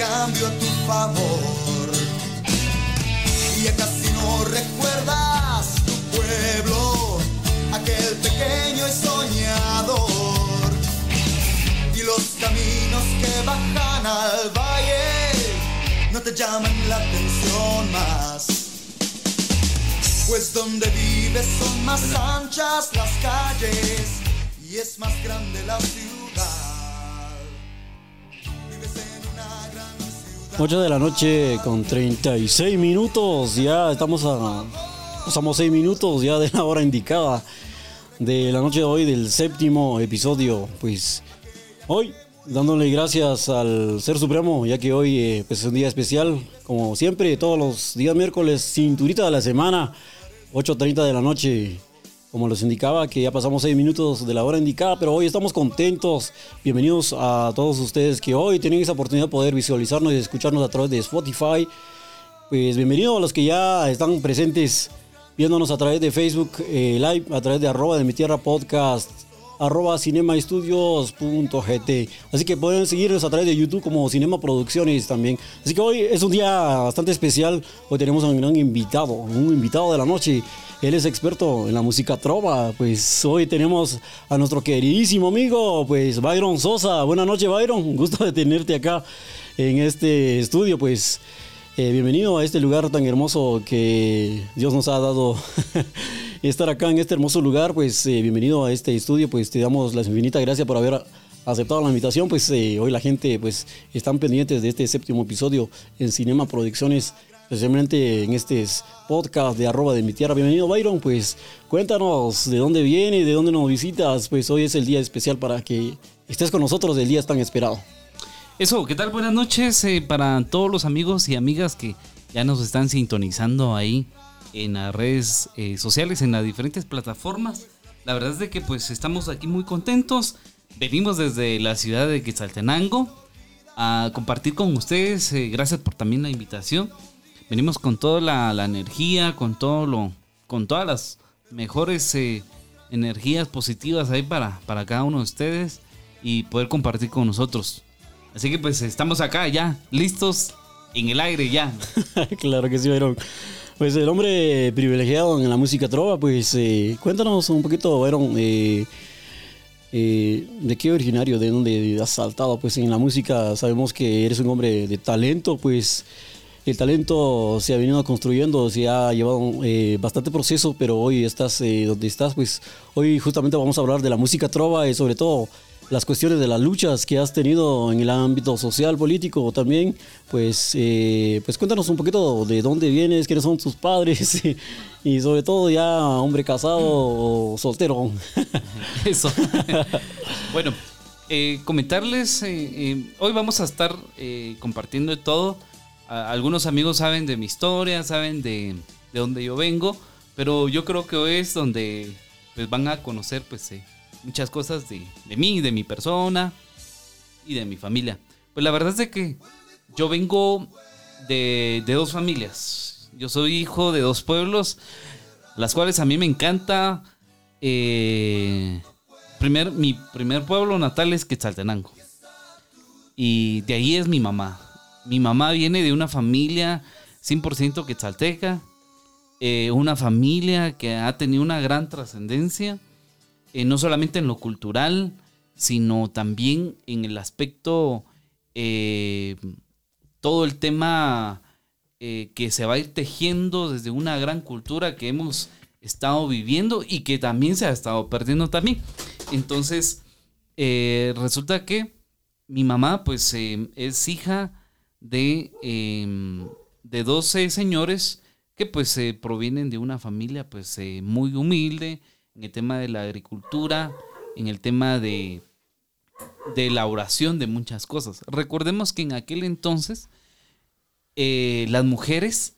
cambio a tu favor. Y ya casi no recuerdas tu pueblo, aquel pequeño y soñador. Y los caminos que bajan al valle no te llaman la atención más, pues donde vives son más anchas las calles y es más grande la ciudad. Vives en una gran ciudad. 8 de la noche con 36 minutos. Ya estamos pasamos 6 minutos ya de la hora indicada de la noche de hoy, del séptimo episodio. Pues hoy dándole gracias al Ser Supremo, ya que hoy pues es un día especial, como siempre, todos los días miércoles, cinturita de la semana, 8:30 de la noche, como les indicaba, que ya pasamos 6 minutos de la hora indicada, pero hoy estamos contentos. Bienvenidos a todos ustedes que hoy tienen esa oportunidad de poder visualizarnos y escucharnos a través de Spotify. Pues bienvenidos a los que ya están presentes viéndonos a través de Facebook Live, a través de @de_mi_tierra_podcast, @cinemaestudios.gt. Así que pueden seguirnos a través de YouTube como Cinema Producciones también. Así que hoy es un día bastante especial. Hoy tenemos a un gran invitado, un invitado de la noche. Él es experto en la música trova. Pues hoy tenemos a nuestro queridísimo amigo, pues Byron Sosa. Buenas noches, Byron. Un gusto de tenerte acá en este estudio. Pues bienvenido a este lugar tan hermoso que Dios nos ha dado. Estar acá en este hermoso lugar. Pues bienvenido a este estudio. Pues te damos las infinitas gracias por haber aceptado la invitación. Pues hoy la gente pues están pendientes de este séptimo episodio en Cinema Producciones, especialmente en este podcast de @de_mi_tierra. Bienvenido, Byron. Pues cuéntanos de dónde vienes, de dónde nos visitas. Pues hoy es el día especial para que estés con nosotros, el día tan esperado. Eso, ¿qué tal? Buenas noches para todos los amigos y amigas que ya nos están sintonizando ahí en las redes sociales, en las diferentes plataformas. La verdad es de que pues estamos aquí muy contentos. Venimos desde la ciudad de Quetzaltenango a compartir con ustedes. Gracias por también la invitación. Venimos con toda la energía, con todas las mejores energías positivas ahí para cada uno de ustedes y poder compartir con nosotros. Así que pues estamos acá ya, listos en el aire ya. Claro que sí, Byron. Pues el hombre privilegiado en la música trova. Pues cuéntanos un poquito, Byron, de qué originario, de dónde has saltado. Pues en la música sabemos que eres un hombre de talento. Pues el talento se ha venido construyendo, se ha llevado bastante proceso, pero hoy estás donde estás. Pues hoy justamente vamos a hablar de la música trova y sobre todo las cuestiones de las luchas que has tenido en el ámbito social, político también. Pues cuéntanos un poquito de dónde vienes, quiénes son tus padres y sobre todo ya hombre casado o soltero. Eso. Bueno, comentarles, hoy vamos a estar compartiendo de todo. Algunos amigos saben de mi historia, saben de dónde yo vengo, pero yo creo que hoy es donde pues, van a conocer pues muchas cosas de mí, de mi persona y de mi familia. Pues la verdad es de que yo vengo de dos familias. Yo soy hijo de dos pueblos, las cuales a mí me encanta. Mi primer pueblo natal es Quetzaltenango. Y de ahí es mi mamá. Mi mamá viene de una familia 100% quetzalteca. Una familia que ha tenido una gran trascendencia. No solamente en lo cultural, sino también en el aspecto, todo el tema que se va a ir tejiendo desde una gran cultura que hemos estado viviendo y que también se ha estado perdiendo también. Entonces, resulta que mi mamá pues es hija de 12 señores que pues provienen de una familia pues muy humilde, en el tema de la agricultura, en el tema de elaboración de muchas cosas. Recordemos que en aquel entonces las mujeres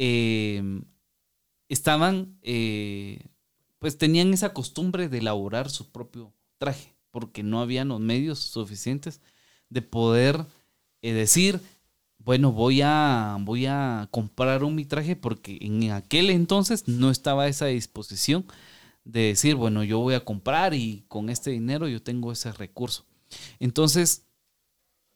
estaban, pues tenían esa costumbre de elaborar su propio traje, porque no habían los medios suficientes de poder decir, bueno, voy a comprar mi traje, porque en aquel entonces no estaba esa disposición de decir, bueno, yo voy a comprar y con este dinero yo tengo ese recurso. Entonces,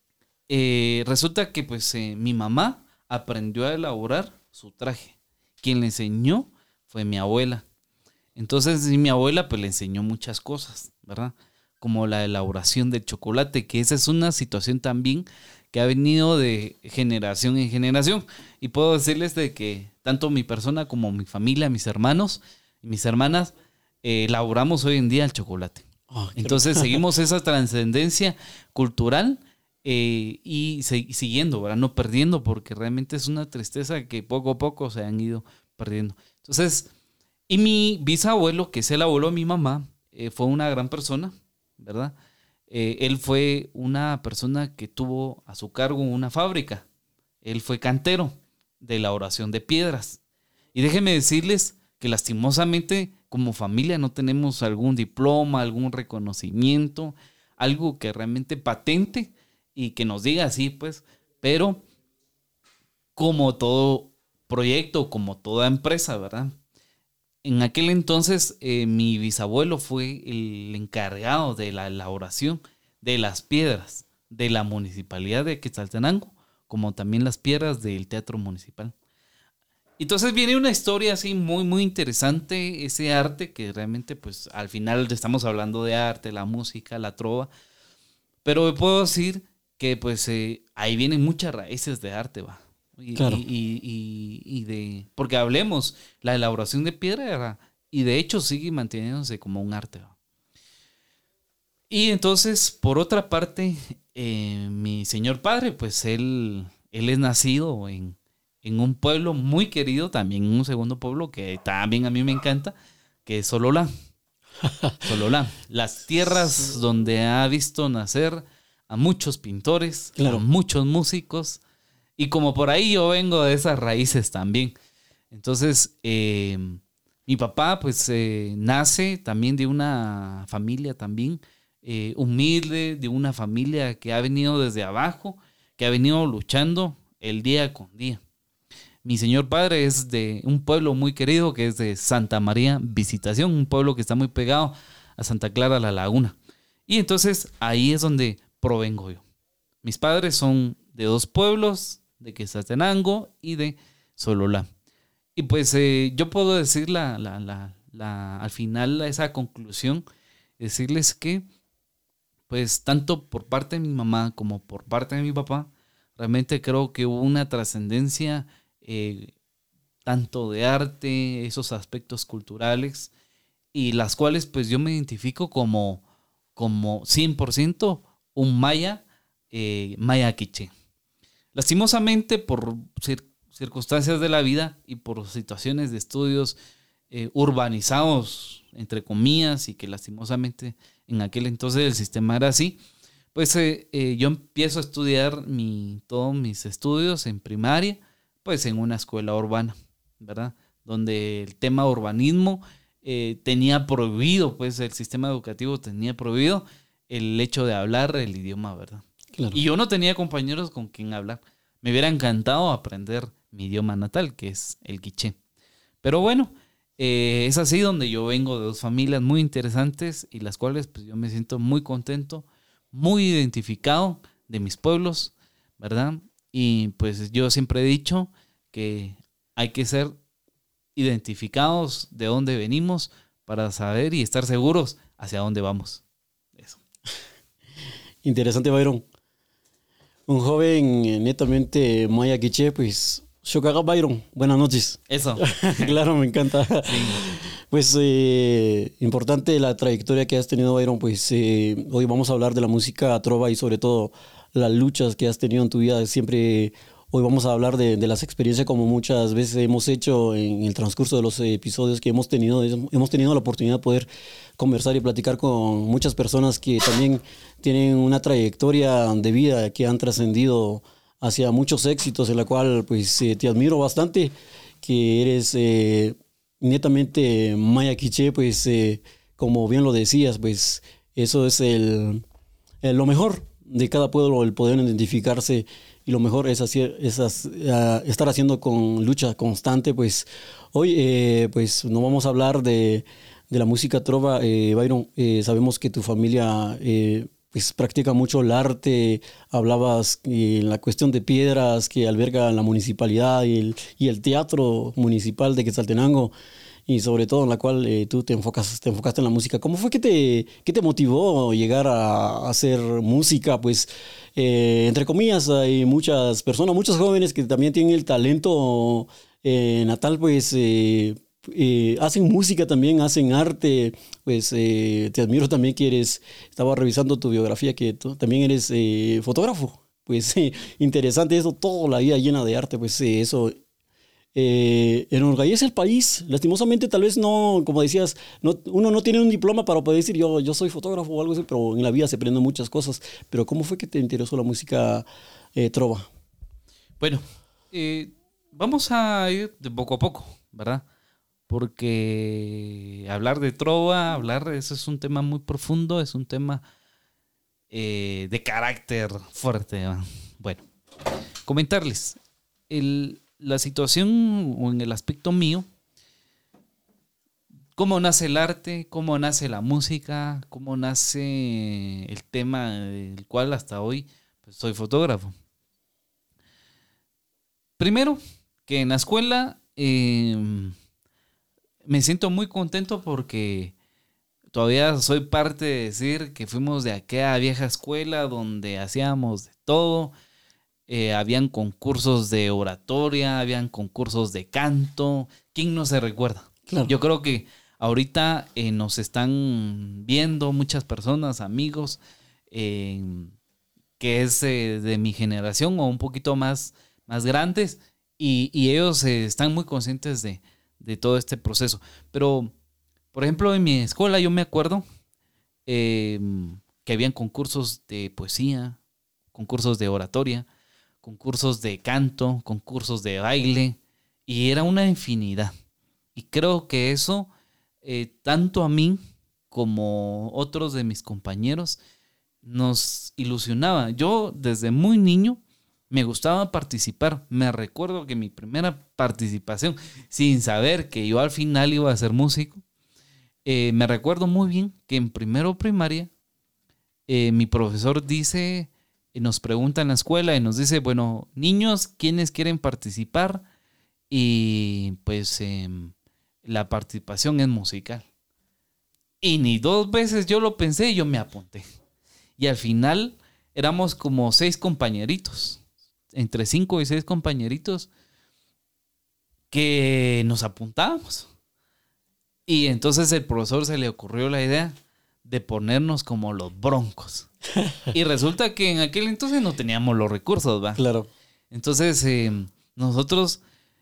resulta que pues mi mamá aprendió a elaborar su traje. Quien le enseñó fue mi abuela. Entonces mi abuela pues le enseñó muchas cosas, ¿verdad? Como la elaboración del chocolate, que esa es una situación también que ha venido de generación en generación. Y puedo decirles de que tanto mi persona como mi familia, mis hermanos y mis hermanas, elaboramos hoy en día el chocolate. Entonces seguimos esa trascendencia cultural y siguiendo, ¿verdad? No perdiendo, porque realmente es una tristeza que poco a poco se han ido perdiendo. Entonces, y mi bisabuelo, que es el abuelo de mi mamá, fue una gran persona, ¿verdad? Él fue una persona que tuvo a su cargo una fábrica. Él fue cantero de elaboración de piedras. Y déjenme decirles que lastimosamente como familia no tenemos algún diploma, algún reconocimiento, algo que realmente patente y que nos diga así, pues. Pero como todo proyecto, como toda empresa, ¿verdad? En aquel entonces mi bisabuelo fue el encargado de la elaboración de las piedras de la municipalidad de Quetzaltenango, como también las piedras del teatro municipal. Entonces viene una historia así muy muy interesante, ese arte que realmente pues al final estamos hablando de arte, la música, la trova, pero puedo decir que pues ahí vienen muchas raíces de arte, va. Claro. Y de, porque hablemos, la elaboración de piedra y de hecho sigue manteniéndose como un arte, ¿va? Y entonces, por otra parte, mi señor padre, pues él es nacido en un pueblo muy querido, también en un segundo pueblo que también a mí me encanta, que es Sololá. Sololá, las tierras donde ha visto nacer a muchos pintores, claro, a muchos músicos. Y como por ahí yo vengo de esas raíces también. Entonces, mi papá pues nace también de una familia también humilde, de una familia que ha venido desde abajo, que ha venido luchando el día con día. Mi señor padre es de un pueblo muy querido que es de Santa María Visitación, un pueblo que está muy pegado a Santa Clara la Laguna. Y entonces ahí es donde provengo yo. Mis padres son de dos pueblos, de Quetzaltenango y de Sololá. Y pues yo puedo decir al final esa conclusión, decirles que pues tanto por parte de mi mamá como por parte de mi papá, realmente creo que hubo una trascendencia tanto de arte, esos aspectos culturales, y las cuales pues yo me identifico como 100% un maya quiché. Lastimosamente por circunstancias de la vida y por situaciones de estudios urbanizados, entre comillas, y que lastimosamente en aquel entonces el sistema era así, pues yo empiezo a estudiar todos mis estudios en primaria, pues en una escuela urbana, ¿verdad? Donde el tema urbanismo tenía prohibido, pues el sistema educativo tenía prohibido el hecho de hablar el idioma, ¿verdad? Claro. Y yo no tenía compañeros con quien hablar. Me hubiera encantado aprender mi idioma natal, que es el quiché. Pero bueno, es así donde yo vengo de dos familias muy interesantes y las cuales pues yo me siento muy contento, muy identificado de mis pueblos, ¿verdad? Y pues yo siempre he dicho que hay que ser identificados de dónde venimos para saber y estar seguros hacia dónde vamos. Eso. Interesante, Byron. Un joven netamente maya quiché, pues Shokaga Byron, buenas noches. Eso. Claro, me encanta. Sí. Pues importante la trayectoria que has tenido, Byron. Pues hoy vamos a hablar de la música trova y sobre todo las luchas que has tenido en tu vida. Siempre hoy vamos a hablar de las experiencias como muchas veces hemos hecho en el transcurso de los episodios que hemos tenido. Hemos tenido la oportunidad de poder conversar y platicar con muchas personas que también tienen una trayectoria de vida que han trascendido hacia muchos éxitos, en la cual pues te admiro bastante, que eres netamente maya quiché, pues como bien lo decías, pues eso es lo mejor de cada pueblo, el poder identificarse, y lo mejor es estar haciendo con lucha constante. Pues hoy pues no vamos a hablar de la música trova, Byron. Sabemos que tu familia pues practica mucho el arte. Hablabas en la cuestión de piedras que alberga la municipalidad y el teatro municipal de Quetzaltenango, y sobre todo en la cual tú te enfocaste en la música. ¿Cómo fue que te motivó llegar a hacer música? Pues, entre comillas, hay muchas personas, muchos jóvenes que también tienen el talento natal, pues hacen música también, hacen arte. Pues te admiro también que estaba revisando tu biografía, que tú también eres fotógrafo. Pues interesante eso, toda la vida llena de arte, pues eso enorgullece el país. Lastimosamente, tal vez no, como decías, uno no tiene un diploma para poder decir yo soy fotógrafo o algo así, pero en la vida se aprenden muchas cosas. Pero ¿cómo fue que te interesó la música trova? Bueno, vamos a ir de poco a poco, ¿verdad? Porque hablar de trova, eso es un tema muy profundo, es un tema de carácter fuerte, ¿verdad? Bueno, comentarles la situación o en el aspecto mío, cómo nace el arte, cómo nace la música, cómo nace el tema del cual hasta hoy pues, soy fotógrafo. Primero, que en la escuela me siento muy contento porque todavía soy parte de decir que fuimos de aquella vieja escuela donde hacíamos de todo. Habían concursos de oratoria, habían concursos de canto. ¿Quién no se recuerda? Claro. Yo creo que ahorita nos están viendo muchas personas, amigos, que es de mi generación o un poquito más grandes, y ellos están muy conscientes de todo este proceso. Pero, por ejemplo, en mi escuela yo me acuerdo que habían concursos de poesía, concursos de oratoria, concursos de canto, concursos de baile, y era una infinidad. Y creo que eso, tanto a mí como otros de mis compañeros, nos ilusionaba. Yo desde muy niño me gustaba participar. Me recuerdo que mi primera participación, sin saber que yo al final iba a ser músico, me recuerdo muy bien que en primero primaria mi profesor dice... nos pregunta en la escuela y nos dice, bueno, niños, ¿quiénes quieren participar? Y pues la participación es musical. Y ni 2 veces yo lo pensé, yo me apunté. Y al final éramos como 6 compañeritos, entre 5 y 6 compañeritos que nos apuntábamos. Y entonces el profesor se le ocurrió la idea de ponernos como los Broncos. Y resulta que en aquel entonces no teníamos los recursos, ¿va? Claro. Entonces, nosotros,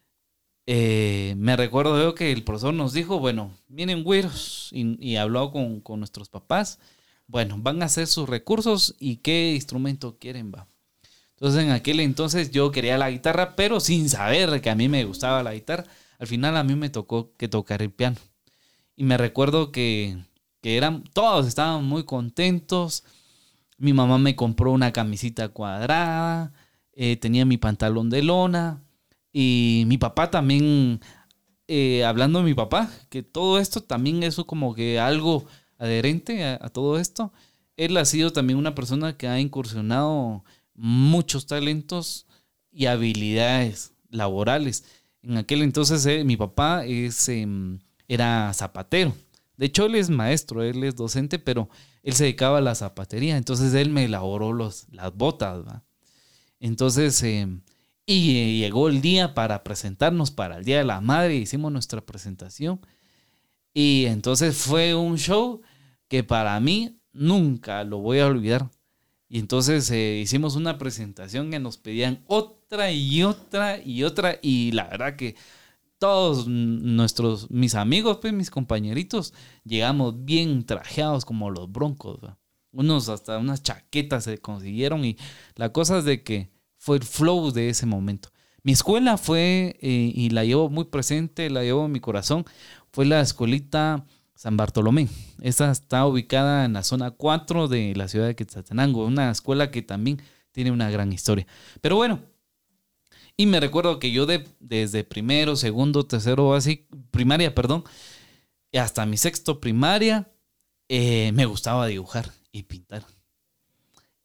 me recuerdo yo que el profesor nos dijo, bueno, miren güeros, y habló con nuestros papás, bueno, van a hacer sus recursos y qué instrumento quieren, va. Entonces, en aquel entonces yo quería la guitarra, pero sin saber que a mí me gustaba la guitarra. Al final a mí me tocó que tocar el piano. Y me recuerdo que todos estaban muy contentos. Mi mamá me compró una camisita cuadrada, tenía mi pantalón de lona, y mi papá también, hablando de mi papá, que todo esto también es como que algo adherente a todo esto. Él ha sido también una persona que ha incursionado muchos talentos y habilidades laborales. En aquel entonces mi papá era zapatero. De hecho, él es maestro, él es docente, pero él se dedicaba a la zapatería. Entonces, él me elaboró las botas, ¿va? Entonces, y llegó el día para presentarnos para el Día de la Madre. Hicimos nuestra presentación. Y entonces fue un show que para mí nunca lo voy a olvidar. Y entonces hicimos una presentación que nos pedían otra y otra y otra. Y la verdad que todos mis amigos, pues mis compañeritos, llegamos bien trajeados como los Broncos, ¿va? Unos hasta unas chaquetas se consiguieron, y la cosa es de que fue el flow de ese momento. Mi escuela fue, y la llevo muy presente, la llevo en mi corazón, fue la escuelita San Bartolomé. Esta está ubicada en la zona 4 de la ciudad de Quetzaltenango, una escuela que también tiene una gran historia. Pero bueno, y me recuerdo que yo desde primero, segundo, tercero, así, primaria, perdón, hasta mi sexto primaria, me gustaba dibujar y pintar.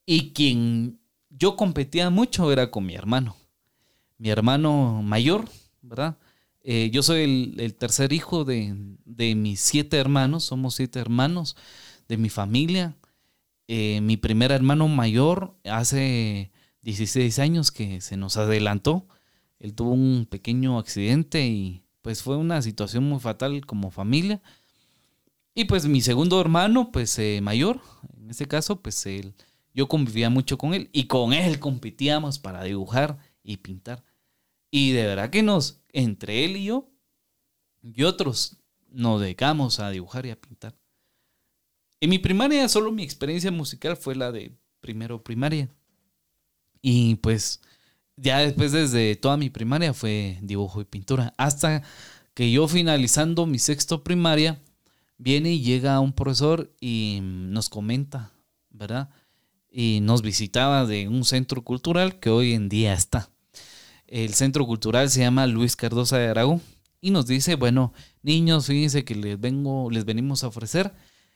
Y quien yo competía mucho era con mi hermano mayor, ¿verdad? Yo soy el tercer hijo de mis 7 hermanos, somos 7 hermanos de mi familia. Mi primer hermano mayor hace 16 años que se nos adelantó. Él tuvo un pequeño accidente y pues fue una situación muy fatal como familia. Y pues mi segundo hermano, pues mayor, en este caso, pues yo convivía mucho con él y con él competíamos para dibujar y pintar. Y de verdad que entre él y yo y otros, nos dedicamos a dibujar y a pintar. En mi primaria solo mi experiencia musical fue la de primero primaria. Y pues ya después desde toda mi primaria fue dibujo y pintura. Hasta que yo finalizando mi sexto primaria, viene y llega un profesor y nos comenta, ¿verdad? Y nos visitaba de un centro cultural que hoy en día está. El centro cultural se llama Luis Cardosa de Aragón. Y nos dice, bueno, niños, fíjense que les venimos a ofrecer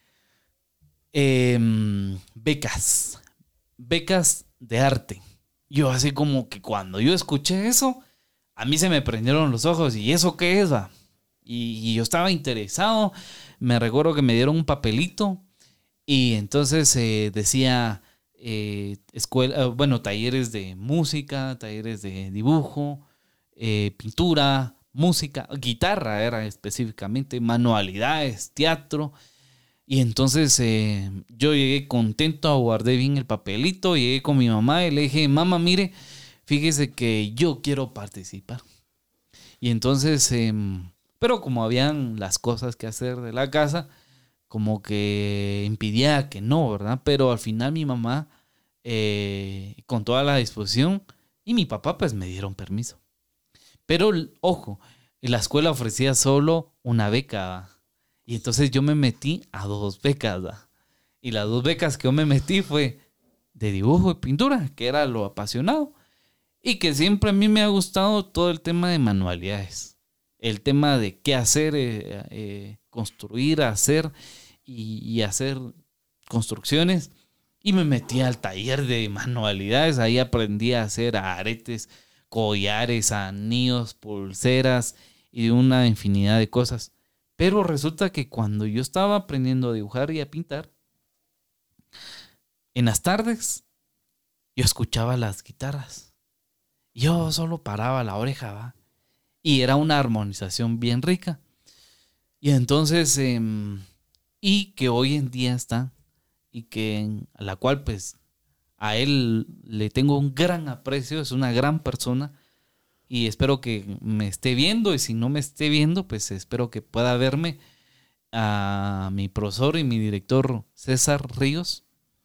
becas de arte. Yo así como que cuando yo escuché eso, a mí se me prendieron los ojos. ¿Y eso qué es, va? Y yo estaba interesado. Me recuerdo que me dieron un papelito y entonces decía talleres de música, talleres de dibujo, pintura, música, guitarra era específicamente, manualidades, teatro. Y entonces yo llegué contento, guardé bien el papelito, llegué con mi mamá y le dije, mamá, mire, fíjese que yo quiero participar. Y entonces, pero como habían las cosas que hacer de la casa, como que impidía que no, ¿verdad? Pero al final mi mamá, con toda la disposición, y mi papá pues me dieron permiso. Pero, ojo, la escuela ofrecía solo una beca, ¿va? Y entonces yo me metí a 2 becas, ¿va? Y las 2 becas que yo me metí fue de dibujo y pintura, que era lo apasionado. Y que siempre a mí me ha gustado todo el tema de manualidades. El tema de qué hacer, construir, hacer y hacer construcciones. Y me metí al taller de manualidades. Ahí aprendí a hacer aretes, collares, anillos, pulseras y una infinidad de cosas. Pero resulta que cuando yo estaba aprendiendo a dibujar y a pintar, en las tardes yo escuchaba las guitarras. Yo solo paraba la oreja, ¿va? Y era una armonización bien rica. Y entonces, y que hoy en día está, y que a la cual pues a él le tengo un gran aprecio, es una gran persona. Y espero que me esté viendo, y si no me esté viendo, pues espero que pueda verme, a mi profesor y mi director César Ríos.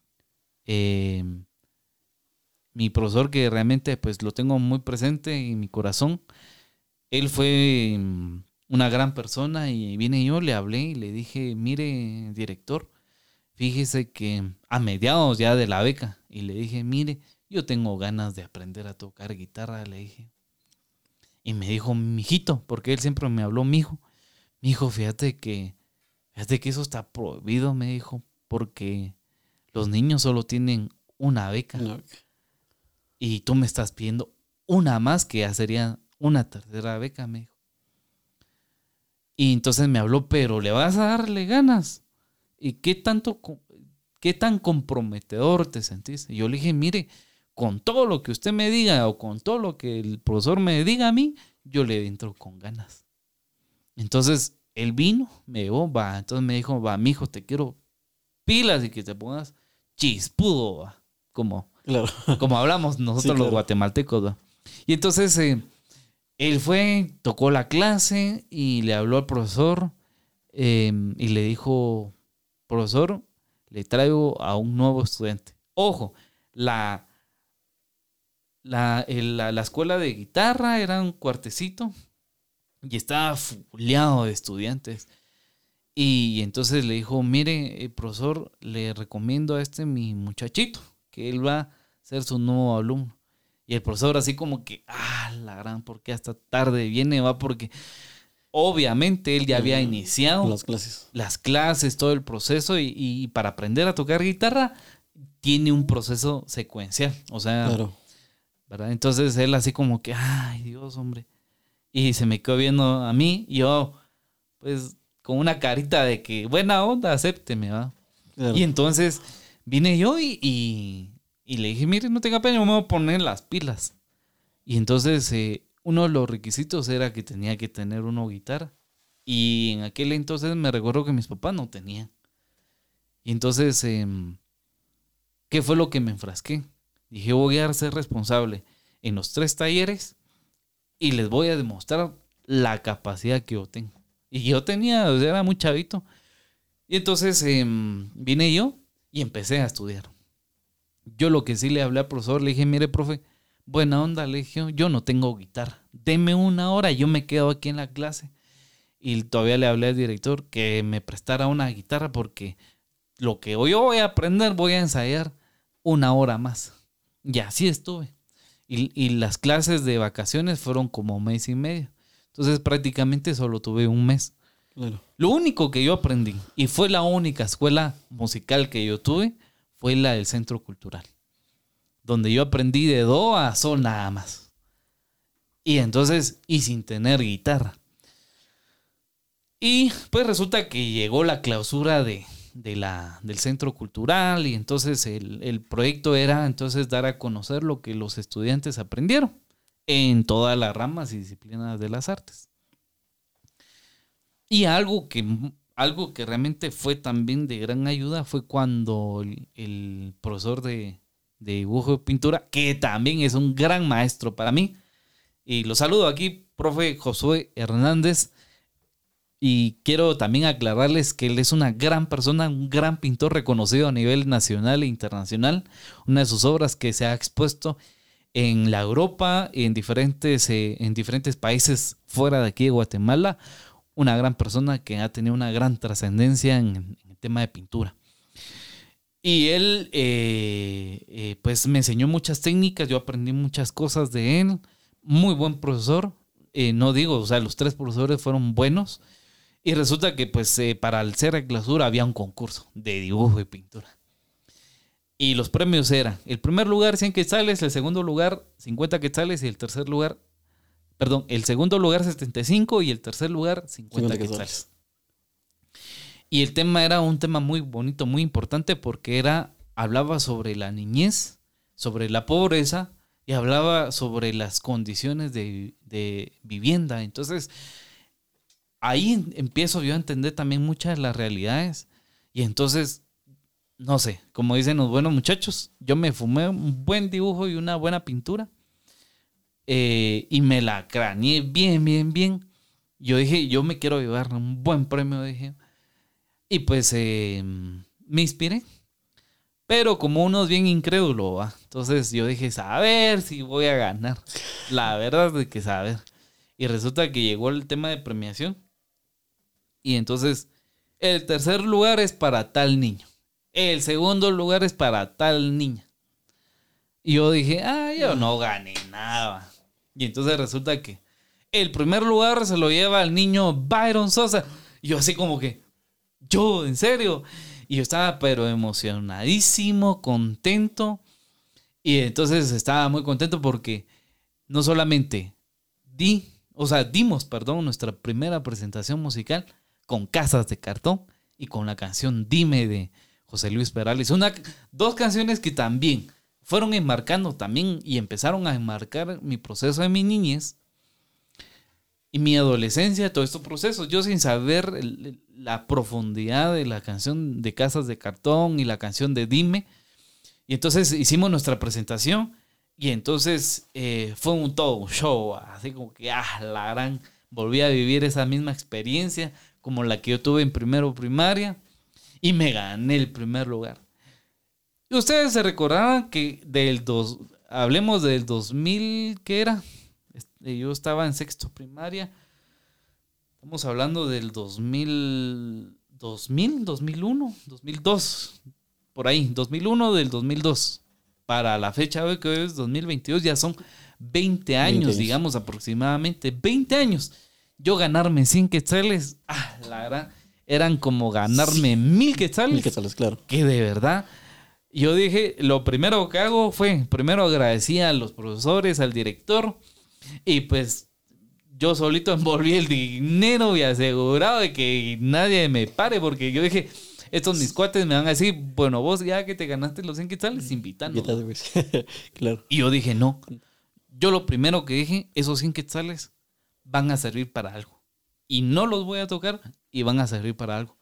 Mi profesor, que realmente pues lo tengo muy presente en mi corazón. Él fue una gran persona y vine yo, le hablé y le dije, mire, director, fíjese que a mediados ya de la beca, y le dije, mire, yo tengo ganas de aprender a tocar guitarra, le dije. Y me dijo, mijito, porque él siempre me habló mijo. Mijo, fíjate que eso está prohibido, me dijo, porque los niños solo tienen una beca. No. Y tú me estás pidiendo una más, que ya sería una tercera beca, me dijo. Y entonces me habló, pero le vas a darle ganas. ¿Y qué tan comprometedor te sentís? Y yo le dije, mire, con todo lo que usted me diga o con todo lo que el profesor me diga a mí, yo le entro con ganas. Entonces él vino, me llevó, va. Entonces me dijo, va, mijo, te quiero pilas y que te pongas chispudo, va. Como hablamos nosotros, sí, claro, los guatemaltecos, va. Y entonces él fue, tocó la clase y le habló al profesor y le dijo, profesor, le traigo a un nuevo estudiante. Ojo, la escuela de guitarra era un cuartecito y estaba fuleado de estudiantes. Y entonces le dijo, mire, profesor, le recomiendo a mi muchachito, que él va a ser su nuevo alumno. Y el profesor así como que, la gran, ¿por qué hasta tarde viene? Va, porque obviamente él ya había iniciado las clases, todo el proceso, y para aprender a tocar guitarra tiene un proceso secuencial. O sea, Claro. ¿verdad? Entonces él así como que, ay, Dios, hombre. Y se me quedó viendo a mí y yo, pues, con una carita de que, buena onda, acépteme, ¿va? Claro. Y entonces vine yo y le dije, mire, no tenga pena, yo me voy a poner las pilas. Y entonces uno de los requisitos era que tenía que tener una guitarra. Y en aquel entonces me recuerdo que mis papás no tenían. Y entonces, ¿qué fue lo que me enfrasqué? Dije, voy a ser responsable en los 3 talleres y les voy a demostrar la capacidad que yo tengo. Y yo tenía, o sea, era muy chavito. Y entonces vine yo y empecé a estudiar. Yo lo que sí le hablé al profesor, le dije, mire, profe, buena onda, le dije, yo no tengo guitarra. Deme 1 hora, yo me quedo aquí en la clase. Y todavía le hablé al director que me prestara una guitarra porque lo que yo voy a aprender, voy a ensayar 1 hora más. Y así estuve. Y las clases de vacaciones fueron como 1 mes y medio. Entonces prácticamente solo tuve 1 mes. Claro. Lo único que yo aprendí, y fue la única escuela musical que yo tuve, fue la del Centro Cultural. Donde yo aprendí de do a sol nada más. Y entonces, y sin tener guitarra. Y pues resulta que llegó la clausura del Centro Cultural y entonces el proyecto era entonces dar a conocer lo que los estudiantes aprendieron en todas las ramas y disciplinas de las artes. Y algo que realmente fue también de gran ayuda fue cuando el profesor de dibujo y pintura, que también es un gran maestro para mí, y lo saludo aquí, profe Josué Hernández, y quiero también aclararles que él es una gran persona, un gran pintor reconocido a nivel nacional e internacional. Una de sus obras que se ha expuesto en la Europa, en diferentes países fuera de aquí de Guatemala. Una gran persona que ha tenido una gran trascendencia en el tema de pintura. Y él pues me enseñó muchas técnicas, yo aprendí muchas cosas de él. Muy buen profesor, no digo, o sea, los 3 profesores fueron buenos. Y resulta que pues para el cierre de clausura había un concurso de dibujo y pintura. Y los premios eran, el primer lugar 100 quetzales, el segundo lugar 50 quetzales y el tercer lugar, perdón, el segundo lugar 75 y el tercer lugar 50 quetzales. Y el tema era un tema muy bonito, muy importante porque hablaba sobre la niñez, sobre la pobreza y hablaba sobre las condiciones de vivienda. Entonces ahí empiezo yo a entender también muchas de las realidades. Y entonces, no sé, como dicen los buenos muchachos, yo me fumé un buen dibujo y una buena pintura. Y me la craneé bien. Yo dije, yo me quiero llevar un buen premio, dije. Y pues me inspiré. Pero como uno es bien incrédulo, ¿va? Entonces yo dije, saber si voy a ganar. La verdad es que saber. Y resulta que llegó el tema de premiación. Y entonces, el tercer lugar es para tal niño. El segundo lugar es para tal niña. Y yo dije, yo no gané nada. Y entonces resulta que el primer lugar se lo lleva al niño Byron Sosa. Y yo así como que, yo, ¿en serio? Y yo estaba pero emocionadísimo, contento. Y entonces estaba muy contento porque no solamente dimos nuestra primera presentación musical con Casas de Cartón y con la canción Dime de José Luis Perales. 2 canciones que también fueron enmarcando también y empezaron a enmarcar mi proceso de mi niñez y mi adolescencia, todos estos procesos. Yo sin saber la profundidad de la canción de Casas de Cartón y la canción de Dime. Y entonces hicimos nuestra presentación y entonces fue todo un show, así como que volví a vivir esa misma experiencia como la que yo tuve en primero primaria y me gané el primer lugar. Y ustedes se recordarán que hablemos del 2000, ¿qué era? Yo estaba en sexto primaria. Estamos hablando del 2001, 2002, por ahí, 2001 del 2002. Para la fecha hoy, que hoy es 2022, ya son 20 años, digamos aproximadamente, 20 años. Yo ganarme 100 quetzales, la verdad, eran como ganarme 1000 quetzales. 1000 quetzales, claro. Que de verdad Yo dije, lo primero que hago fue, primero agradecí a los profesores, al director, y pues yo solito envolví el dinero y asegurado de que nadie me pare, porque yo dije, estos mis cuates me van a decir, bueno, vos ya que te ganaste los 100 quetzales, invítanos. Claro. Y yo dije, no. Yo lo primero que dije, esos 100 quetzales van a servir para algo. Y no los voy a tocar y van a servir para algo.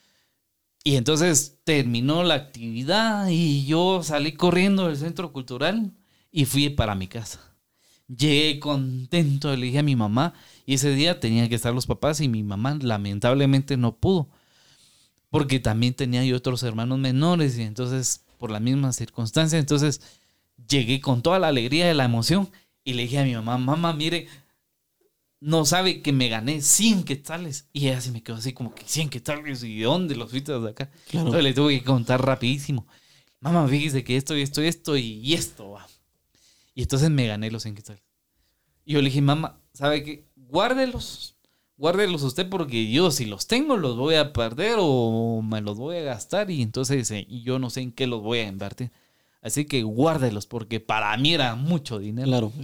Y entonces terminó la actividad y yo salí corriendo del centro cultural y fui para mi casa. Llegué contento, le dije a mi mamá, y ese día tenían que estar los papás y mi mamá lamentablemente no pudo. Porque también tenía yo otros hermanos menores y entonces por la misma circunstancia, entonces llegué con toda la alegría y la emoción y le dije a mi mamá, mamá, mire, no sabe que me gané 100 quetzales. Y ella se me quedó así como que 100 quetzales, ¿y de dónde los fuiste de acá? Claro. Entonces le tuve que contar rapidísimo. Mamá, fíjese que esto y esto va. Y entonces me gané los 100 quetzales. Y yo le dije, mamá, ¿sabe qué? Guárdelos usted porque yo si los tengo los voy a perder o me los voy a gastar y entonces yo no sé en qué los voy a invertir. Así que guárdelos porque para mí era mucho dinero. Claro.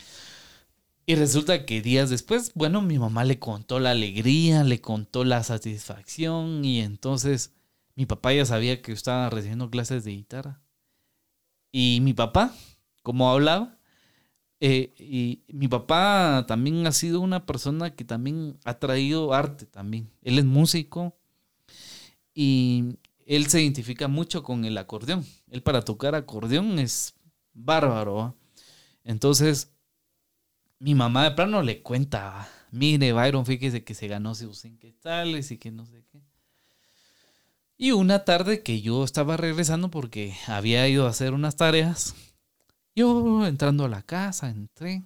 Y resulta que días después, bueno, mi mamá le contó la alegría, le contó la satisfacción y entonces mi papá ya sabía que yo estaba recibiendo clases de guitarra. Y mi papá, como hablaba, y mi papá también ha sido una persona que también ha traído arte también. Él es músico y él se identifica mucho con el acordeón. Él para tocar acordeón es bárbaro, ¿va? Entonces mi mamá de plano le cuenta, mire, Byron, fíjese que se ganó sus 100 quetzales y que no sé qué. Y una tarde que yo estaba regresando porque había ido a hacer unas tareas, yo entrando a la casa, entré,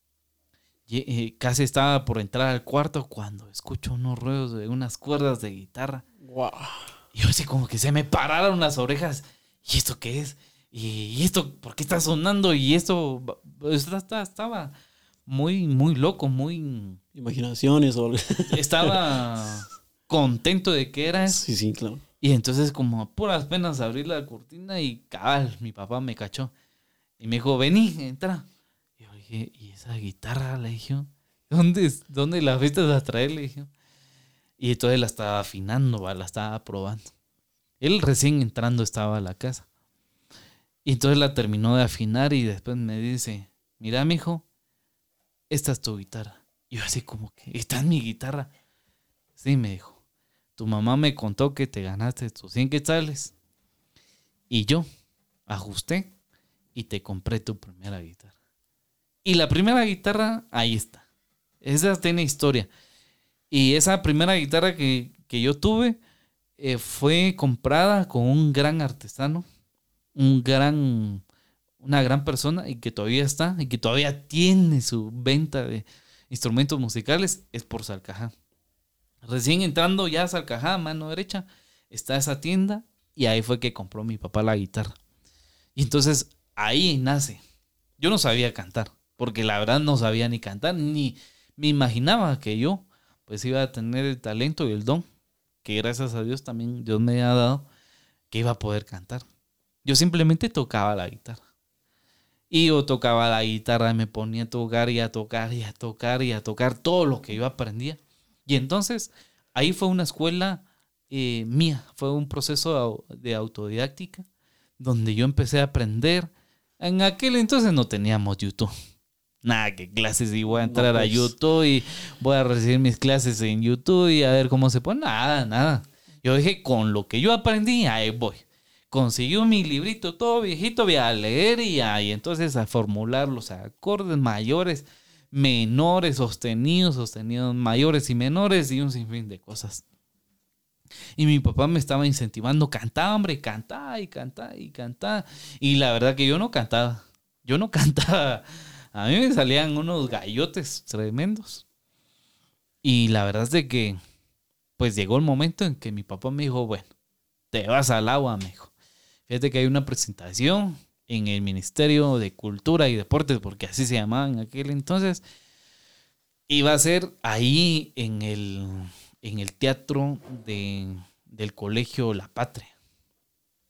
casi estaba por entrar al cuarto cuando escucho unos ruidos de unas cuerdas de guitarra. Wow. Y yo así como que se me pararon las orejas. ¿Y esto qué es? ¿Y esto por qué está sonando? Y esto estaba muy, muy loco, muy... Imaginaciones o algo. Estaba contento de que era eso. Sí, sí, claro. Y entonces como a puras penas abrí la cortina y cabal, mi papá me cachó. Y me dijo, vení, entra. Y yo dije, ¿y esa guitarra? Le dije, ¿dónde la fuiste a traer? Le dije. Y entonces la estaba afinando, la estaba probando. Él recién entrando estaba a la casa. Y entonces la terminó de afinar y después me dice, mira, mijo, esta es tu guitarra. Y yo así como que, ¿esta es mi guitarra? Sí, me dijo, tu mamá me contó que te ganaste tus 100 quetzales. Y yo ajusté y te compré tu primera guitarra. Y la primera guitarra, ahí está. Esa tiene historia. Y esa primera guitarra que yo tuve fue comprada con un gran artesano, una gran persona y que todavía está y que todavía tiene su venta de instrumentos musicales, es por Salcajá. Recién entrando ya a Salcajá, mano derecha, está esa tienda y ahí fue que compró mi papá la guitarra. Y entonces ahí nace. Yo no sabía cantar, porque la verdad no sabía ni cantar, ni me imaginaba que yo pues iba a tener el talento y el don, que gracias a Dios también Dios me ha dado, que iba a poder cantar. Yo simplemente tocaba la guitarra. Y yo tocaba la guitarra, me ponía a tocar y a tocar y a tocar y a tocar todo lo que yo aprendía. Y entonces ahí fue una escuela mía, fue un proceso de autodidáctica, donde yo empecé a aprender. En aquel entonces no teníamos YouTube. Nada, que clases, y voy a entrar a YouTube y voy a recibir mis clases en YouTube y a ver cómo se pone. Nada. Yo dije, con lo que yo aprendí, ahí voy. Conseguí mi librito todo viejito, voy a leer y entonces a formular los acordes mayores, menores, sostenidos, mayores y menores y un sinfín de cosas. Y mi papá me estaba incentivando, cantá, hombre, cantá y cantá y cantá. Y la verdad que yo no cantaba. A mí me salían unos gallotes tremendos. Y la verdad es de que pues llegó el momento en que mi papá me dijo, bueno, te vas al agua, me dijo. Fíjate que hay una presentación en el Ministerio de Cultura y Deportes, porque así se llamaba en aquel entonces. Y va a ser ahí en el teatro del Colegio La Patria.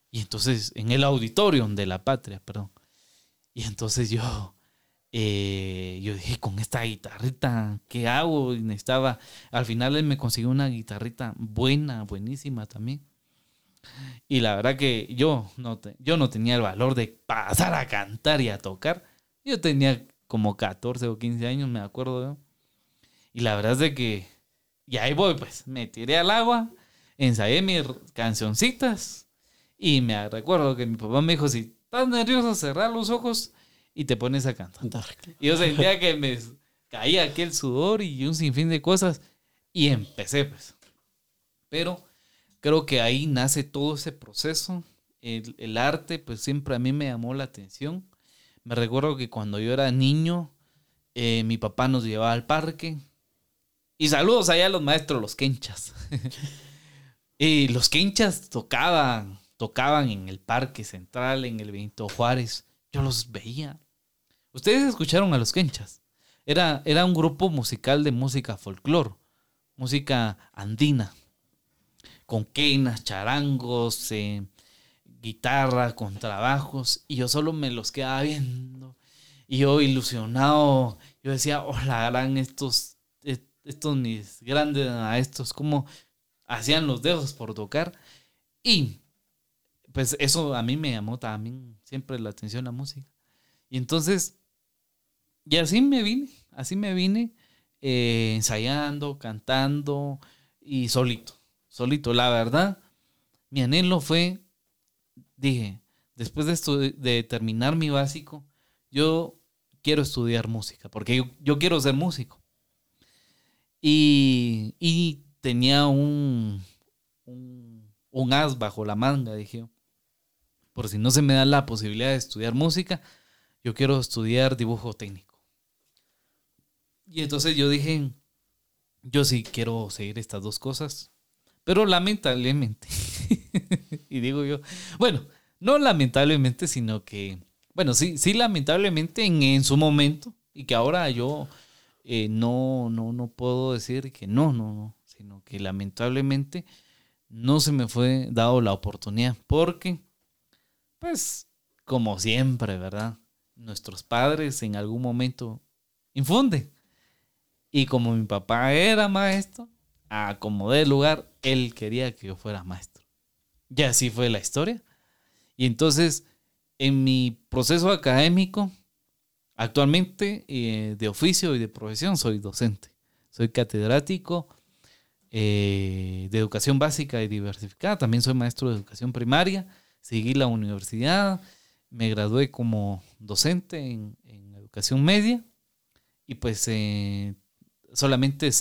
Y entonces, en el auditorium de La Patria, perdón. Y entonces yo dije, con esta guitarrita, ¿qué hago? Y al final él me consiguió una guitarrita buenísima también. Y la verdad que yo no tenía el valor de pasar a cantar y a tocar. Yo tenía como 14 o 15 años, me acuerdo yo. Y la verdad es de que, y ahí voy, pues, me tiré al agua, ensayé mis cancioncitas. Y me recuerdo que mi papá me dijo, si estás nervioso, cerrar los ojos y te pones a cantar. Y yo sentía que me caía aquel sudor y un sinfín de cosas. Y empecé, pues. Pero creo que ahí nace todo ese proceso. El arte, pues siempre a mí me llamó la atención. Me recuerdo que cuando yo era niño, mi papá nos llevaba al parque. Y saludos allá a los maestros, los quenchas. Y los quenchas tocaban en el Parque Central, en el Benito Juárez. Yo los veía. ¿Ustedes escucharon a los quenchas? Era un grupo musical de música folclore, música andina, con quenas, charangos, guitarra, contrabajos. Y yo solo me los quedaba viendo. Y yo ilusionado, yo decía, oh, la gran, estos mis grandes maestros, cómo hacían los dedos por tocar. Y pues eso a mí me llamó también siempre la atención, la música. Y entonces, y así me vine ensayando, cantando y solito. La verdad, mi anhelo fue, dije, después de terminar mi básico, yo quiero estudiar música, porque yo quiero ser músico. Y tenía un as bajo la manga, dije yo. Por si no se me da la posibilidad de estudiar música, yo quiero estudiar dibujo técnico. Y entonces yo dije, yo sí quiero seguir estas dos cosas, pero lamentablemente, y digo yo, bueno, no lamentablemente, sino que, bueno, sí lamentablemente en su momento, y que ahora yo no puedo decir que no, sino que lamentablemente no se me fue dado la oportunidad, porque pues, como siempre, ¿verdad? Nuestros padres en algún momento infunden. Y como mi papá era maestro, a como de lugar, él quería que yo fuera maestro. Y así fue la historia. Y entonces, en mi proceso académico, actualmente, de oficio y de profesión, soy docente. Soy catedrático de educación básica y diversificada. También soy maestro de educación primaria. Seguí la universidad, me gradué como docente en educación media y pues solamente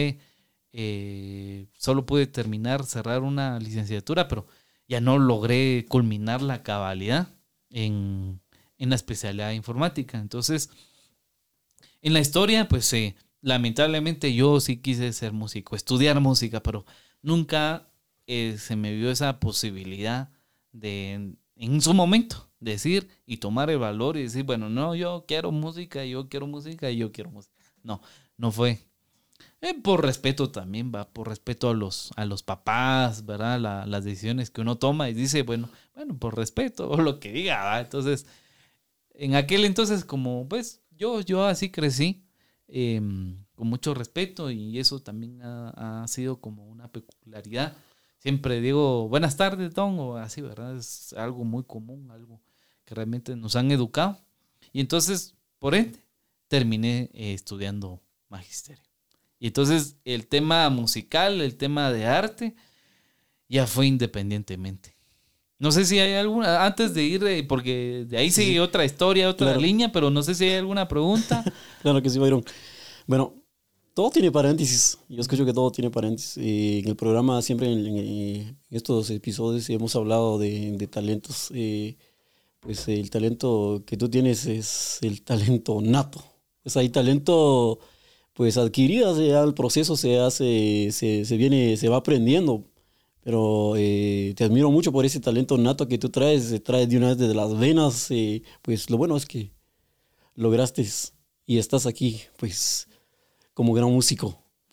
solo pude cerrar una licenciatura, pero ya no logré culminar la cabalidad en la especialidad de informática. Entonces, en la historia, pues lamentablemente yo sí quise ser músico, estudiar música, pero nunca se me vio esa posibilidad de en su momento decir y tomar el valor y decir, bueno, no, yo quiero música. No fue. Por respeto también, va, por respeto a los papás, ¿verdad? Las decisiones que uno toma y dice, bueno, por respeto o lo que diga, ¿va? Entonces, en aquel entonces, como pues yo así crecí, con mucho respeto, y eso también ha sido como una peculiaridad. Siempre digo, buenas tardes, don, o así, ¿verdad? Es algo muy común, algo que realmente nos han educado. Y entonces, por ende, terminé estudiando magisterio. Y entonces, el tema musical, el tema de arte, ya fue independientemente. No sé si hay alguna, antes de ir, porque de ahí sigue otra historia, otra línea, pero no sé si hay alguna pregunta. Claro que sí, Byron. Bueno, todo tiene paréntesis. Yo escucho que todo tiene paréntesis. En el programa siempre en estos episodios hemos hablado de talentos. Pues el talento que tú tienes es el talento nato. Pues hay talento pues adquirido, ya el proceso se va aprendiendo. Pero te admiro mucho por ese talento nato que tú traes de una vez desde las venas. Pues lo bueno es que lograste y estás aquí, pues, como gran músico.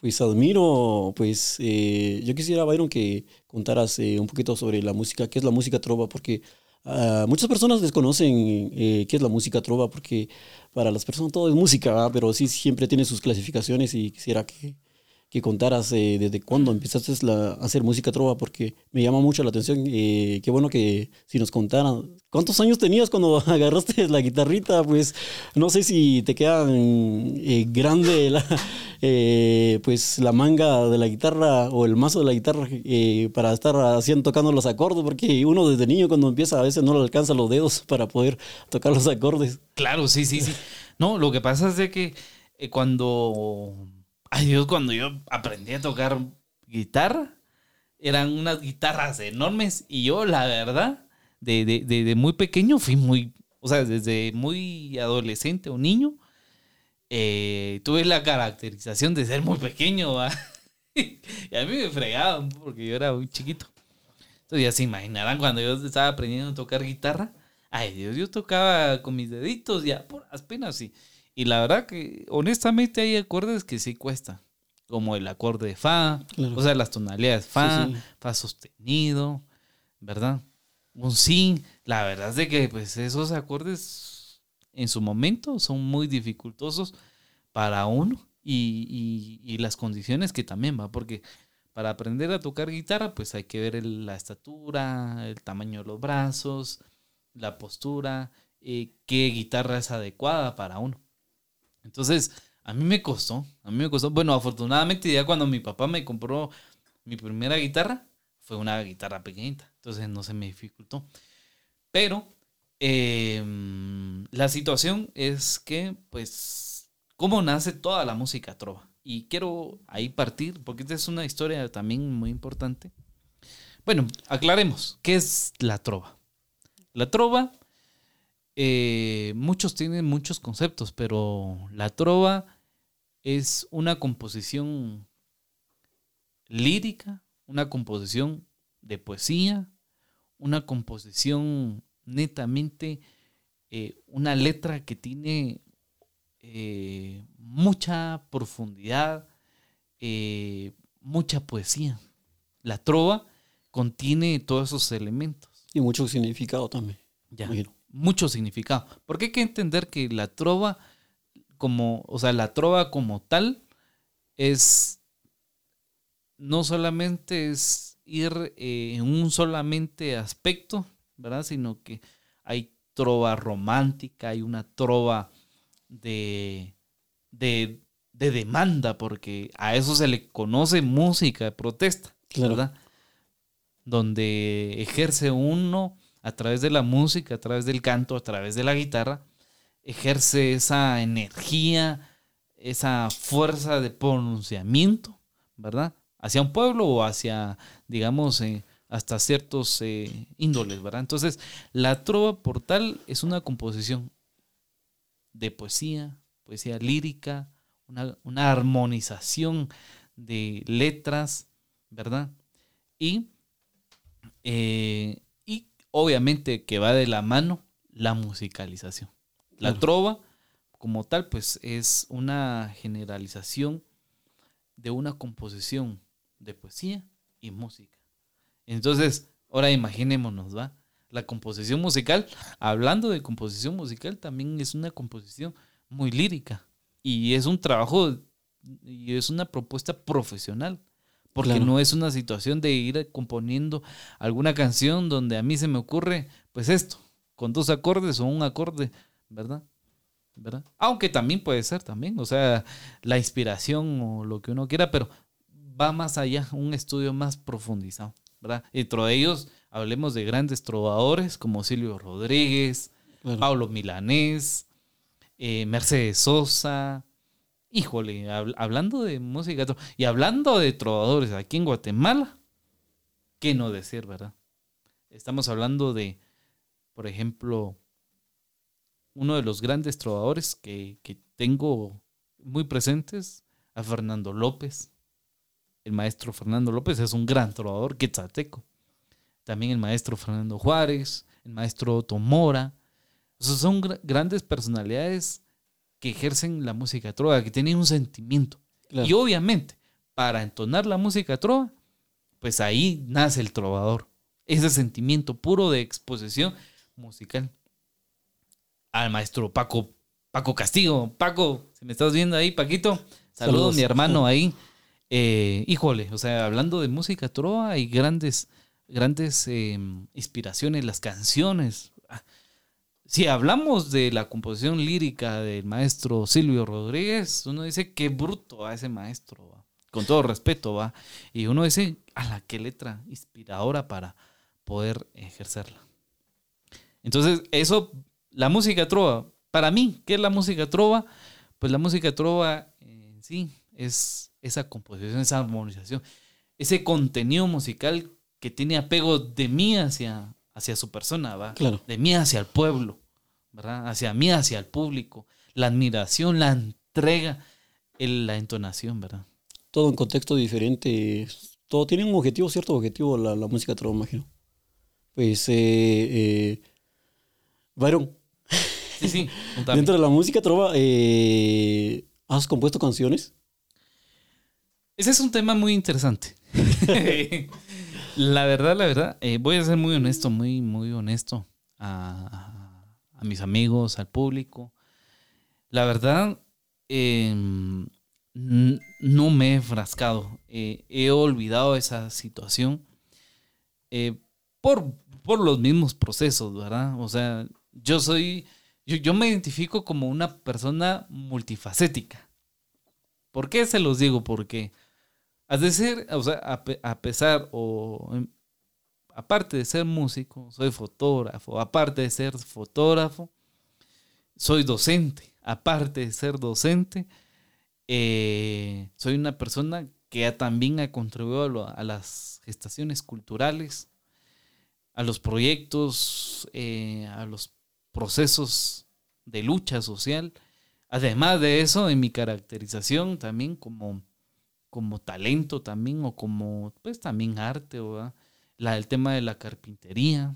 pues admiro, pues yo quisiera, Byron, que contaras un poquito sobre la música, qué es la música trova, porque muchas personas desconocen qué es la música trova, porque para las personas todo es música, ¿verdad? Pero sí siempre tiene sus clasificaciones y quisiera que contaras desde cuándo empezaste a hacer música trova, porque me llama mucho la atención. Qué bueno que si nos contaran. ¿Cuántos años tenías cuando agarraste la guitarrita? Pues no sé si te quedan grande pues la manga de la guitarra o el mazo de la guitarra para estar tocando los acordes, porque uno desde niño cuando empieza a veces no le alcanza los dedos para poder tocar los acordes. Claro, sí. No, lo que pasa es de que cuando... Ay Dios, cuando yo aprendí a tocar guitarra, eran unas guitarras enormes y yo, la verdad, de muy pequeño fui muy, o sea, desde muy adolescente o niño, tuve la caracterización de ser muy pequeño, ¿va? Y a mí me fregaban porque yo era muy chiquito. Entonces ya se imaginarán cuando yo estaba aprendiendo a tocar guitarra, ay Dios, yo tocaba con mis deditos ya por apenas sí. Y la verdad que honestamente hay acordes que sí cuesta, como el acorde de fa, claro. O sea, las tonalidades fa, sí. Fa sostenido, ¿verdad? Un si, la verdad es de que pues esos acordes en su momento son muy dificultosos para uno y las condiciones que también va, porque para aprender a tocar guitarra pues hay que ver la estatura, el tamaño de los brazos, la postura, qué guitarra es adecuada para uno. Entonces, a mí me costó. Bueno, afortunadamente ya cuando mi papá me compró mi primera guitarra, fue una guitarra pequeñita, entonces no se me dificultó. Pero la situación es que, pues, ¿cómo nace toda la música trova? Y quiero ahí partir, porque esta es una historia también muy importante. Bueno, aclaremos, ¿qué es la trova? La trova... muchos tienen muchos conceptos, pero la trova es una composición lírica, una composición de poesía, una composición netamente, una letra que tiene mucha profundidad, mucha poesía. La trova contiene todos esos elementos. Y mucho significado también. Ya. Mucho significado. Porque hay que entender que la trova la trova como tal es no solamente es ir en un solamente aspecto, ¿verdad? Sino que hay trova romántica, hay una trova de demanda, porque a eso se le conoce música de protesta, claro. ¿Verdad? Donde ejerce uno a través de la música, a través del canto, a través de la guitarra, ejerce esa energía, esa fuerza de pronunciamiento, ¿verdad? Hacia un pueblo o hacia, digamos, hasta ciertos índoles, ¿verdad? Entonces, la trova por tal es una composición de poesía lírica, una armonización de letras, ¿verdad? Y obviamente que va de la mano la musicalización. La trova, como tal, pues es una generalización de una composición de poesía y música. Entonces, ahora imaginémonos, ¿va? La composición musical, hablando de composición musical, también es una composición muy lírica. Y es un trabajo, y es una propuesta profesional. Porque claro. No es una situación de ir componiendo alguna canción donde a mí se me ocurre, pues esto, con 2 acordes o un acorde, ¿verdad? Aunque también puede ser también, o sea, la inspiración o lo que uno quiera, pero va más allá, un estudio más profundizado, ¿verdad? Dentro de ellos hablemos de grandes trovadores como Silvio Rodríguez, claro. Pablo Milanés, Mercedes Sosa. Híjole, hablando de música y hablando de trovadores aquí en Guatemala, ¿qué no decir, verdad? Estamos hablando de, por ejemplo, uno de los grandes trovadores que tengo muy presentes, a Fernando López. El maestro Fernando López es un gran trovador quetzalteco. También el maestro Fernando Juárez, el maestro Otto Mora. Esos son grandes personalidades que ejercen la música trova, que tienen un sentimiento. Claro. Y obviamente, para entonar la música trova, pues ahí nace el trovador. Ese sentimiento puro de exposición musical. Al maestro Paco Castillo. Paco, si me estás viendo ahí, Paquito, saludos, mi hermano ahí. Híjole, o sea, hablando de música trova, hay grandes inspiraciones, las canciones. Si hablamos de la composición lírica del maestro Silvio Rodríguez, uno dice qué bruto va ese maestro, ¿va? Con todo respeto, va. Y uno dice, qué letra inspiradora para poder ejercerla. Entonces, eso, la música trova, para mí, ¿qué es la música trova? Pues la música trova en sí es esa composición, esa armonización, ese contenido musical que tiene apego de mí hacia su persona, ¿va? Claro. De mí hacia el pueblo, ¿verdad? Hacia mí, hacia el público. La admiración, la entrega, la entonación, ¿verdad? Todo en contexto diferente. Todo tiene un objetivo, cierto objetivo, la música trova, imagino. Pues, Byron. Sí, contame. Dentro de la música trova, ¿has compuesto canciones? Ese es un tema muy interesante. La verdad, voy a ser muy honesto, muy honesto a mis amigos, al público. La verdad, no me he enfrascado. He olvidado esa situación por los mismos procesos, ¿verdad? O sea, yo me identifico como una persona multifacética. ¿Por qué se los digo? Porque has de ser, o sea, aparte de ser músico, soy fotógrafo. Aparte de ser fotógrafo, soy docente. Aparte de ser docente, soy una persona que también ha contribuido a las gestaciones culturales, a los proyectos, a los procesos de lucha social. Además de eso, en mi caracterización también como talento también, o como pues también arte, ¿verdad? El tema de la carpintería.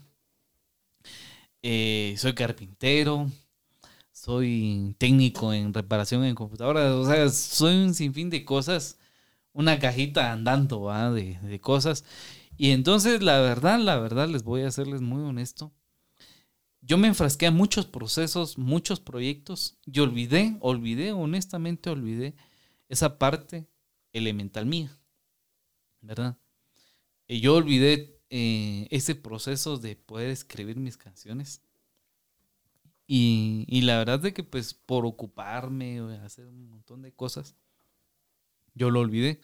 Soy carpintero, soy técnico en reparación en computadoras, o sea, soy un sinfín de cosas, una cajita andando, ¿verdad? De cosas. Y entonces la verdad, les voy a serles muy honesto. Yo me enfrasqué a muchos procesos, muchos proyectos, y honestamente olvidé esa parte elemental mía, ¿verdad? Y yo olvidé ese proceso de poder escribir mis canciones. Y la verdad de que pues por ocuparme o hacer un montón de cosas, yo lo olvidé.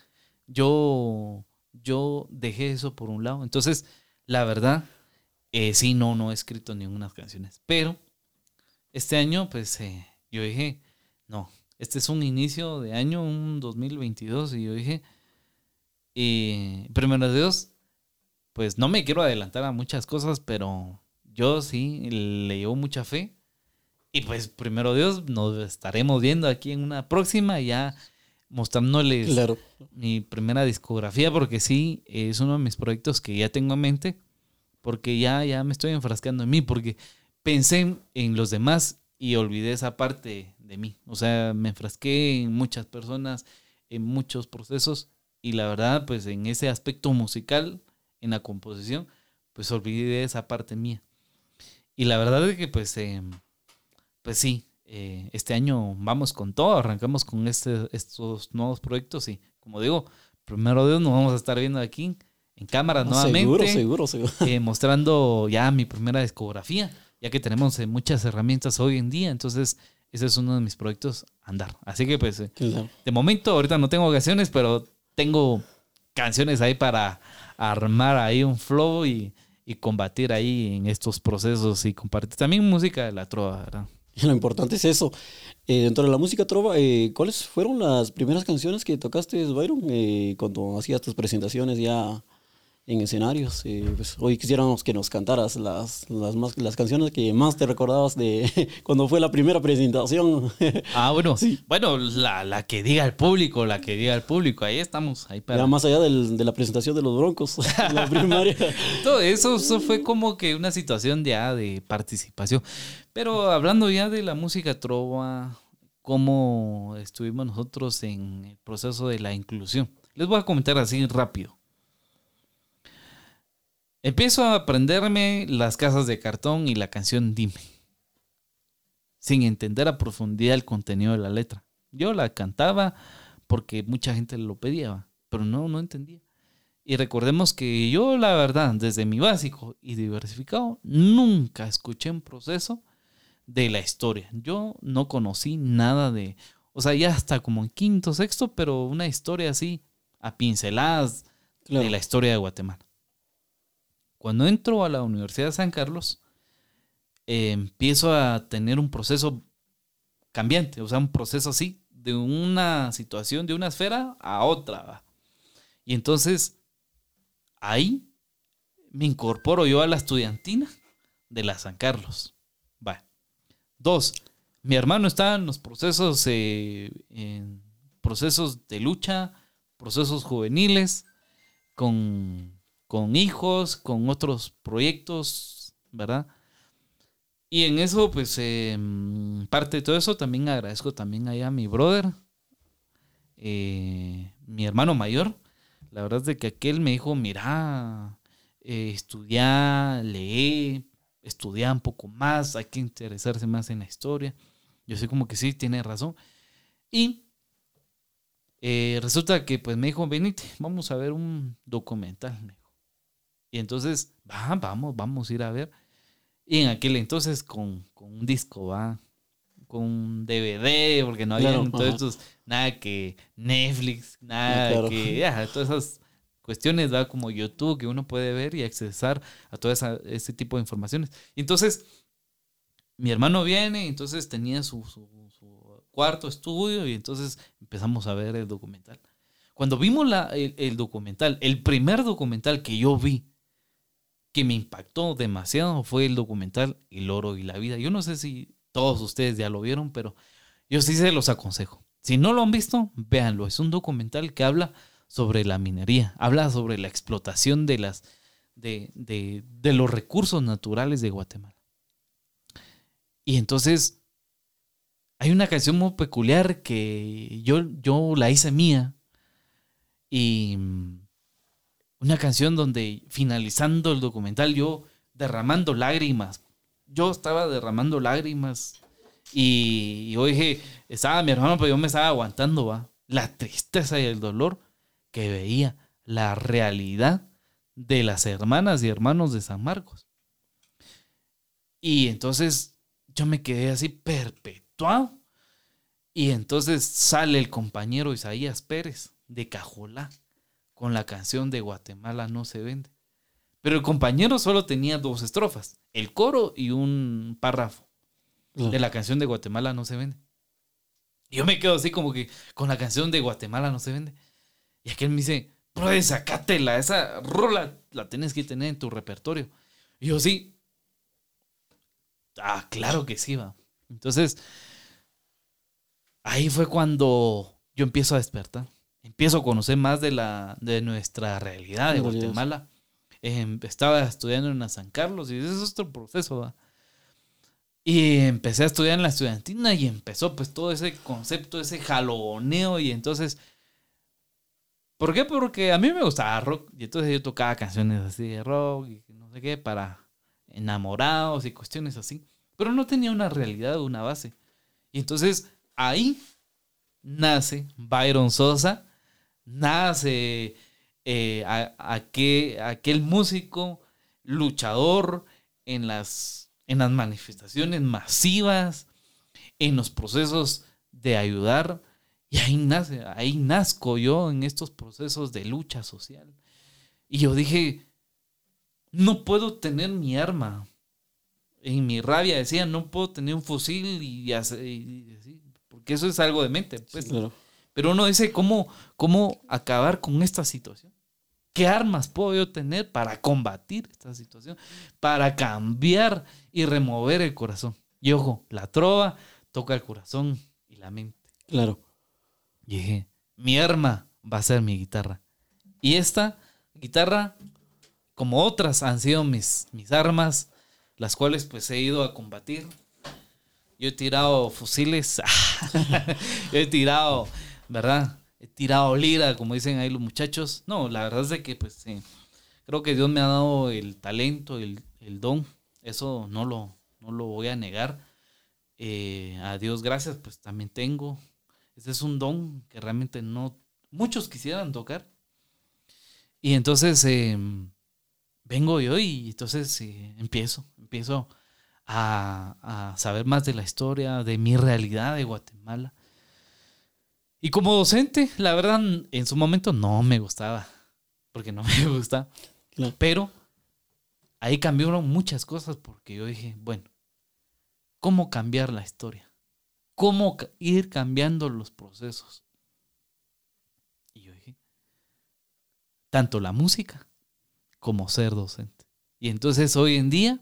Yo dejé eso por un lado. Entonces, la verdad, sí, no he escrito ninguna canciones. Pero este año, pues, yo dije, no, este es un inicio de año, un 2022. Y yo dije, primero de Dios, pues no me quiero adelantar a muchas cosas, pero yo sí le llevo mucha fe. Y pues, primero Dios, nos estaremos viendo aquí en una próxima, ya mostrándoles Claro. mi primera discografía, porque sí, es uno de mis proyectos que ya tengo en mente, porque ya me estoy enfrascando en mí, porque pensé en los demás y olvidé esa parte de mí. O sea, me enfrasqué en muchas personas, en muchos procesos, y la verdad, pues en ese aspecto musical, en la composición, pues olvidé esa parte mía. Y la verdad es que pues sí, este año vamos con todo, arrancamos con estos nuevos proyectos y como digo, primero Dios nos vamos a estar viendo aquí en cámara nuevamente. Seguro. Mostrando ya mi primera discografía, ya que tenemos muchas herramientas hoy en día, entonces ese es uno de mis proyectos andar. Así que pues Claro. de momento ahorita no tengo canciones, pero tengo canciones ahí para armar ahí un flow y combatir ahí en estos procesos y compartir también música de la trova, ¿verdad? Lo importante es eso. Dentro de la música trova, ¿cuáles fueron las primeras canciones que tocaste, Byron, cuando hacías tus presentaciones ya en escenarios? Pues hoy quisiéramos que nos cantaras las canciones que más te recordabas de cuando fue la primera presentación. Bueno, Sí. bueno, la que diga el público, ahí estamos, ahí para... Ya más allá de la presentación de los Broncos, la primaria. Todo eso fue como que una situación ya de participación. Pero hablando ya de la música trova, cómo estuvimos nosotros en el proceso de la inclusión. Les voy a comentar así rápido. Empiezo a aprenderme las casas de cartón y la canción Dime, sin entender a profundidad el contenido de la letra. Yo la cantaba porque mucha gente lo pedía, pero no entendía. Y recordemos que yo, la verdad, desde mi básico y diversificado, nunca escuché un proceso de la historia. Yo no conocí nada de... O sea, ya hasta como en quinto, sexto, pero una historia así, a pinceladas de la historia de Guatemala. Cuando entro a la Universidad de San Carlos, empiezo a tener un proceso cambiante, o sea, un proceso así, de una situación, de una esfera a otra, ¿va? Y entonces, ahí me incorporo yo a la estudiantina de la San Carlos. Va. 2, mi hermano está en los procesos, procesos de lucha, procesos juveniles, con hijos, con otros proyectos, ¿verdad? Y en eso, pues, parte de todo eso, también agradezco también allá a mi brother, mi hermano mayor. La verdad es de que aquel me dijo, mira, estudia, lee, estudia un poco más, hay que interesarse más en la historia. Yo sé como que sí, tiene razón. Y resulta que pues me dijo, venite, vamos a ver un documental, me dijo. Y entonces, vamos a ir a ver. Y en aquel entonces con un disco, con un DVD, porque no había entonces nada que Netflix, nada que todas esas cuestiones, ¿va? Como YouTube, que uno puede ver y accesar a todo ese tipo de informaciones. Y entonces mi hermano viene, entonces tenía su cuarto estudio y entonces empezamos a ver el documental. Cuando vimos el documental, el primer documental que yo vi que me impactó demasiado fue el documental El Oro y la Vida. Yo no sé si todos ustedes ya lo vieron, pero yo sí se los aconsejo. Si no lo han visto, véanlo. Es un documental que habla sobre la minería, habla sobre la explotación de los recursos naturales de Guatemala. Y entonces hay una canción muy peculiar que yo la hice mía, y una canción donde finalizando el documental yo derramando lágrimas. Yo estaba derramando lágrimas y yo dije, estaba mi hermano, pero yo me estaba aguantando, ¿va? La tristeza y el dolor que veía, la realidad de las hermanas y hermanos de San Marcos. Y entonces yo me quedé así perpetuado. Y entonces sale el compañero Isaías Pérez de Cajolá con la canción de Guatemala no se vende. Pero el compañero solo tenía 2 estrofas, el coro y un párrafo de la canción de Guatemala no se vende. Y yo me quedo así como que con la canción de Guatemala no se vende. Y aquel me dice, bro, sacátela, esa rola la tienes que tener en tu repertorio. Y yo sí, claro que sí, va. Entonces, ahí fue cuando yo empiezo a despertar. Empiezo a conocer más de nuestra realidad de Guatemala. Estaba estudiando en la San Carlos y ese es otro proceso, ¿va? Y empecé a estudiar en la estudiantina y empezó pues todo ese concepto, ese jaloneo. Y entonces, ¿por qué? Porque a mí me gustaba rock y entonces yo tocaba canciones así de rock y no sé qué, para enamorados y cuestiones así. Pero no tenía una realidad, una base. Y entonces ahí nace Byron Sosa, nace aquel músico luchador en las manifestaciones masivas, en los procesos de ayudar, y ahí nazco yo en estos procesos de lucha social. Y yo dije, no puedo tener mi arma. En mi rabia decía, no puedo tener un fusil y así, porque eso es algo de mente, pues. Sí, claro. Pero uno dice, ¿cómo acabar con esta situación? ¿Qué armas puedo yo tener para combatir esta situación? Para cambiar y remover el corazón. Y ojo, la trova toca el corazón y la mente. Claro. Y dije, mi arma va a ser mi guitarra. Y esta guitarra, como otras, han sido mis armas, las cuales pues he ido a combatir. Yo he tirado fusiles, yo he tirado, ¿verdad? he tirado lira, como dicen ahí los muchachos. No, la verdad es de que pues creo que Dios me ha dado el talento, el don. Eso no lo voy a negar. A Dios gracias, pues también tengo. Ese es un don que realmente no muchos quisieran tocar. Y entonces vengo yo y entonces empiezo a saber más de la historia, de mi realidad de Guatemala. Y como docente, la verdad, en su momento no me gustaba, porque no me gusta. Claro. Pero ahí cambiaron muchas cosas porque yo dije, bueno, ¿cómo cambiar la historia? ¿Cómo ir cambiando los procesos? Y yo dije, tanto la música como ser docente. Y entonces hoy en día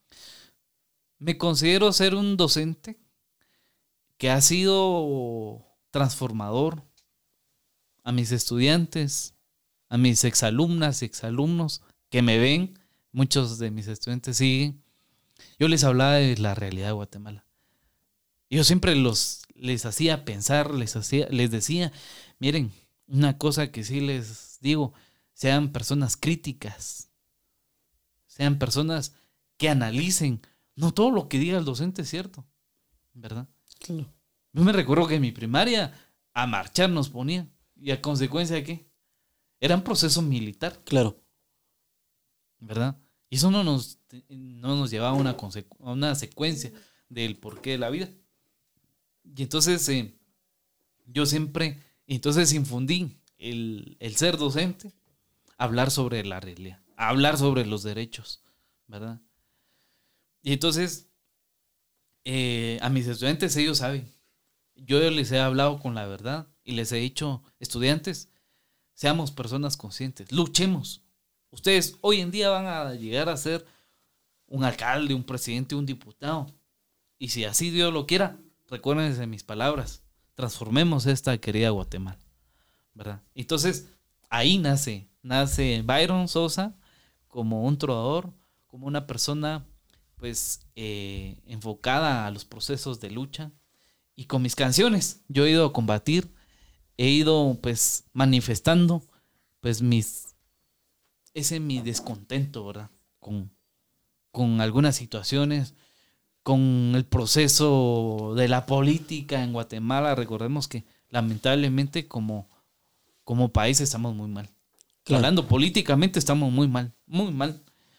me considero ser un docente que ha sido transformador a mis estudiantes, a mis exalumnas y exalumnos que me ven. Muchos de mis estudiantes siguen. Yo les hablaba de la realidad de Guatemala. Yo siempre les hacía pensar, les decía, miren, una cosa que sí les digo, sean personas críticas, sean personas que analicen. No todo lo que diga el docente es cierto, ¿verdad? Claro. Yo me recuerdo que en mi primaria a marchar nos ponían. ¿Y a consecuencia de qué? Era un proceso militar. Claro. ¿Verdad? Y eso no nos llevaba a una secuencia del porqué de la vida. Y entonces yo siempre, entonces infundí el ser docente, hablar sobre la realidad, hablar sobre los derechos, ¿verdad? Y entonces a mis estudiantes ellos saben, yo les he hablado con la verdad y les he dicho, estudiantes, seamos personas conscientes, luchemos. Ustedes hoy en día van a llegar a ser un alcalde, un presidente, un diputado. Y si así Dios lo quiera, recuérdense mis palabras, transformemos esta querida Guatemala, ¿verdad? Entonces, ahí nace Byron Sosa como un trovador, como una persona pues enfocada a los procesos de lucha. Y con mis canciones yo he ido a combatir, he ido pues manifestando pues mi descontento, ¿verdad? Con algunas situaciones, con el proceso de la política en Guatemala. Recordemos que lamentablemente como país estamos muy mal. Claro. Hablando políticamente estamos muy mal, muy mal.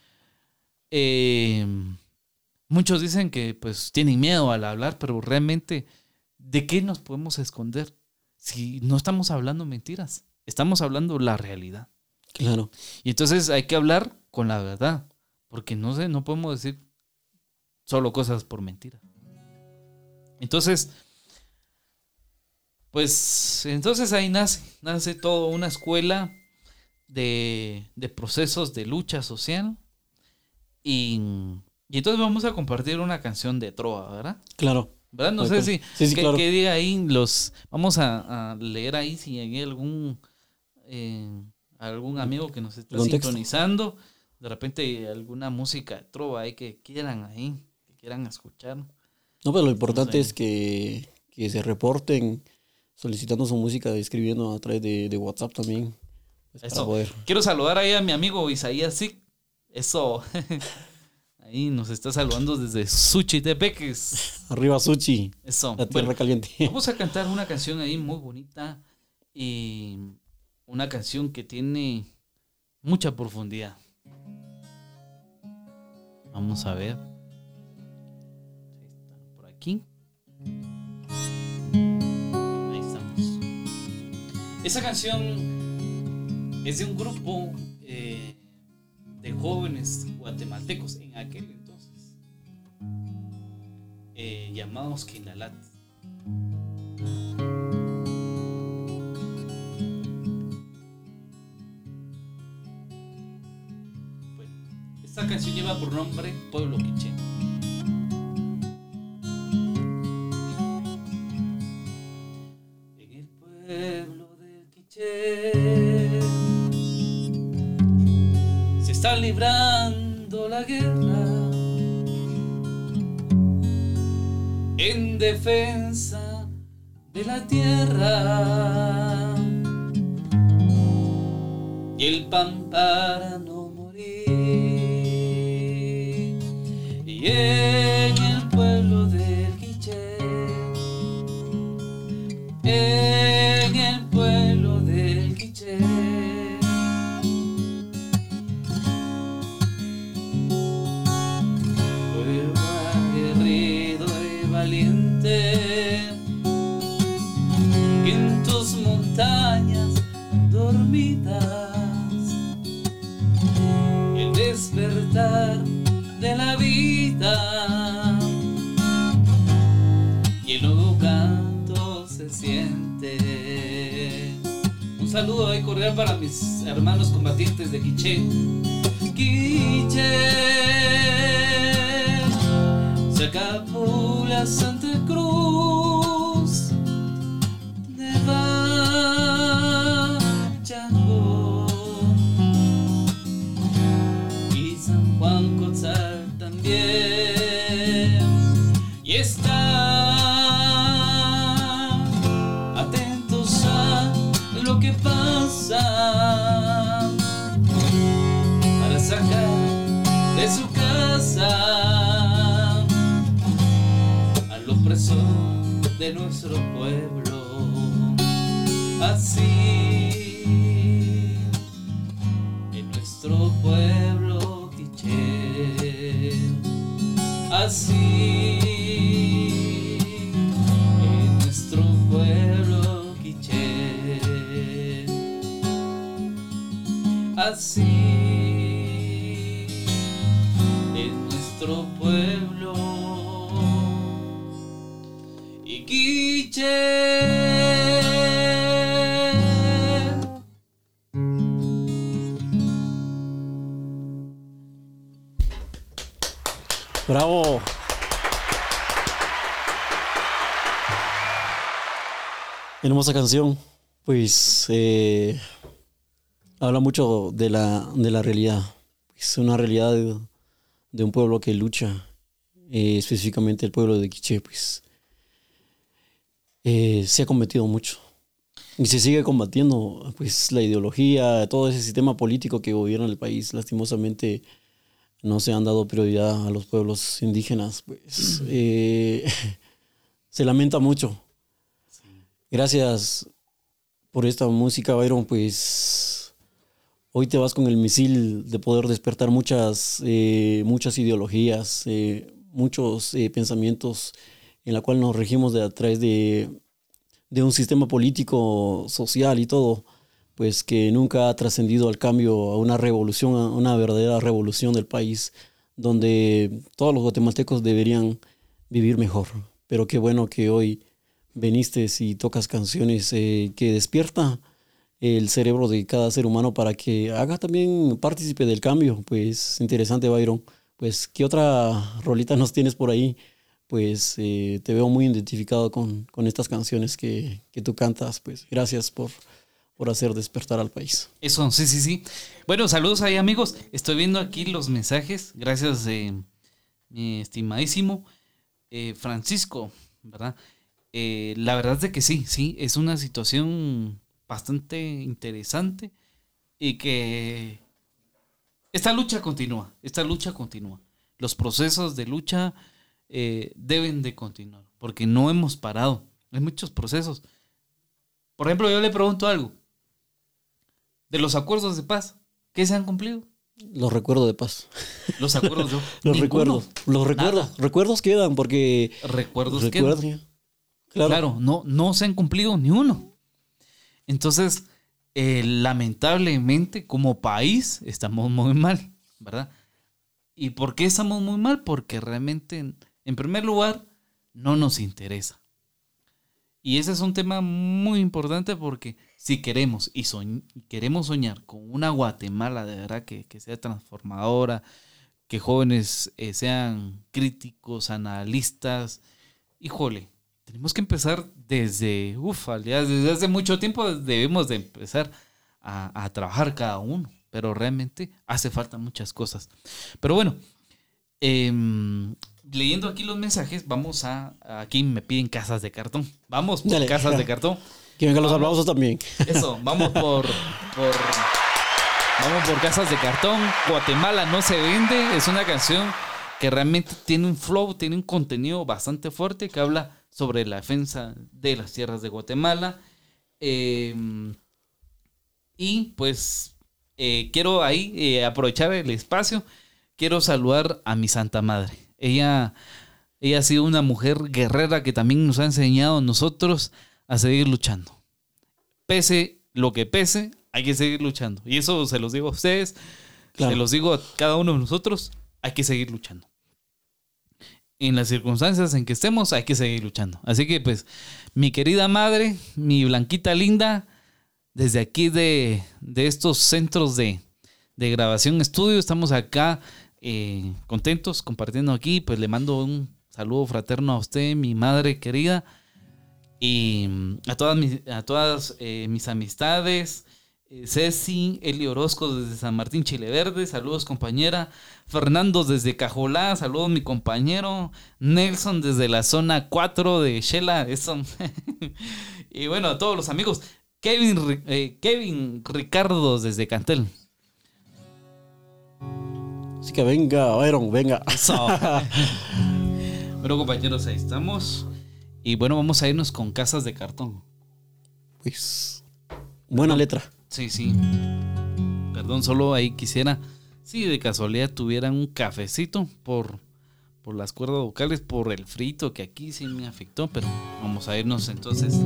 Muchos dicen que pues tienen miedo al hablar, pero realmente ¿de qué nos podemos esconder? Si no estamos hablando mentiras, estamos hablando la realidad. Claro. Y entonces hay que hablar con la verdad, porque no podemos decir solo cosas por mentira. Entonces, pues, entonces ahí nace toda una escuela de procesos de lucha social. Y entonces vamos a compartir una canción de trova, ¿verdad? Claro. ¿Verdad? No sé si claro. que diga ahí vamos a leer ahí si hay algún amigo que nos está sintonizando, de repente alguna música de trova ahí que quieran escuchar. No, pero lo importante es que se reporten solicitando su música, escribiendo a través de WhatsApp también. Pues, eso. Quiero saludar ahí a mi amigo Isaías Sic. Eso. Ahí nos está saludando desde Suchitepeques. Arriba Suchi. Eso. La tierra caliente. Vamos a cantar una canción ahí muy bonita y una canción que tiene mucha profundidad. Vamos a ver. Por aquí. Ahí estamos. Esa canción es de un grupo de jóvenes guatemaltecos en aquel entonces, llamados Quindalat. Bueno, esta canción lleva por nombre Pueblo Quiché. En el pueblo del Quiché se está librando la guerra en defensa de la tierra. y el pan para no morir. Y en el pueblo del Quiché, en el pueblo del Quiché, pueblo aguerrido y valiente, que en tus montañas dormidas el despertar de la vida y el nuevo canto se siente. Un saludo ahí cordial para mis hermanos combatientes de Quiché. Quiché, se acabó la Santa Cruz de Bachaco y San Juan Cotzal también, y están atentos a lo que pasa para sacar de su casa al opresor de nuestro pueblo. Así en nuestro pueblo Quiché, así en nuestro pueblo Quiché, así en nuestro pueblo y Quiché. ¡Bravo! Hermosa canción. Pues habla mucho de la realidad. Es una realidad de un pueblo que lucha, específicamente el pueblo de Quiché. Pues se ha combatido mucho y se sigue combatiendo. Pues la ideología, todo ese sistema político que gobierna el país, lastimosamente no se han dado prioridad a los pueblos indígenas. Pues se lamenta mucho. Gracias por esta música, Byron. Pues hoy te vas con el misil de poder despertar muchas ideologías, muchos pensamientos en la cual nos regimos a través de un sistema político, social y todo, pues que nunca ha trascendido al cambio, a una revolución, a una verdadera revolución del país, donde todos los guatemaltecos deberían vivir mejor. Pero qué bueno que hoy viniste y tocas canciones que despierta el cerebro de cada ser humano para que haga también partícipe del cambio. Pues interesante, Byron. Pues, ¿qué otra rolita nos tienes por ahí? Pues te veo muy identificado con estas canciones que tú cantas. Pues gracias por hacer despertar al país. Eso, sí. Bueno, saludos ahí, amigos. Estoy viendo aquí los mensajes. Gracias, mi estimadísimo Francisco, ¿verdad? La verdad es de que sí, es una situación bastante interesante y que esta lucha continúa. Los procesos de lucha deben de continuar porque no hemos parado. Hay muchos procesos. Por ejemplo, yo le pregunto algo. De los acuerdos de paz, ¿qué se han cumplido? Los recuerdos de paz. Los acuerdos de Los recuerdos quedan porque... Recuerdos quedan. Claro, no se han cumplido ni uno. Entonces, lamentablemente, como país, estamos muy mal, ¿verdad? ¿Y por qué estamos muy mal? Porque realmente, en primer lugar, no nos interesa. Y ese es un tema muy importante porque si queremos queremos soñar con una Guatemala de verdad que sea transformadora, que jóvenes sean críticos, analistas, híjole, tenemos que empezar desde hace mucho tiempo debemos de empezar a trabajar cada uno, pero realmente hace falta muchas cosas. Pero bueno, leyendo aquí los mensajes, aquí me piden casas de cartón. Vamos por casas de cartón. Que vengan los aplausos también. Eso, vamos por Vamos por Casas de Cartón. Guatemala no se vende. Es una canción que realmente tiene un flow, tiene un contenido bastante fuerte que habla sobre la defensa de las tierras de Guatemala. Y pues quiero ahí aprovechar el espacio. Quiero saludar a mi Santa Madre. Ella ha sido una mujer guerrera que también nos ha enseñado a nosotros a seguir luchando. Pese lo que pese, hay que seguir luchando. Y eso se los digo a ustedes, claro. Se los digo a cada uno de nosotros, hay que seguir luchando. En las circunstancias en que estemos, hay que seguir luchando. Así que pues, mi querida madre, mi Blanquita linda, desde aquí de estos centros de grabación estudio, estamos acá contentos compartiendo aquí. Pues le mando un saludo fraterno a usted, mi madre querida, y a todas mis amistades. Ceci, Eli Orozco desde San Martín Chileverde, saludos compañera. Fernando desde Cajolá, saludos mi compañero. Nelson desde la zona 4 de Shela, eso. Y bueno, a todos los amigos. Kevin Ricardo desde Cantel. Así que venga, Byron, venga. Eso. Bueno, compañeros, ahí estamos. Y bueno, vamos a irnos con Casas de Cartón. Pues, buena letra. Sí. Perdón, solo ahí quisiera, si de casualidad tuvieran un cafecito por las cuerdas vocales, por el frito que aquí sí me afectó, pero vamos a irnos entonces.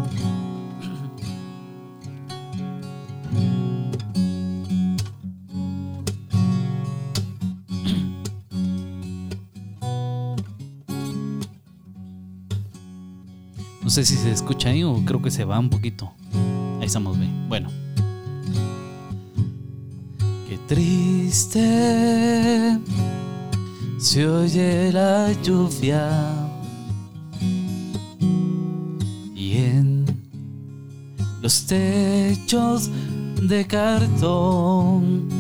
No sé si se escucha ahí o creo que se va un poquito. Ahí estamos bien. Bueno. Qué triste se oye la lluvia y en los techos de cartón.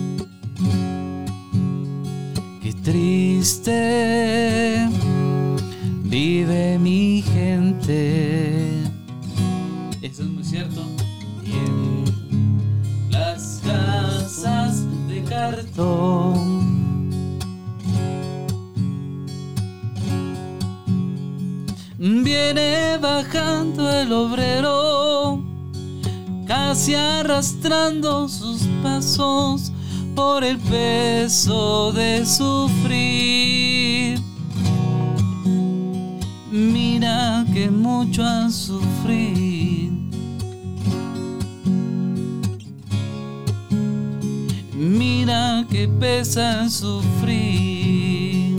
Qué triste vive mi gente. Eso es muy cierto. Y en las casas de cartón viene bajando el obrero, casi arrastrando sus pasos por el peso de sufrir. Mira que mucho han sufrido. Mira que pesa sufrir.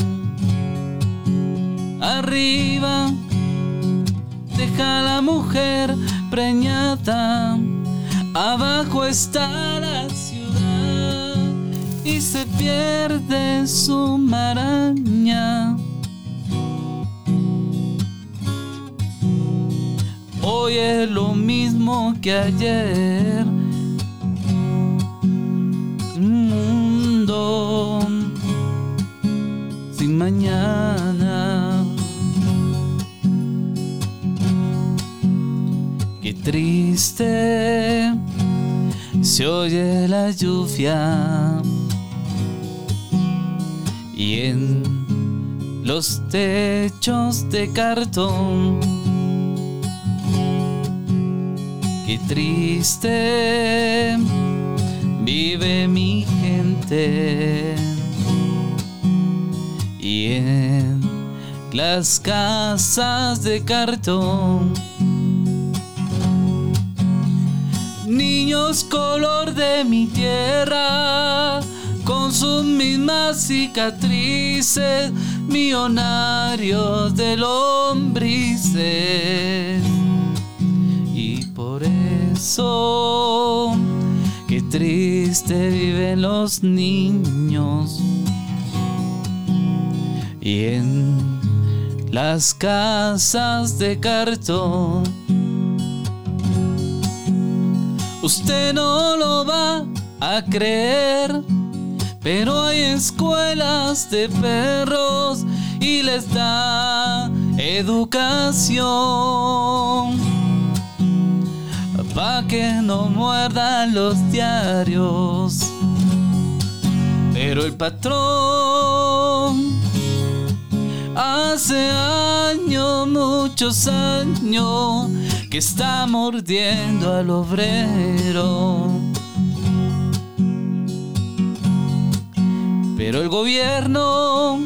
Arriba deja la mujer preñada, abajo está la ciudad y se pierde su maraña. Hoy es lo mismo que ayer. Un mundo sin mañana. Qué triste se oye la lluvia y en los techos de cartón. Qué triste vive mi gente y en las casas de cartón. Niños color de mi tierra, con sus mismas cicatrices, millonarios de lombrices. Y por eso, qué triste viven los niños y en las casas de cartón. Usted no lo va a creer, pero hay escuelas de perros y les da educación pa' que no muerdan los diarios. Pero el patrón hace años, muchos años, que está mordiendo al obrero. Pero el gobierno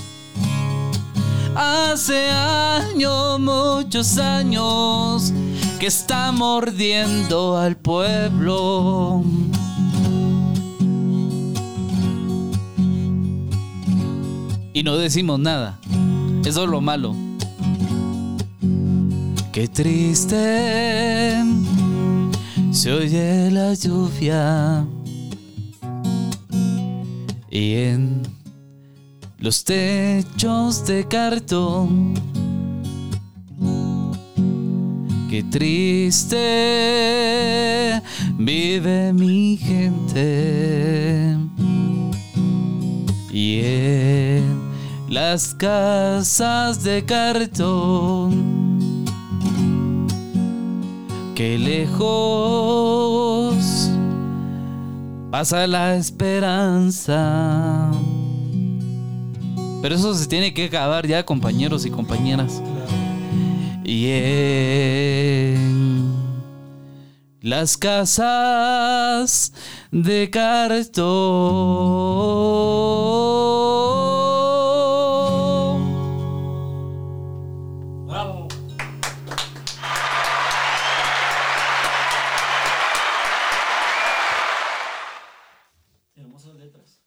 hace años, muchos años, que está mordiendo al pueblo. Y no decimos nada. Eso es lo malo. Qué triste se oye la lluvia y en los techos de cartón. Qué triste vive mi gente y en las casas de cartón. Qué lejos pasa la esperanza. Pero eso se tiene que acabar ya, compañeros y compañeras. Y en las casas de cartón. ¡Bravo! Hermosas letras.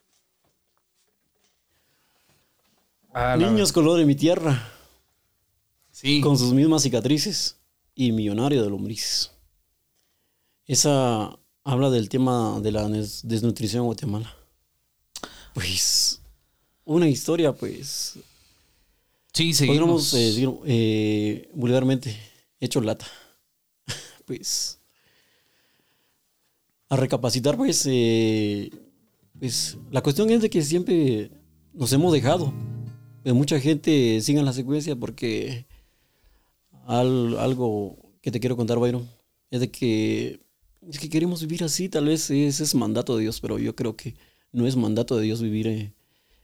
Niños color de mi tierra. Sí. Con sus mismas cicatrices y millonario de lombrices. Esa habla del tema de la desnutrición en Guatemala. Pues, una historia, pues, Sí, podríamos seguimos. decir vulgarmente, hecho lata. Pues, a recapacitar, pues, la cuestión es de que siempre nos hemos dejado. Mucha gente sigue la secuencia porque algo que te quiero contar, Byron, es que queremos vivir así. Tal vez ese es mandato de Dios, pero yo creo que no es mandato de Dios vivir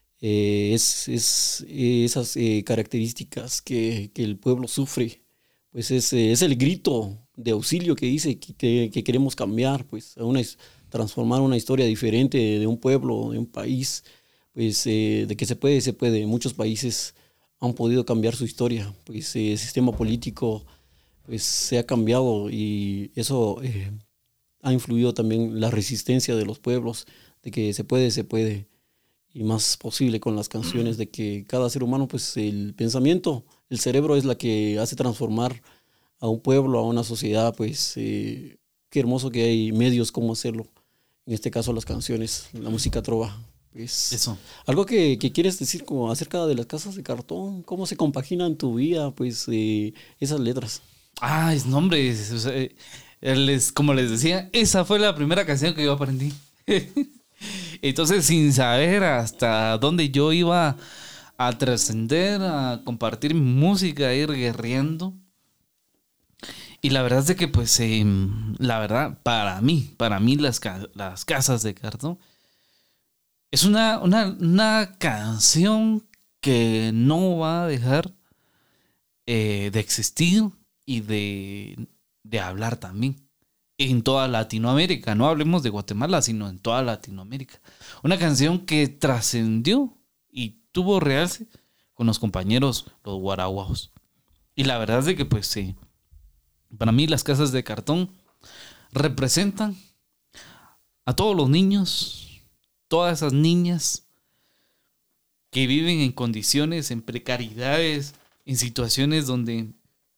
esas características que el pueblo sufre. Pues es el grito de auxilio que dice que queremos cambiar, pues transformar una historia diferente de un pueblo, de un país. Pues de que se puede. Muchos países han podido cambiar su historia. Pues el sistema político pues se ha cambiado y eso ha influido también en la resistencia de los pueblos, de que se puede. Y más posible con las canciones, de que cada ser humano, pues el pensamiento, el cerebro es la que hace transformar a un pueblo, a una sociedad. Pues qué hermoso que hay medios como hacerlo. En este caso las canciones, la música trova. Pues, Eso. algo que quieres decir como acerca de las casas de cartón, cómo se compagina en tu vida, pues esas letras. No, hombre, o sea, como les decía, esa fue la primera canción que yo aprendí. Entonces, sin saber hasta dónde yo iba a trascender, a compartir mi música, a ir guerreando. Y la verdad es de que, pues, la verdad, para mí las casas de cartón es una canción que no va a dejar de existir y de hablar también en toda Latinoamérica. No hablemos de Guatemala, sino en toda Latinoamérica. Una canción que trascendió y tuvo realce con los compañeros, los guaraguaos. Y la verdad es de que, pues, para mí las casas de cartón representan a todos los niños, todas esas niñas que viven en condiciones, en precariedades, en situaciones donde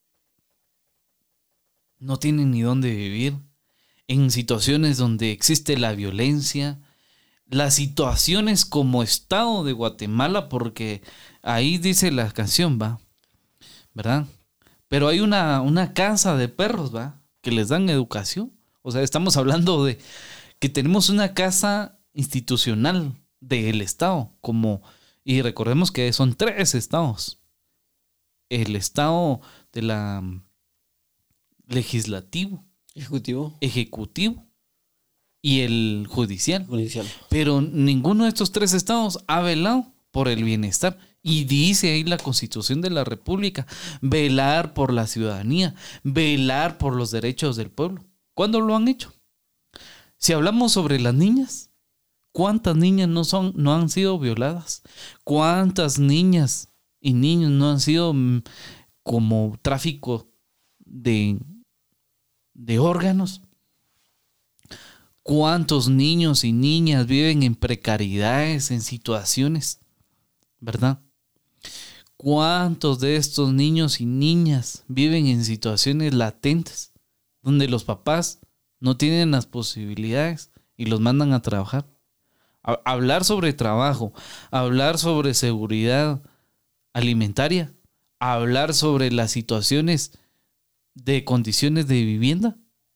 no tienen ni dónde vivir, en situaciones donde existe la violencia, las situaciones como Estado de Guatemala, porque ahí dice la canción, ¿va? ¿Verdad? Pero hay una casa de perros, ¿va? Que les dan educación. O sea, estamos hablando de que tenemos una casa institucional del Estado, y recordemos que son 3 estados: el estado de la legislativo, Ejecutivo, ejecutivo y el judicial. Judicial. Pero ninguno de estos tres estados ha velado por el bienestar. Y dice ahí la Constitución de la República, velar por la ciudadanía, velar por los derechos del pueblo. ¿Cuándo lo han hecho? Si hablamos sobre las niñas, ¿cuántas niñas no han sido violadas? ¿Cuántas niñas y niños no han sido como tráfico de órganos? ¿Cuántos niños y niñas viven en precariedades, en situaciones, verdad? ¿Cuántos de estos niños y niñas viven en situaciones latentes donde los papás no tienen las posibilidades y los mandan a trabajar? Hablar sobre trabajo, hablar sobre seguridad alimentaria, hablar sobre las situaciones de condiciones de vivienda,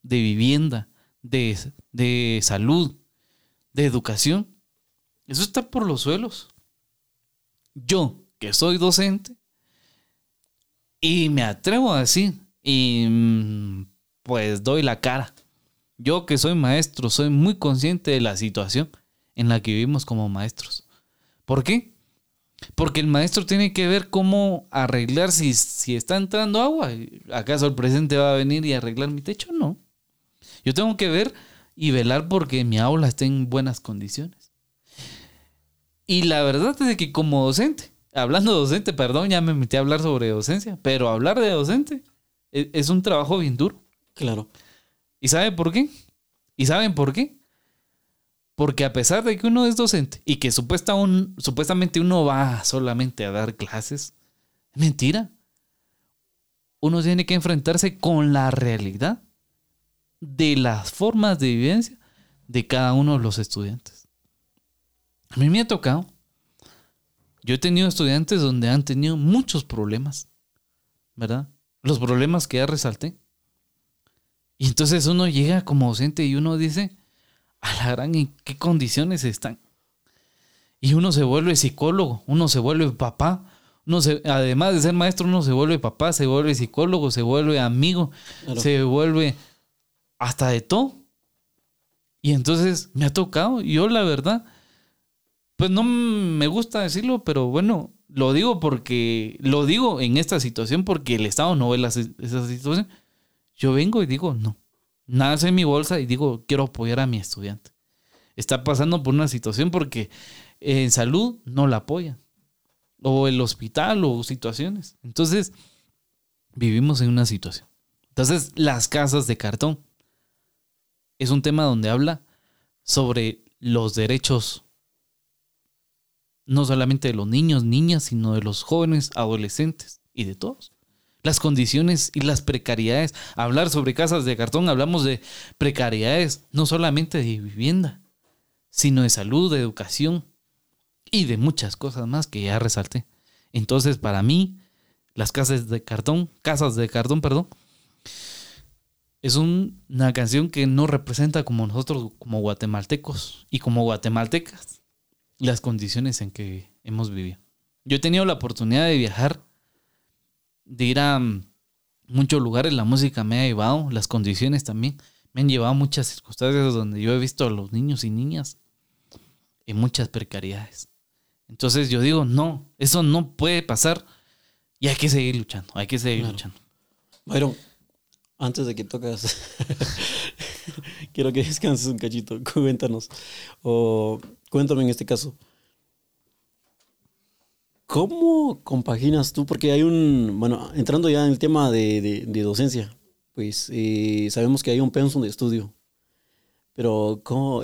de salud, de educación. Eso está por los suelos. Yo, que soy docente, y me atrevo a decir, y pues doy la cara. Yo que soy maestro, soy muy consciente de la situación en la que vivimos como maestros. ¿Por qué? Porque el maestro tiene que ver cómo arreglar si está entrando agua. ¿Acaso el presidente va a venir y arreglar mi techo? No. Yo tengo que ver y velar porque mi aula esté en buenas condiciones. Y la verdad es que como docente, hablando de docente, perdón, ya me metí a hablar sobre docencia, pero hablar de docente es un trabajo bien duro. Claro. ¿Y saben por qué? Porque a pesar de que uno es docente y que supuestamente uno va solamente a dar clases, es mentira. Uno tiene que enfrentarse con la realidad de las formas de vivencia de cada uno de los estudiantes. A mí me ha tocado. Yo he tenido estudiantes donde han tenido muchos problemas, ¿verdad? Los problemas que ya resalté. Y entonces uno llega como docente y uno dice, a la gran, ¿en qué condiciones están? Y uno se vuelve psicólogo, uno se vuelve papá, además de ser maestro, uno se vuelve papá, se vuelve psicólogo, se vuelve amigo, claro. Se vuelve hasta de todo. Y entonces me ha tocado, y yo la verdad, pues no me gusta decirlo, pero bueno, lo digo en esta situación porque el Estado no ve esa situación. Yo vengo y digo, no, nace en mi bolsa y digo, quiero apoyar a mi estudiante. Está pasando por una situación porque en salud no la apoyan, o el hospital, o situaciones. Entonces, vivimos en una situación. Entonces, las casas de cartón es un tema donde habla sobre los derechos, no solamente de los niños, niñas, sino de los jóvenes, adolescentes y de todos. Las condiciones y las precariedades. Hablar sobre casas de cartón, hablamos de precariedades, no solamente de vivienda, sino de salud, de educación y de muchas cosas más que ya resalté. Entonces, para mí, las casas de cartón, es una canción que nos representa como nosotros, como guatemaltecos y como guatemaltecas, las condiciones en que hemos vivido. Yo he tenido la oportunidad de viajar, de ir a muchos lugares. La música me ha llevado, las condiciones también me han llevado a muchas circunstancias donde yo he visto a los niños y niñas en muchas precariedades. Entonces yo digo, no, eso no puede pasar y hay que seguir luchando, luchando. Byron, antes de que tocas, quiero que descanses un cachito. Cuéntanos, o cuéntame en este caso, ¿cómo compaginas tú? Porque hay entrando ya en el tema de docencia, pues sabemos que hay un pensum de estudio, pero ¿cómo?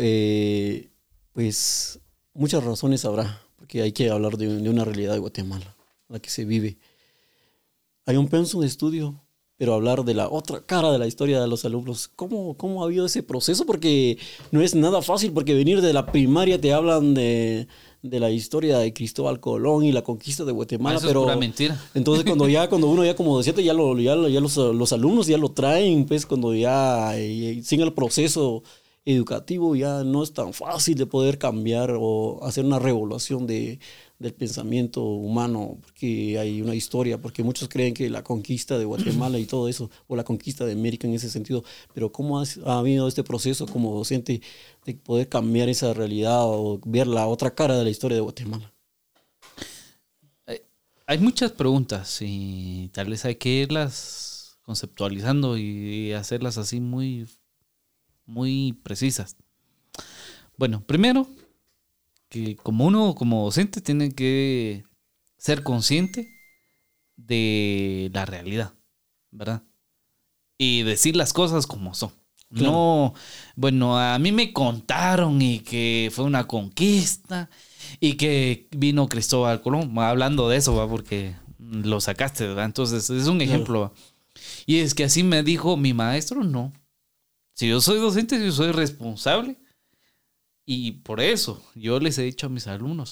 Pues muchas razones habrá, porque hay que hablar de una realidad de Guatemala, la que se vive. Hay un pensum de estudio, pero hablar de la otra cara de la historia de los alumnos, ¿cómo ha habido ese proceso? Porque no es nada fácil, porque venir de la primaria te hablan de la historia de Cristóbal Colón y la conquista de Guatemala. Eso pero es pura mentira. Entonces cuando uno ya como docente ya los alumnos ya lo traen, pues cuando ya sigue el proceso educativo ya no es tan fácil de poder cambiar o hacer una revaluación de del pensamiento humano, porque hay una historia, porque muchos creen que la conquista de Guatemala y todo eso, o la conquista de América en ese sentido, pero ¿cómo ha habido este proceso como docente de poder cambiar esa realidad o ver la otra cara de la historia de Guatemala? Hay muchas preguntas y tal vez hay que irlas conceptualizando y hacerlas así muy, muy precisas. Bueno, primero, que como uno como docente tiene que ser consciente de la realidad, ¿verdad? Y decir las cosas como son. Claro. No, bueno, a mí me contaron y que fue una conquista y que vino Cristóbal Colón, hablando de eso, ¿va? Porque lo sacaste, ¿verdad? Entonces es un ejemplo, ¿va? Y es que así me dijo mi maestro, no. Si yo soy docente, yo soy responsable. Y por eso yo les he dicho a mis alumnos,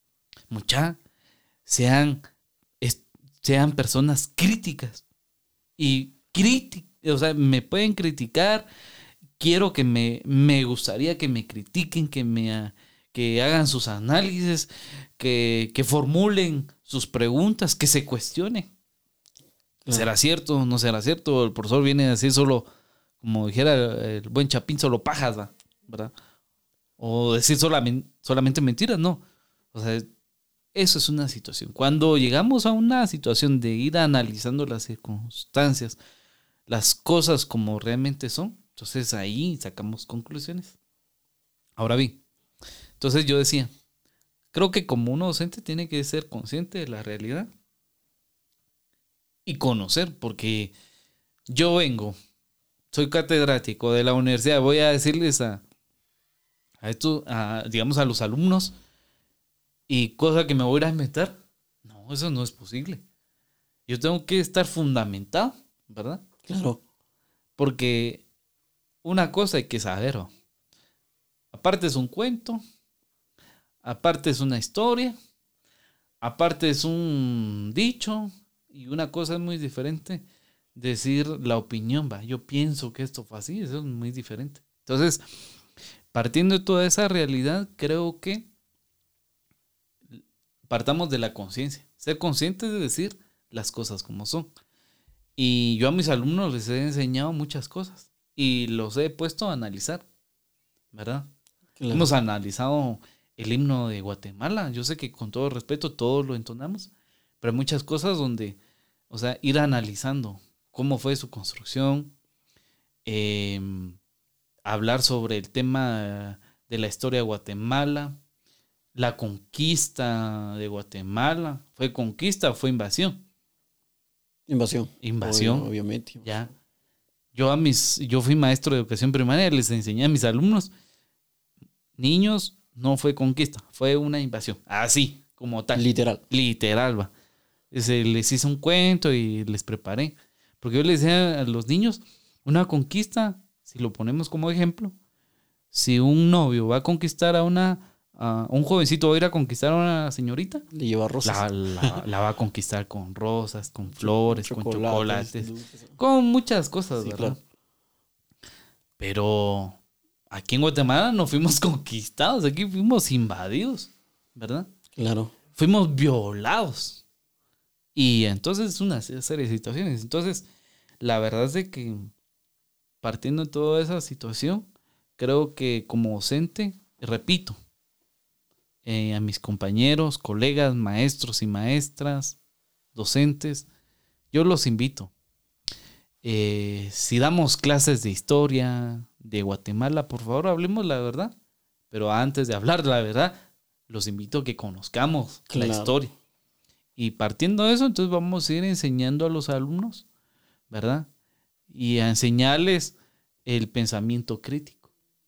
sean personas críticas. Y o sea, me pueden criticar. Quiero que me gustaría que me critiquen, que hagan sus análisis, que formulen sus preguntas, que se cuestionen. ¿Será cierto? ¿No será cierto? El profesor viene a decir solo, como dijera el buen Chapín, solo pajas, ¿verdad? O decir solamente mentiras, no. O sea, eso es una situación. Cuando llegamos a una situación de ir analizando las circunstancias, las cosas como realmente son, entonces ahí sacamos conclusiones. Ahora bien, entonces yo decía, creo que como uno docente tiene que ser consciente de la realidad y conocer, porque yo soy catedrático de la universidad, voy a decirles digamos a los alumnos, y cosa que me voy a inventar. No, eso no es posible. Yo tengo que estar fundamentado, ¿verdad? Claro. Porque una cosa hay que saber, ¿no? Aparte es un cuento, aparte es una historia, aparte es un dicho, y una cosa es muy diferente decir la opinión, ¿va? Yo pienso que esto fue así, eso es muy diferente. Entonces, partiendo de toda esa realidad, creo que partamos de la conciencia. Ser conscientes de decir las cosas como son. Y yo a mis alumnos les he enseñado muchas cosas y los he puesto a analizar, ¿verdad? Claro. Hemos analizado el himno de Guatemala. Yo sé que con todo respeto todos lo entonamos, pero hay muchas cosas donde, o sea, ir analizando cómo fue su construcción, hablar sobre el tema de la historia de Guatemala, la conquista de Guatemala. ¿Fue conquista o fue invasión? Invasión. Obviamente. Ya. Yo fui maestro de educación primaria, les enseñé a mis alumnos, niños, no fue conquista, fue una invasión. Así, como tal. Literal, va. Les hice un cuento y les preparé. Porque yo les decía a los niños, una conquista, si lo ponemos como ejemplo, si un novio va a conquistar a un jovencito va a ir a conquistar a una señorita, le lleva rosas. La va a conquistar con rosas, con flores, con chocolates, con muchas cosas, sí, ¿verdad? Claro. Pero aquí en Guatemala no fuimos conquistados, aquí fuimos invadidos, ¿verdad? Claro. Fuimos violados. Y entonces una serie de situaciones. Entonces, la verdad es de que partiendo de toda esa situación, creo que como docente, repito, a mis compañeros, colegas, maestros y maestras, docentes, yo los invito. Si damos clases de historia de Guatemala, por favor hablemos la verdad. Pero antes de hablar la verdad, los invito a que conozcamos la historia. Y partiendo de eso, entonces vamos a ir enseñando a los alumnos, ¿verdad? Y a enseñarles el pensamiento crítico.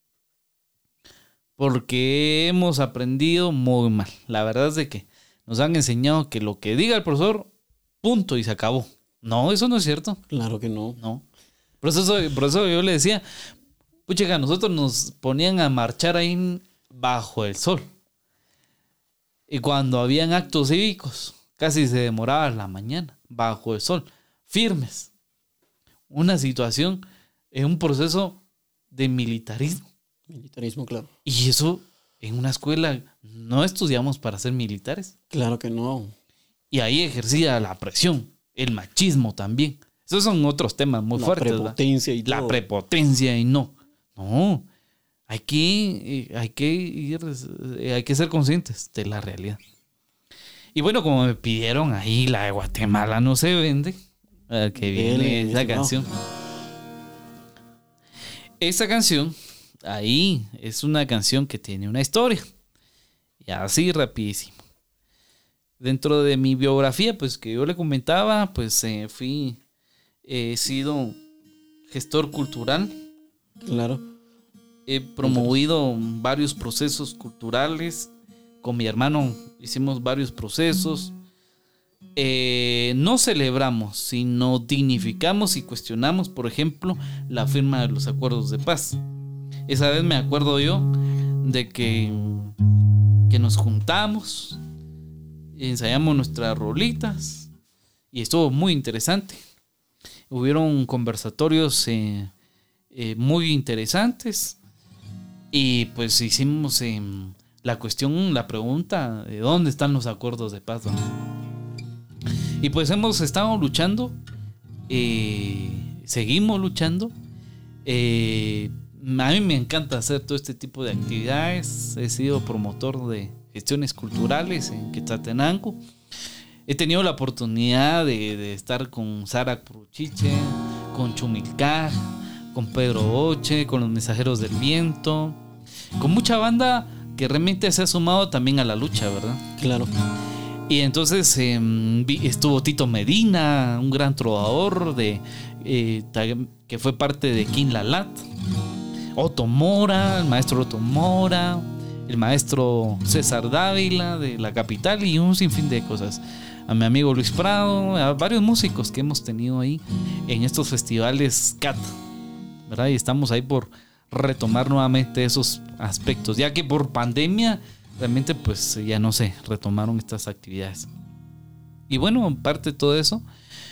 Porque hemos aprendido muy mal. La verdad es de que nos han enseñado que lo que diga el profesor, punto y se acabó. No, eso no es cierto. Claro que no. No. Por eso yo le decía, pucha, nosotros nos ponían a marchar ahí bajo el sol. Y cuando habían actos cívicos, casi se demoraba la mañana, bajo el sol, firmes. Una situación, un proceso de militarismo. Militarismo, claro. Y eso en una escuela no estudiamos para ser militares. Claro que no. Y ahí ejercía la presión, el machismo también. Esos son otros temas muy fuertes. La prepotencia y todo. La prepotencia y no. No, hay que ser conscientes de la realidad. Y bueno, como me pidieron ahí, la de Guatemala no se vende. Que viene esa canción. Esa canción, ahí, es una canción que tiene una historia. Y así rapidísimo. Dentro de mi biografía, pues que yo le comentaba, pues he sido gestor cultural. Claro. He promovido varios procesos culturales. Con mi hermano hicimos varios procesos. No celebramos, sino dignificamos y cuestionamos, por ejemplo, la firma de los acuerdos de paz. Esa vez me acuerdo yo de que nos juntamos, ensayamos nuestras rolitas y estuvo muy interesante. Hubieron conversatorios muy interesantes y pues hicimos la pregunta de dónde están los acuerdos de paz, ¿no? Y pues hemos estado luchando, seguimos luchando. A mí me encanta hacer todo este tipo de actividades. He sido promotor de gestiones culturales en Quetzaltenango. He tenido la oportunidad de estar con Sara Puruchiche, con Chumilcaj, con Pedro Oche, con los Mensajeros del Viento, con mucha banda que realmente se ha sumado también a la lucha, ¿verdad? Claro. Y entonces estuvo Tito Medina, un gran trovador que fue parte de King Lalat. Otto Mora, el maestro Otto Mora, el maestro César Dávila de la capital y un sinfín de cosas. A mi amigo Luis Prado, a varios músicos que hemos tenido ahí en estos festivales CAT, ¿verdad? Y estamos ahí por retomar nuevamente esos aspectos, ya que por pandemia realmente pues ya no se retomaron estas actividades. Y bueno, parte de todo eso,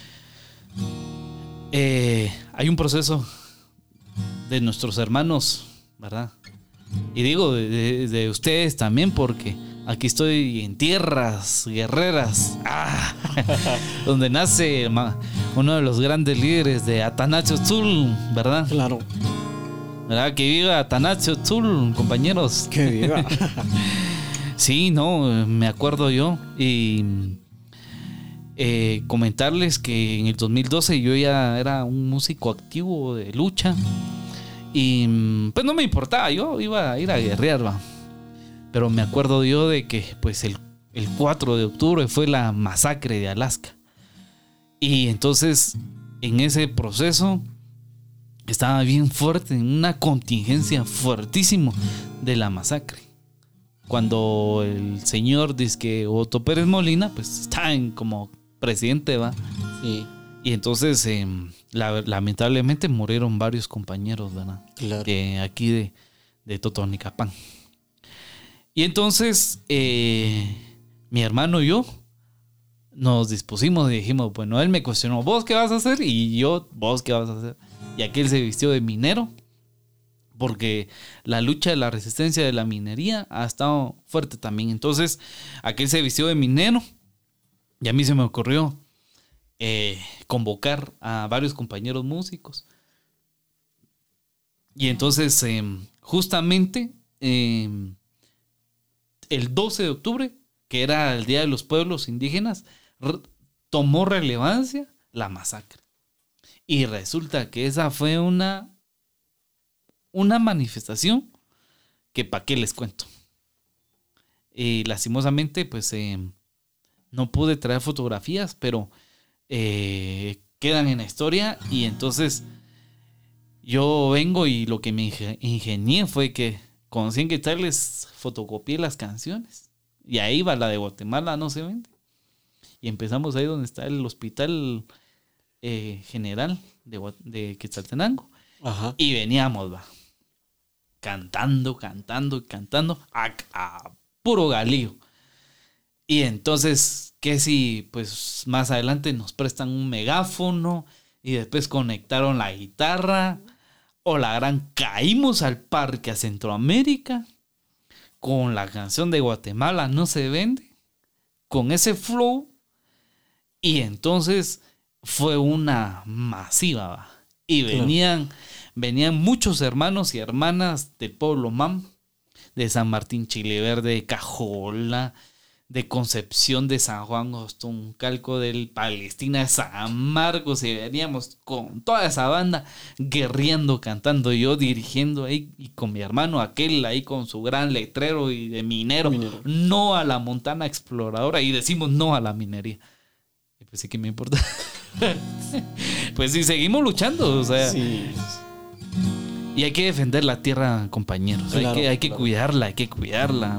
hay un proceso de nuestros hermanos, ¿verdad? Y digo de ustedes también, porque aquí estoy en tierras guerreras, donde nace uno de los grandes líderes de Atanaciotzul, ¿verdad? Claro. ¿Verdad? Que viva Atanaciotzul, compañeros. Que viva. Sí, no, me acuerdo yo. Y comentarles que en el 2012 yo ya era un músico activo de lucha. Y pues no me importaba, yo iba a ir a guerrear, va. Pero me acuerdo yo de que pues el 4 de octubre fue la masacre de Alaska. Y entonces en ese proceso estaba bien fuerte, en una contingencia fuertísimo de la masacre. Cuando el señor dizque Otto Pérez Molina pues está como presidente, va. Sí. Y entonces lamentablemente murieron varios compañeros, ¿verdad? Claro. Aquí de Totonicapán. Y entonces mi hermano y yo nos dispusimos y dijimos, bueno, él me cuestionó, ¿vos qué vas a hacer? Y yo, ¿vos qué vas a hacer? Y aquel se vistió de minero, porque la lucha de la resistencia de la minería ha estado fuerte también. Entonces aquel se vistió de minero y a mí se me ocurrió convocar a varios compañeros músicos. Y entonces justamente el 12 de octubre, que era el Día de los Pueblos Indígenas, tomó relevancia la masacre. Y resulta que esa fue una manifestación que para qué les cuento. Y lastimosamente pues no pude traer fotografías, pero quedan en la historia. Y entonces yo vengo y lo que me ingenié fue que con 100 quetzales fotocopié las canciones. Y ahí va la de Guatemala no se vende. Y empezamos ahí donde está el hospital general de Quetzaltenango. Ajá. Y veníamos, va, cantando a puro galillo. Y entonces, que si pues más adelante nos prestan un megáfono y después conectaron la guitarra, o la gran caímos al parque a Centroamérica con la canción de Guatemala No se vende, con ese flow, y entonces fue una masiva, ¿va? Y venían muchos hermanos y hermanas del pueblo MAM, de San Martín Chileverde, de Cajola, de Concepción, de San Juan Ostuncalco, del Palestina, de San Marcos, y veníamos con toda esa banda guerreando, cantando, yo dirigiendo ahí, y con mi hermano aquel ahí con su gran letrero y de minero. No a la montana exploradora, y decimos no a la minería. Y pues sí, que me importa. Pues sí, seguimos luchando, o sea. Sí. Y hay que defender la tierra, compañeros. Claro, hay que cuidarla, hay que cuidarla.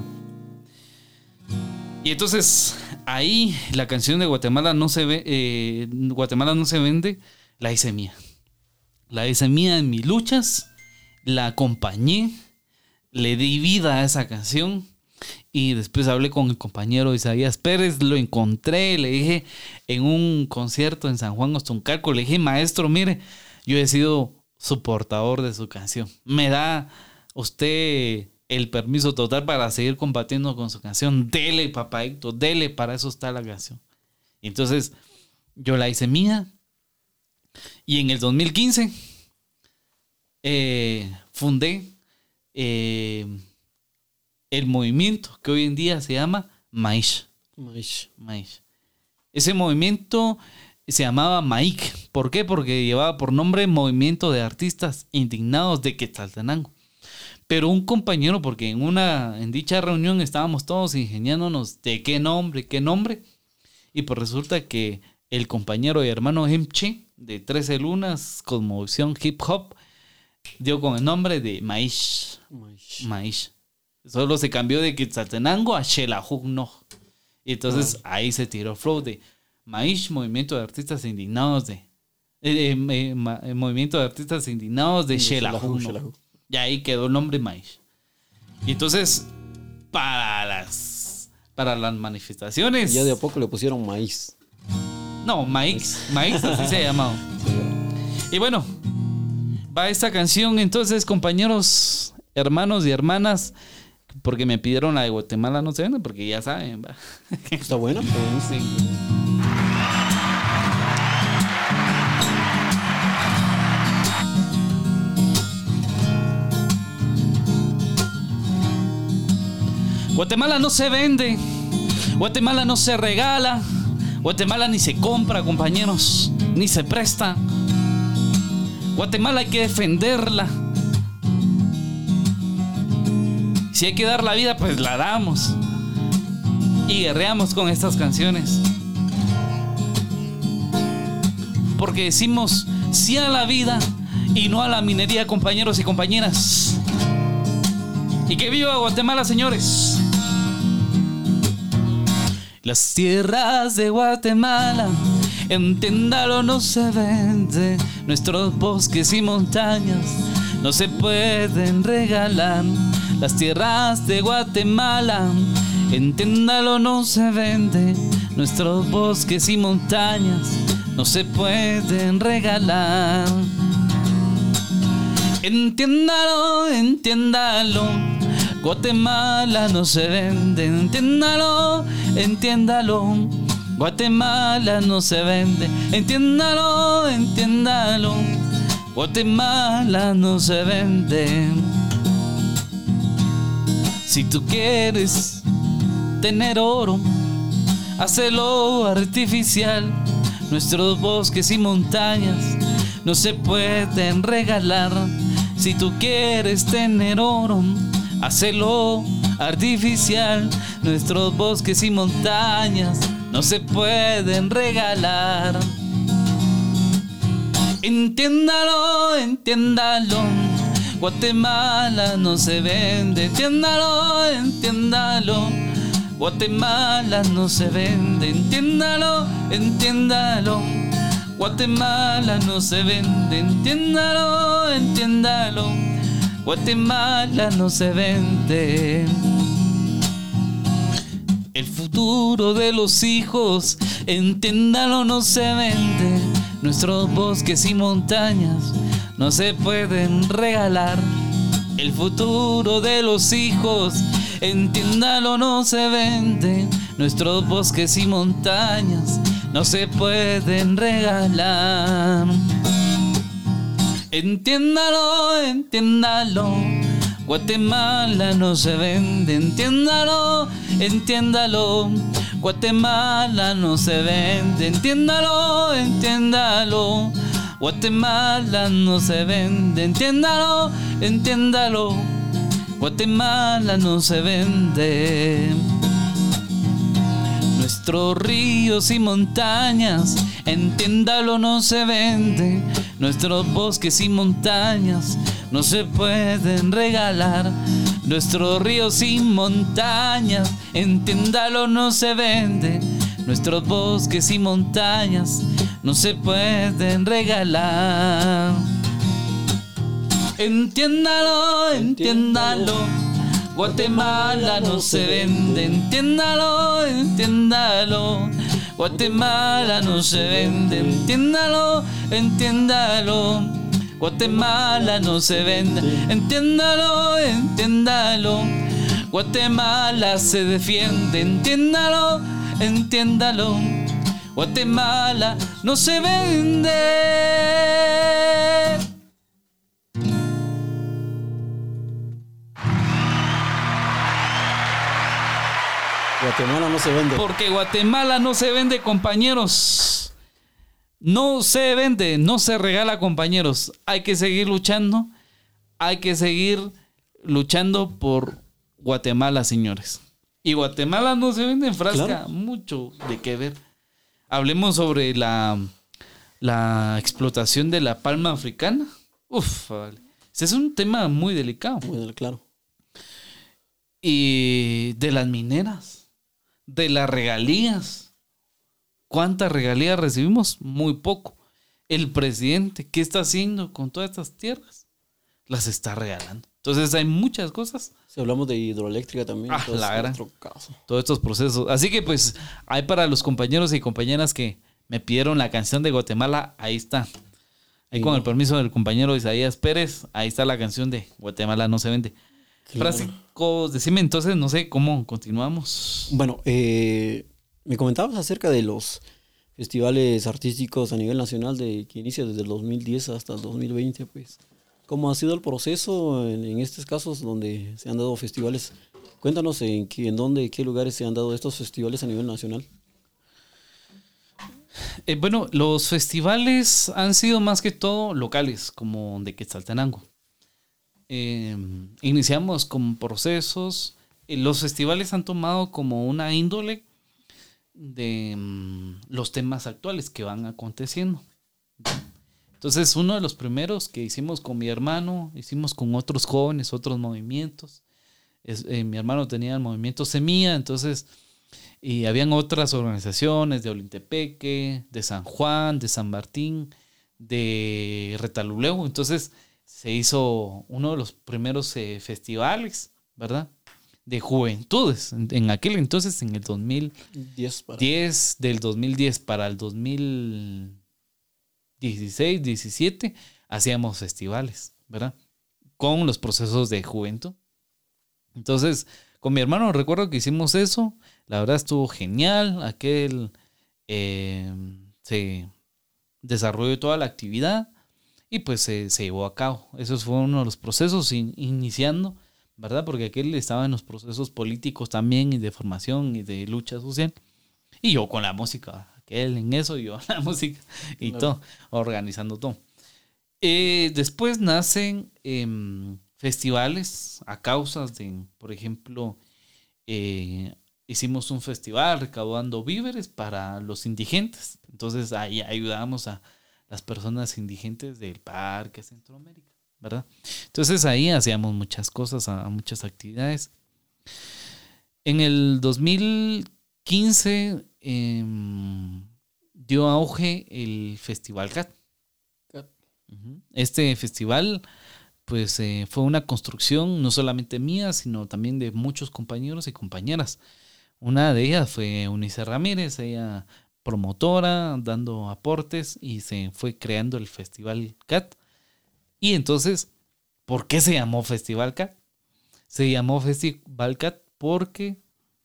Y entonces, ahí la canción de Guatemala no se vende, la hice mía. La hice mía en mis luchas, la acompañé, le di vida a esa canción. Y después hablé con el compañero Isaías Pérez, lo encontré, le dije en un concierto en San Juan Ostuncalco, le dije, maestro, mire, yo he sido su portador de su canción. ¿Me da usted el permiso total para seguir combatiendo con su canción? Dele, papaito, dele, para eso está la canción. Y entonces yo la hice mía. Y en el 2015 fundé el movimiento que hoy en día se llama Maish. Ese movimiento se llamaba MAIC. ¿Por qué? Porque llevaba por nombre Movimiento de Artistas Indignados de Quetzaltenango. Pero un compañero, porque en dicha reunión estábamos todos ingeniándonos de qué nombre, y pues resulta que el compañero y hermano Hemche de 13 Lunas, Cosmovisión Hip Hop, dio con el nombre de Maish. Solo se cambió de Quetzaltenango a Xelajuno. Y entonces ahí se tiró flow de Maish, Movimiento de Artistas Indignados Movimiento de Artistas Indignados de Xelajuno. Y ahí quedó el nombre Maish. Y entonces, para las manifestaciones, ya de a poco le pusieron maíz. No, maíz, así se ha llamado. Y bueno, va esta canción entonces, compañeros, hermanos y hermanas, porque me pidieron la de Guatemala No se vende, porque ya saben, va. Está buena, sí. Guatemala no se vende, Guatemala no se regala, Guatemala ni se compra, compañeros, ni se presta. Guatemala hay que defenderla. Si hay que dar la vida, pues la damos. Y guerreamos con estas canciones. Porque decimos sí a la vida y no a la minería, compañeros y compañeras. Y que viva Guatemala, señores. Las tierras de Guatemala, entiéndalo, no se vende. Nuestros bosques y montañas no se pueden regalar. Las tierras de Guatemala, entiéndalo, no se vende. Nuestros bosques y montañas no se pueden regalar. Entiéndalo, entiéndalo, Guatemala no se vende. Entiéndalo, entiéndalo, Guatemala no se vende. Entiéndalo, entiéndalo, Guatemala no se vende. Si tú quieres tener oro, hazlo artificial. Nuestros bosques y montañas no se pueden regalar. Si tú quieres tener oro, hazlo artificial. Nuestros bosques y montañas no se pueden regalar. Entiéndalo, entiéndalo, Guatemala no se vende. Entiéndalo, entiéndalo, Guatemala no se vende. Entiéndalo, entiéndalo, Guatemala no se vende. Entiéndalo, entiéndalo, Guatemala no se vende. El futuro de los hijos, entiéndalo, no se vende. Nuestros bosques y montañas no se pueden regalar. El futuro de los hijos, entiéndalo, no se vende. Nuestros bosques y montañas no se pueden regalar. Entiéndalo, entiéndalo, Guatemala no se vende. Entiéndalo, entiéndalo, Guatemala no se vende. Entiéndalo, entiéndalo, Guatemala no se vende. Entiéndalo, entiéndalo, Guatemala no se vende. Nuestros ríos y montañas, entiéndalo, no se vende. Nuestros bosques y montañas no se pueden regalar. Nuestros ríos y montañas, entiéndalo, no se vende. Nuestros bosques y montañas no se pueden regalar. Entiéndalo, entiéndalo, Guatemala no se vende. Entiéndalo, entiéndalo, Guatemala no se vende. Entiéndalo, entiéndalo, Guatemala no se vende. Entiéndalo, entiéndalo, Guatemala se defiende. Entiéndalo, entiéndalo, Guatemala no se vende. Guatemala no se vende. Porque Guatemala no se vende, compañeros. No se vende, no se regala, compañeros. Hay que seguir luchando. Hay que seguir luchando por Guatemala, señores. Y Guatemala no se vende en frasca. Claro. Mucho de qué ver. Hablemos sobre la explotación de la palma africana. Uf, vale. Ese es un tema muy delicado. Claro. Y de las mineras, de las regalías. ¿Cuántas regalías recibimos? Muy poco. El presidente, ¿qué está haciendo con todas estas tierras? Las está regalando. Entonces hay muchas cosas. Si hablamos de hidroeléctrica también. Todos estos procesos. Así que pues hay para los compañeros y compañeras que me pidieron la canción de Guatemala. Ahí está. Ahí con el permiso del compañero Isaías Pérez. Ahí está la canción de Guatemala no se vende. Claro. Francisco, decime entonces, no sé cómo continuamos. Bueno, me comentabas acerca de los festivales artísticos a nivel nacional que inicia desde el 2010 hasta el 2020, pues. ¿Cómo ha sido el proceso en estos casos donde se han dado festivales? Cuéntanos en dónde, qué lugares se han dado estos festivales a nivel nacional. Bueno, los festivales han sido más que todo locales, como de Quetzaltenango. Iniciamos con procesos. Los festivales han tomado como una índole de los temas actuales que van aconteciendo. Entonces, uno de los primeros que hicimos con mi hermano, hicimos con otros jóvenes, otros movimientos. Mi hermano tenía el movimiento Semilla, entonces, y habían otras organizaciones de Olintepeque, de San Juan, de San Martín, de Retaluleu. Entonces, se hizo uno de los primeros festivales, ¿verdad? De juventudes. En aquel entonces, en el 2010, del 2010 para el 2016, 17, hacíamos festivales, ¿verdad? Con los procesos de juventud. Entonces, con mi hermano recuerdo que hicimos eso. La verdad estuvo genial. Aquel se desarrolló toda la actividad. Y pues se llevó a cabo. Eso fue uno de los procesos iniciando, ¿verdad? Porque aquel estaba en los procesos políticos también y de formación y de lucha social. Y yo con la música, aquel en eso, yo la música y claro. Todo, organizando todo. Después nacen festivales a causas de, por ejemplo, hicimos un festival recaudando víveres para los indigentes. Entonces ahí ayudábamos a las personas indigentes del Parque Centroamérica, ¿verdad? Entonces ahí hacíamos muchas cosas, muchas actividades. En el 2015 dio auge el Festival CAT. Este festival pues fue una construcción no solamente mía, sino también de muchos compañeros y compañeras. Una de ellas fue Eunice Ramírez, ella promotora, dando aportes, y se fue creando el Festival CAT. Y entonces, ¿por qué se llamó Festival CAT? Se llamó Festival CAT porque,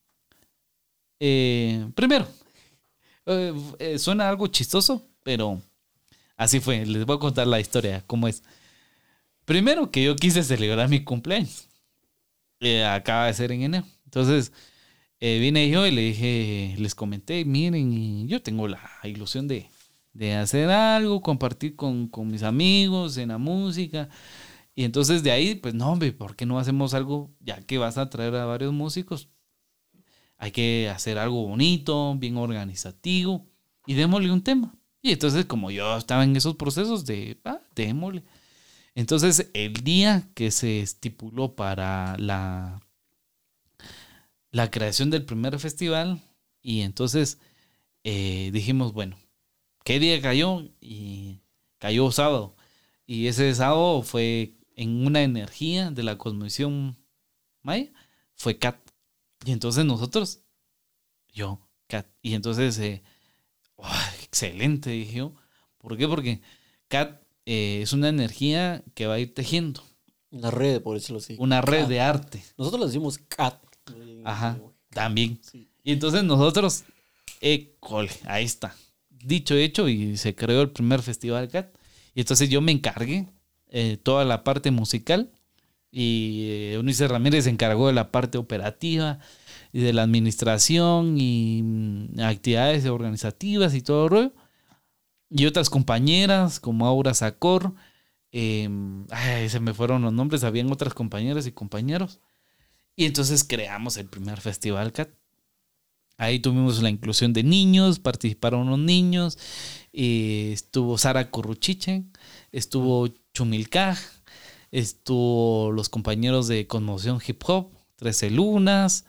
primero, suena algo chistoso, pero así fue. Les voy a contar la historia, cómo es. Primero que yo quise celebrar mi cumpleaños. Acaba de ser en enero. Entonces, vine yo y le dije, les comenté, miren, yo tengo la ilusión de hacer algo, compartir con mis amigos en la música. Y entonces de ahí, pues no, hombre, ¿por qué no hacemos algo? Ya que vas a traer a varios músicos, hay que hacer algo bonito, bien organizativo, y démosle un tema. Y entonces, como yo estaba en esos procesos démosle. Entonces, el día que se estipuló para la creación del primer festival, y entonces dijimos, bueno, ¿qué día cayó? Y cayó sábado. Y ese sábado fue en una energía de la cosmovisión maya, fue Cat. Y entonces nosotros, Cat. Y entonces, excelente, dije yo. ¿Por qué? Porque Cat es una energía que va a ir tejiendo. La red, por decirlo así. Una red de arte. Nosotros le decimos cat. Ajá, también. Sí. Y entonces nosotros, ahí está. Dicho, hecho, y se creó el primer festival Cat. Y entonces yo me encargué toda la parte musical. Y Eunice Ramírez se encargó de la parte operativa y de la administración y actividades organizativas y todo el rollo. Y otras compañeras como Aura Sacor, se me fueron los nombres, habían otras compañeras y compañeros. Y entonces creamos el primer festival Cat. Ahí tuvimos la inclusión de niños, participaron los niños, estuvo Sara Curruchiche, estuvo Chumilcaj, estuvo los compañeros de Conmoción Hip Hop, 13 Lunas,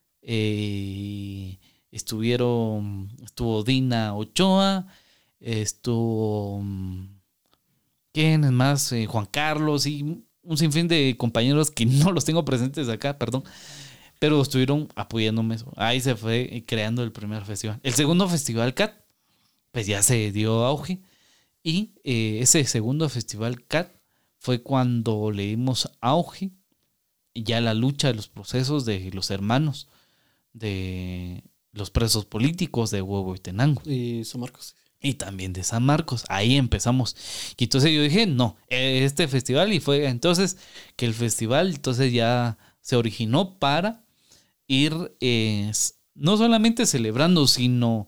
estuvo Dina Ochoa, estuvo ¿quién es más? Juan Carlos y un sinfín de compañeros que no los tengo presentes acá, perdón, pero estuvieron apoyándome. Ahí se fue creando el primer festival. El segundo festival Cat, pues ya se dio auge, y ese segundo festival Cat fue cuando le dimos auge ya la lucha de los procesos de los hermanos, de los presos políticos de Huehuetenango. Y San Marcos. Y también de San Marcos. Ahí empezamos. Y entonces yo dije, no, este festival, y fue entonces que el festival entonces ya se originó para ir no solamente celebrando, sino,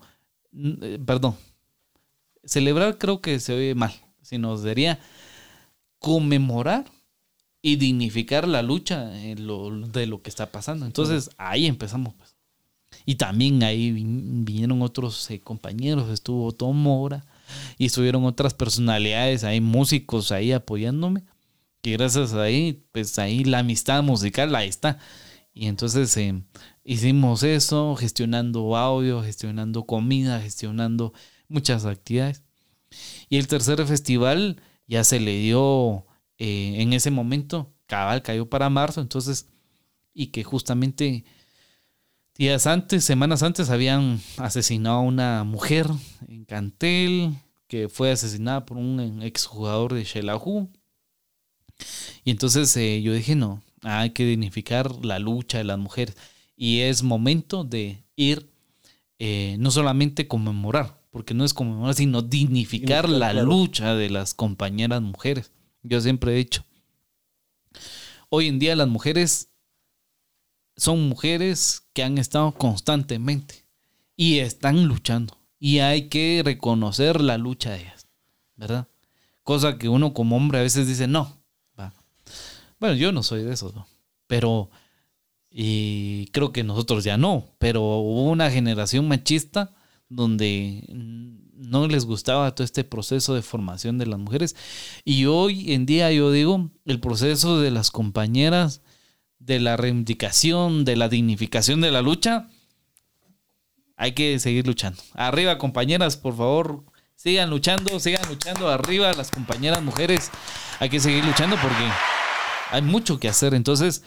celebrar creo que se oye mal, sino sería conmemorar y dignificar la lucha de lo que está pasando. Entonces ahí empezamos, pues. Y también ahí vinieron otros compañeros, estuvo Tom Mora y estuvieron otras personalidades ahí, músicos ahí apoyándome, que gracias a ahí, pues ahí la amistad musical ahí está. Y entonces hicimos eso, gestionando audio, gestionando comida, gestionando muchas actividades. Y el tercer festival ya se le dio en ese momento, cabal cayó para marzo, entonces, y que justamente semanas antes habían asesinado a una mujer en Cantel, que fue asesinada por un exjugador de Xelajú. Y entonces yo dije, no, hay que dignificar la lucha de las mujeres. Y es momento de ir, no solamente conmemorar, porque no es conmemorar, sino dignificar la lucha de las compañeras mujeres. Yo siempre he dicho, hoy en día las mujeres son mujeres que han estado constantemente y están luchando, y hay que reconocer la lucha de ellas, ¿verdad? Cosa que uno como hombre a veces dice, no, va. Bueno, yo no soy de esos, ¿no? Pero, y creo que nosotros ya no, pero hubo una generación machista donde no les gustaba todo este proceso de formación de las mujeres, y hoy en día yo digo, el proceso de las compañeras, de la reivindicación, de la dignificación de la lucha, hay que seguir luchando. Arriba, compañeras, por favor, sigan luchando, arriba las compañeras mujeres, hay que seguir luchando porque hay mucho que hacer. Entonces,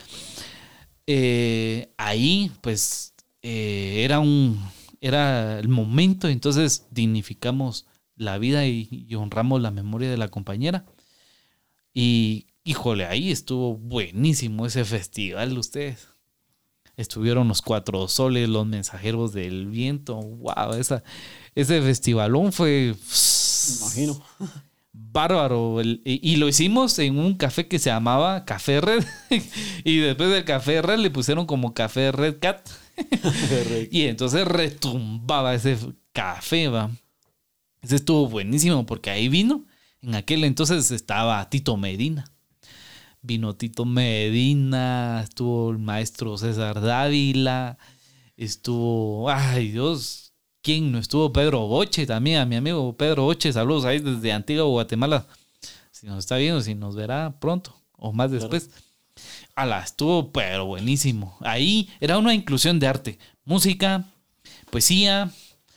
ahí pues era el momento, entonces dignificamos la vida y honramos la memoria de la compañera. Y híjole, ahí estuvo buenísimo ese festival de ustedes. Estuvieron los Cuatro Soles, los Mensajeros del Viento. Wow, ese festivalón fue... Me imagino. Bárbaro. Y lo hicimos en un café que se llamaba Café Red. Y después del Café Red le pusieron como Café Red Cat. Y entonces retumbaba ese café, va. Ese estuvo buenísimo porque ahí vino. En aquel entonces estaba Tito Medina. Vino Tito Medina, estuvo el maestro César Dávila, estuvo, ay Dios, ¿quién no estuvo? Pedro Boche también, a mi amigo Pedro Boche, saludos ahí desde Antigua, Guatemala. Si nos está viendo, si nos verá pronto o más después. Claro. Estuvo pero buenísimo. Ahí era una inclusión de arte, música, poesía,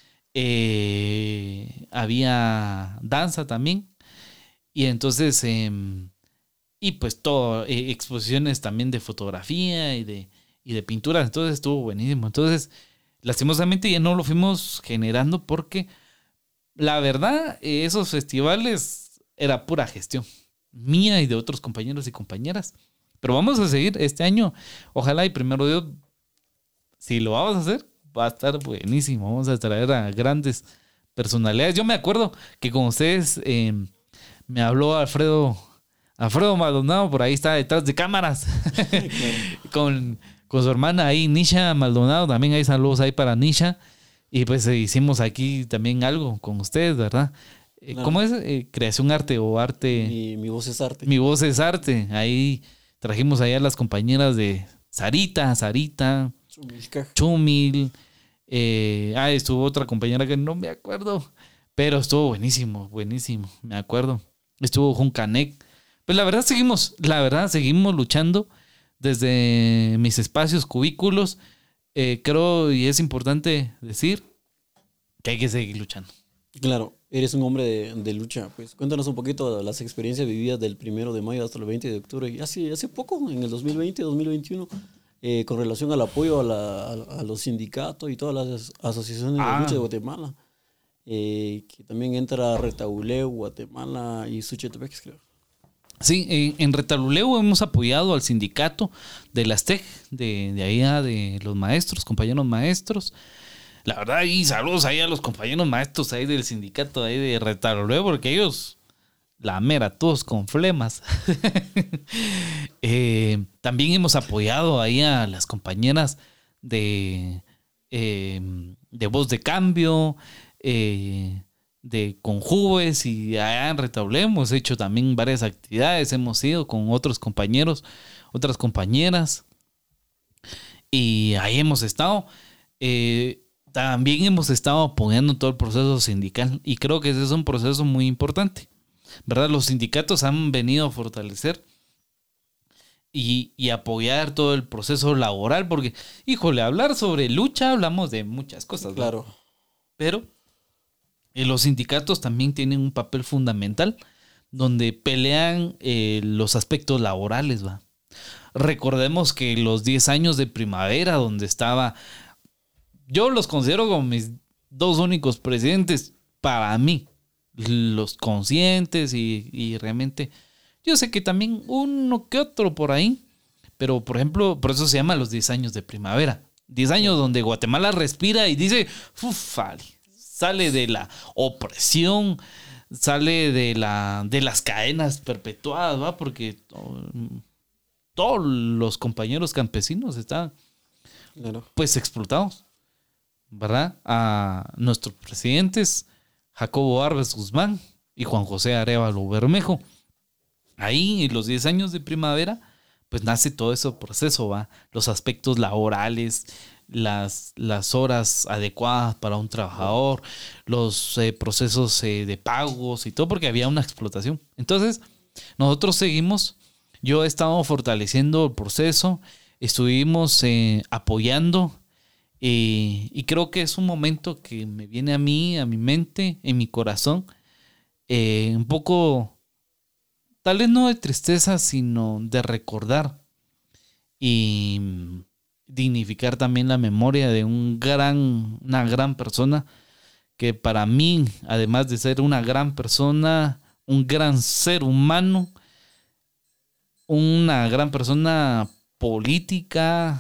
había danza también. Y entonces... y pues todo, exposiciones también de fotografía y de pinturas. Entonces estuvo buenísimo. Entonces, lastimosamente ya no lo fuimos generando porque la verdad, esos festivales era pura gestión mía y de otros compañeros y compañeras. Pero vamos a seguir este año. Ojalá y primero Dios, si lo vamos a hacer, va a estar buenísimo. Vamos a traer a grandes personalidades. Yo me acuerdo que con ustedes me habló Alfredo Maldonado, por ahí está detrás de cámaras. con su hermana ahí, Nisha Maldonado. También hay saludos ahí para Nisha. Y pues hicimos aquí también algo con ustedes, ¿verdad? Claro. ¿Cómo es? Creación arte o arte. Mi voz es arte. Mi voz es arte. Ahí trajimos allá a las compañeras de Sarita, Chumil. Estuvo otra compañera que no me acuerdo. Pero estuvo buenísimo, me acuerdo. Estuvo Juncanec. Pues la verdad seguimos luchando desde mis espacios cubículos. Creo y es importante decir que hay que seguir luchando. Claro, eres un hombre de lucha. Pues cuéntanos un poquito de las experiencias vividas del 1 de mayo hasta el 20 de octubre. Y hace poco, en el 2020-2021, con relación al apoyo a los sindicatos y todas las asociaciones de lucha de Guatemala. Que también entra Retabuleu, Guatemala y Suchitepeques, creo. Sí, en Retaluleu hemos apoyado al sindicato de las TEC, de allá de los maestros, compañeros maestros. La verdad, y saludos ahí a los compañeros maestros ahí del sindicato ahí de Retaluleu, porque ellos, la mera, todos con flemas. También hemos apoyado ahí a las compañeras de Voz de Cambio, de Conjubes, y allá en Retabuleu hemos hecho también varias actividades, hemos ido con otros compañeros, otras compañeras, y ahí hemos estado. También hemos estado apoyando todo el proceso sindical, y creo que ese es un proceso muy importante, ¿verdad? Los sindicatos han venido a fortalecer y apoyar todo el proceso laboral, porque, híjole, hablar sobre lucha, hablamos de muchas cosas, ¿verdad? Claro. Pero los sindicatos también tienen un papel fundamental donde pelean los aspectos laborales, ¿va? Recordemos que los 10 años de primavera, donde estaba, yo los considero como mis dos únicos presidentes para mí, los conscientes y realmente, yo sé que también uno que otro por ahí, pero por ejemplo, por eso se llama los 10 años de primavera. 10 años donde Guatemala respira y dice, sale de la opresión, sale de las cadenas perpetuadas, ¿va? Porque todos los compañeros campesinos están pues explotados, ¿verdad? A nuestros presidentes, Jacobo Arbenz Guzmán y Juan José Arévalo Bermejo. Ahí, en los 10 años de primavera, pues nace todo ese proceso, ¿va? Los aspectos laborales, las horas adecuadas para un trabajador, los procesos de pagos y todo, porque había una explotación. Entonces, nosotros seguimos, yo he estado fortaleciendo el proceso, estuvimos apoyando, y creo que es un momento que me viene a mí, a mi mente, en mi corazón, un poco, tal vez no de tristeza, sino de recordar y dignificar también la memoria de una gran persona que para mí, además de ser una gran persona, un gran ser humano, una gran persona política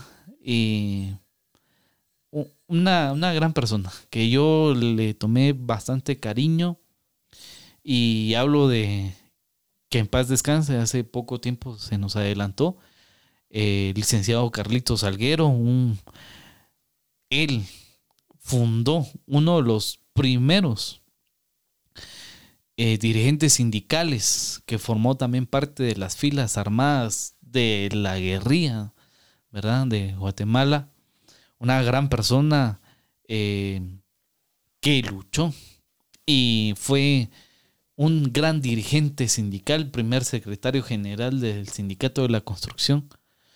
Una gran persona que yo le tomé bastante cariño, y hablo de que en paz descanse, hace poco tiempo se nos adelantó, el licenciado Carlitos Salguero. Él fundó uno de los primeros dirigentes sindicales, que formó también parte de las filas armadas de la guerrilla, ¿verdad?, de Guatemala. Una gran persona que luchó y fue un gran dirigente sindical, primer secretario general del Sindicato de la Construcción.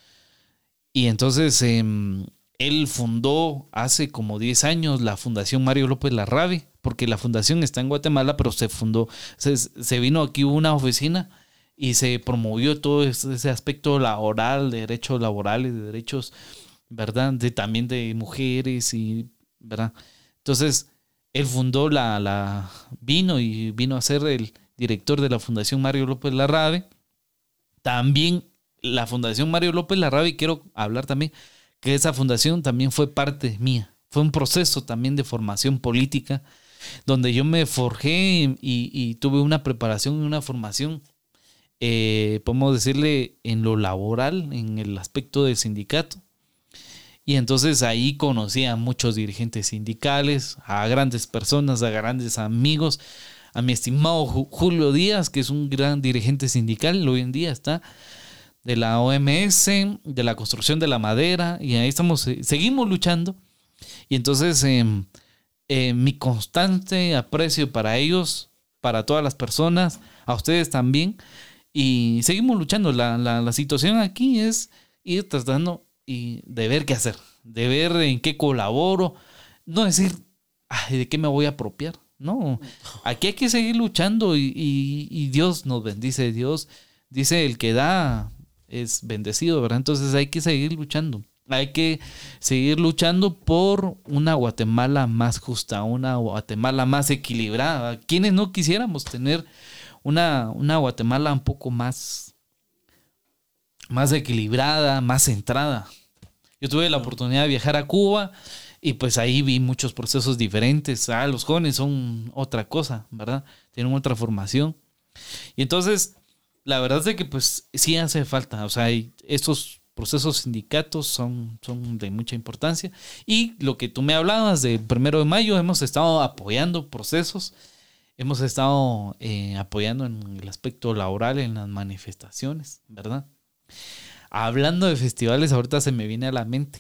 Y entonces él fundó hace como 10 años la Fundación Mario López Larrabe, porque la fundación está en Guatemala, pero se vino aquí una oficina y se promovió todo ese aspecto laboral, de derechos laborales, de derechos, ¿verdad?, también de mujeres, y ¿verdad? Entonces él fundó vino a ser el director de la Fundación Mario López Larrabe. También la Fundación Mario López Larrabe, quiero hablar también que esa fundación también fue parte mía. Fue un proceso también de formación política, donde yo me forjé y tuve una preparación y una formación, podemos decirle, en lo laboral, en el aspecto del sindicato. Y entonces ahí conocí a muchos dirigentes sindicales, a grandes personas, a grandes amigos, a mi estimado Julio Díaz, que es un gran dirigente sindical, hoy en día está de la OMS, de la construcción de la madera, y ahí seguimos luchando. Y entonces mi constante aprecio para ellos, para todas las personas, a ustedes también, y seguimos luchando. La situación aquí es ir tratando y de ver qué hacer, de ver en qué colaboro, no decir, ay, ¿de qué me voy a apropiar? No, aquí hay que seguir luchando y Dios nos bendice. Dios dice, el que da es bendecido, ¿verdad? Entonces hay que seguir luchando. Hay que seguir luchando por una Guatemala más justa, una Guatemala más equilibrada. ¿Quiénes no quisiéramos tener una Guatemala un poco más equilibrada, más centrada? Yo tuve la oportunidad de viajar a Cuba y pues ahí vi muchos procesos diferentes. Los jóvenes son otra cosa, ¿verdad? Tienen otra formación. Y entonces, la verdad es que pues sí hace falta. O sea, estos procesos sindicatos son de mucha importancia. Y lo que tú me hablabas del 1 de mayo, hemos estado apoyando procesos. Hemos estado apoyando en el aspecto laboral, en las manifestaciones, ¿verdad? Hablando de festivales, ahorita se me viene a la mente.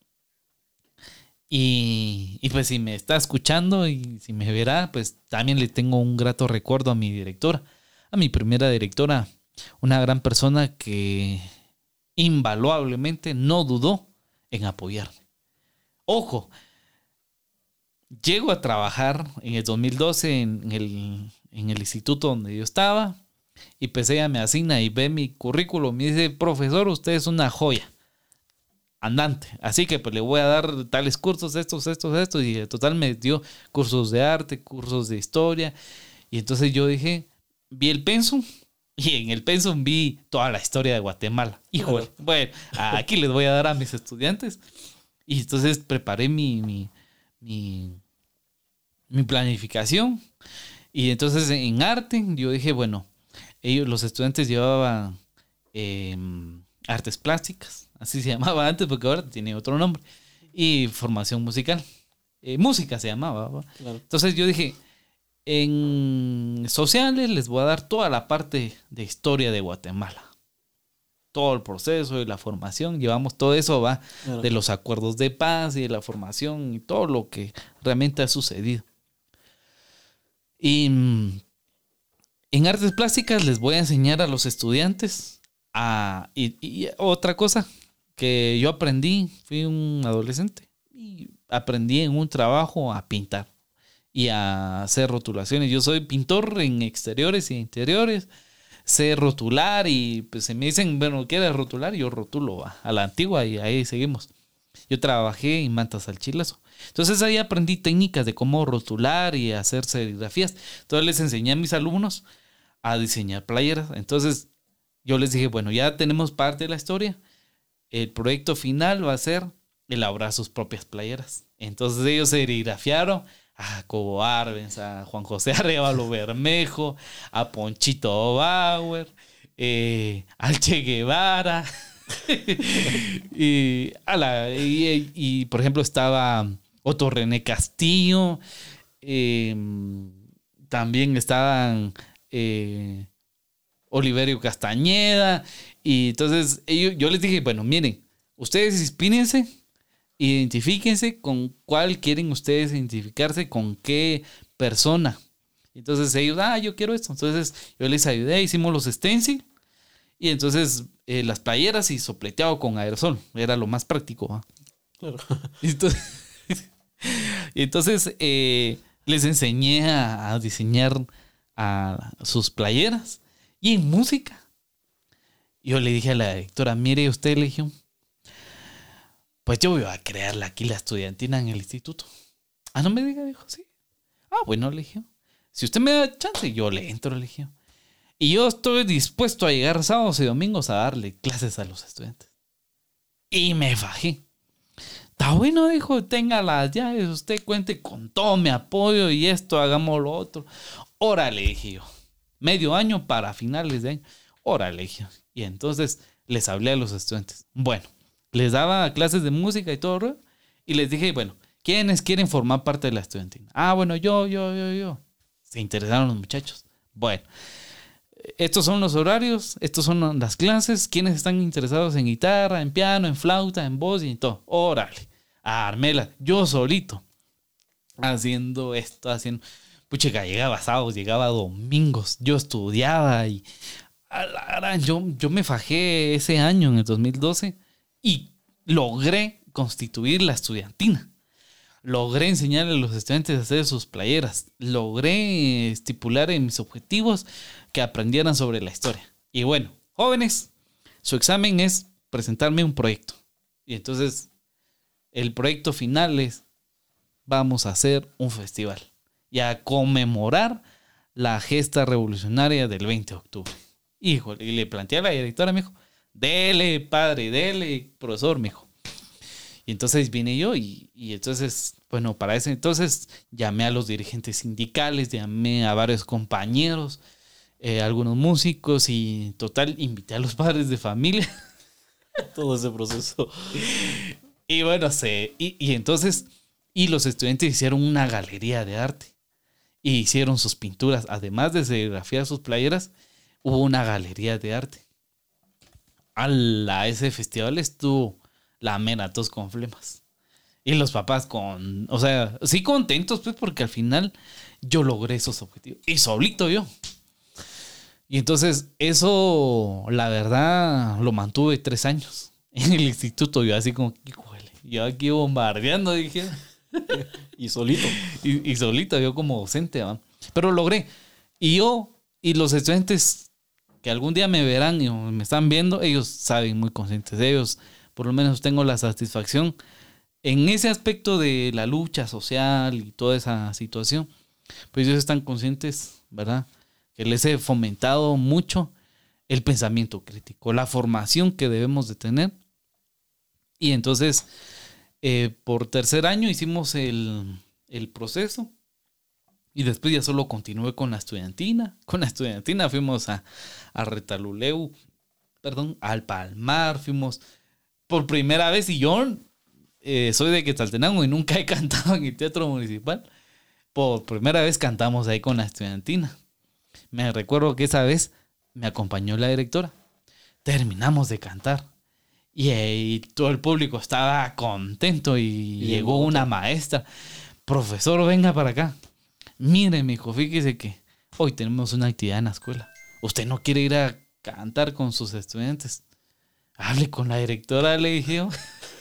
Y pues si me está escuchando y si me verá, pues también le tengo un grato recuerdo a mi directora, a mi primera directora, una gran persona que invaluablemente no dudó en apoyarme. Ojo, llego a trabajar en el 2012 en el instituto donde yo estaba. Y pues ella me asigna y ve mi currículum y me dice, profesor, usted es una joya andante, así que pues le voy a dar tales cursos, estos, y en total me dio cursos de arte, cursos de historia. Y entonces yo dije, vi el pensum, y en el pensum vi toda la historia de Guatemala. Híjole, bueno, aquí les voy a dar a mis estudiantes. Y entonces preparé mi planificación. Y entonces en arte yo dije, bueno, los estudiantes llevaban artes plásticas, así se llamaba antes, porque ahora tiene otro nombre, y formación musical, música se llamaba, ¿va? Claro. Entonces yo dije, en sociales les voy a dar toda la parte de historia de Guatemala, todo el proceso y la formación, llevamos todo eso, va, claro, de los acuerdos de paz y de la formación y todo lo que realmente ha sucedido. Y en artes plásticas les voy a enseñar a los estudiantes y otra cosa que yo aprendí, fui un adolescente y aprendí en un trabajo a pintar y a hacer rotulaciones. Yo soy pintor en exteriores y interiores, sé rotular y pues se me dicen, bueno, ¿quieres rotular? Yo rotulo a la antigua y ahí seguimos. Yo trabajé en mantas al chilazo. Entonces ahí aprendí técnicas de cómo rotular y hacer serigrafías. Entonces les enseñé a mis alumnos a diseñar playeras. Entonces yo les dije, bueno, ya tenemos parte de la historia. el proyecto final va a ser elaborar sus propias playeras. Entonces ellos serigrafiaron a Cobo Arbenz, a Juan José Arevalo Bermejo, a Ponchito Bauer, al Che Guevara. y por ejemplo estaba Otto René Castillo, también estaban Oliverio Castañeda. Y entonces yo les dije, bueno, miren, ustedes inspírense, identifíquense con cuál quieren ustedes identificarse, con qué persona. Entonces ellos, yo quiero esto. Entonces yo les ayudé, hicimos los stencils y entonces las playeras y sopleteado con aerosol. Era lo más práctico, ¿eh? Claro. Entonces les enseñé a diseñar a sus playeras. Y en música, yo le dije a la directora, mire usted, le dije, pues yo voy a crear aquí la estudiantina en el instituto. No me diga, dijo, sí. Bueno, le dije, si usted me da chance, yo le entro, le dije. Y yo estoy dispuesto a llegar sábados y domingos a darle clases a los estudiantes. Y me fajé. Está bueno, dijo, tenga las llaves, usted cuente con todo mi apoyo y esto, hagamos lo otro. Órale, dije yo. Medio año para finales de año. Órale, dije. Y entonces les hablé a los estudiantes. Bueno, les daba clases de música y todo. Y les dije, bueno, ¿quiénes quieren formar parte de la estudiantina? Bueno, yo. Se interesaron los muchachos. Bueno, estos son los horarios, estos son las clases. ¿Quiénes están interesados en guitarra, en piano, en flauta, en voz y en todo? Órale, armela, yo solito, haciendo esto, haciendo... Puchica, llegaba sábados, llegaba domingos, yo estudiaba y yo me fajé ese año, en el 2012, y logré constituir la estudiantina. Logré enseñarle a los estudiantes a hacer sus playeras. Logré estipular en mis objetivos que aprendieran sobre la historia. Y bueno, jóvenes, su examen es presentarme un proyecto. Y entonces, el proyecto final es, vamos a hacer un festival y a conmemorar la gesta revolucionaria del 20 de octubre. Híjole, y le planteé a la directora, me dijo, dele, padre, dele, profesor, me dijo. Y entonces vine yo y entonces, bueno, para ese entonces llamé a los dirigentes sindicales, llamé a varios compañeros, algunos músicos y total invité a los padres de familia. Todo ese proceso. Y bueno, entonces los estudiantes hicieron una galería de arte y hicieron sus pinturas. Además de serigrafiar sus playeras, hubo una galería de arte. Ese festival estuvo la mera tos con flemas. Y los papás sí contentos, pues, porque al final yo logré esos objetivos. Y solito yo. Y entonces eso, la verdad, lo mantuve 3 años en el instituto. Yo así como, híjole, yo aquí bombardeando, dije. Y solito. Y solito, yo como docente, ¿va? Pero logré. Y los estudiantes que algún día me verán y me están viendo, ellos saben, muy conscientes de ellos. Por lo menos tengo la satisfacción en ese aspecto de la lucha social y toda esa situación. Pues ellos están conscientes, ¿verdad? Que les he fomentado mucho el pensamiento crítico, la formación que debemos de tener. Y entonces, por 3er año hicimos el proceso. Y después ya solo continué con la estudiantina. Con la estudiantina fuimos a Retaluleu, al Palmar, fuimos por primera vez. Y yo soy de Quetzaltenango y nunca he cantado en el Teatro Municipal. Por primera vez cantamos ahí con la estudiantina. Me recuerdo que esa vez me acompañó la directora. Terminamos de cantar. Y todo el público estaba contento y llegó una maestra. Profesor, venga para acá. Mire, mijo, fíjese que hoy tenemos una actividad en la escuela. ¿Usted no quiere ir a cantar con sus estudiantes? Hable con la directora, le dije yo.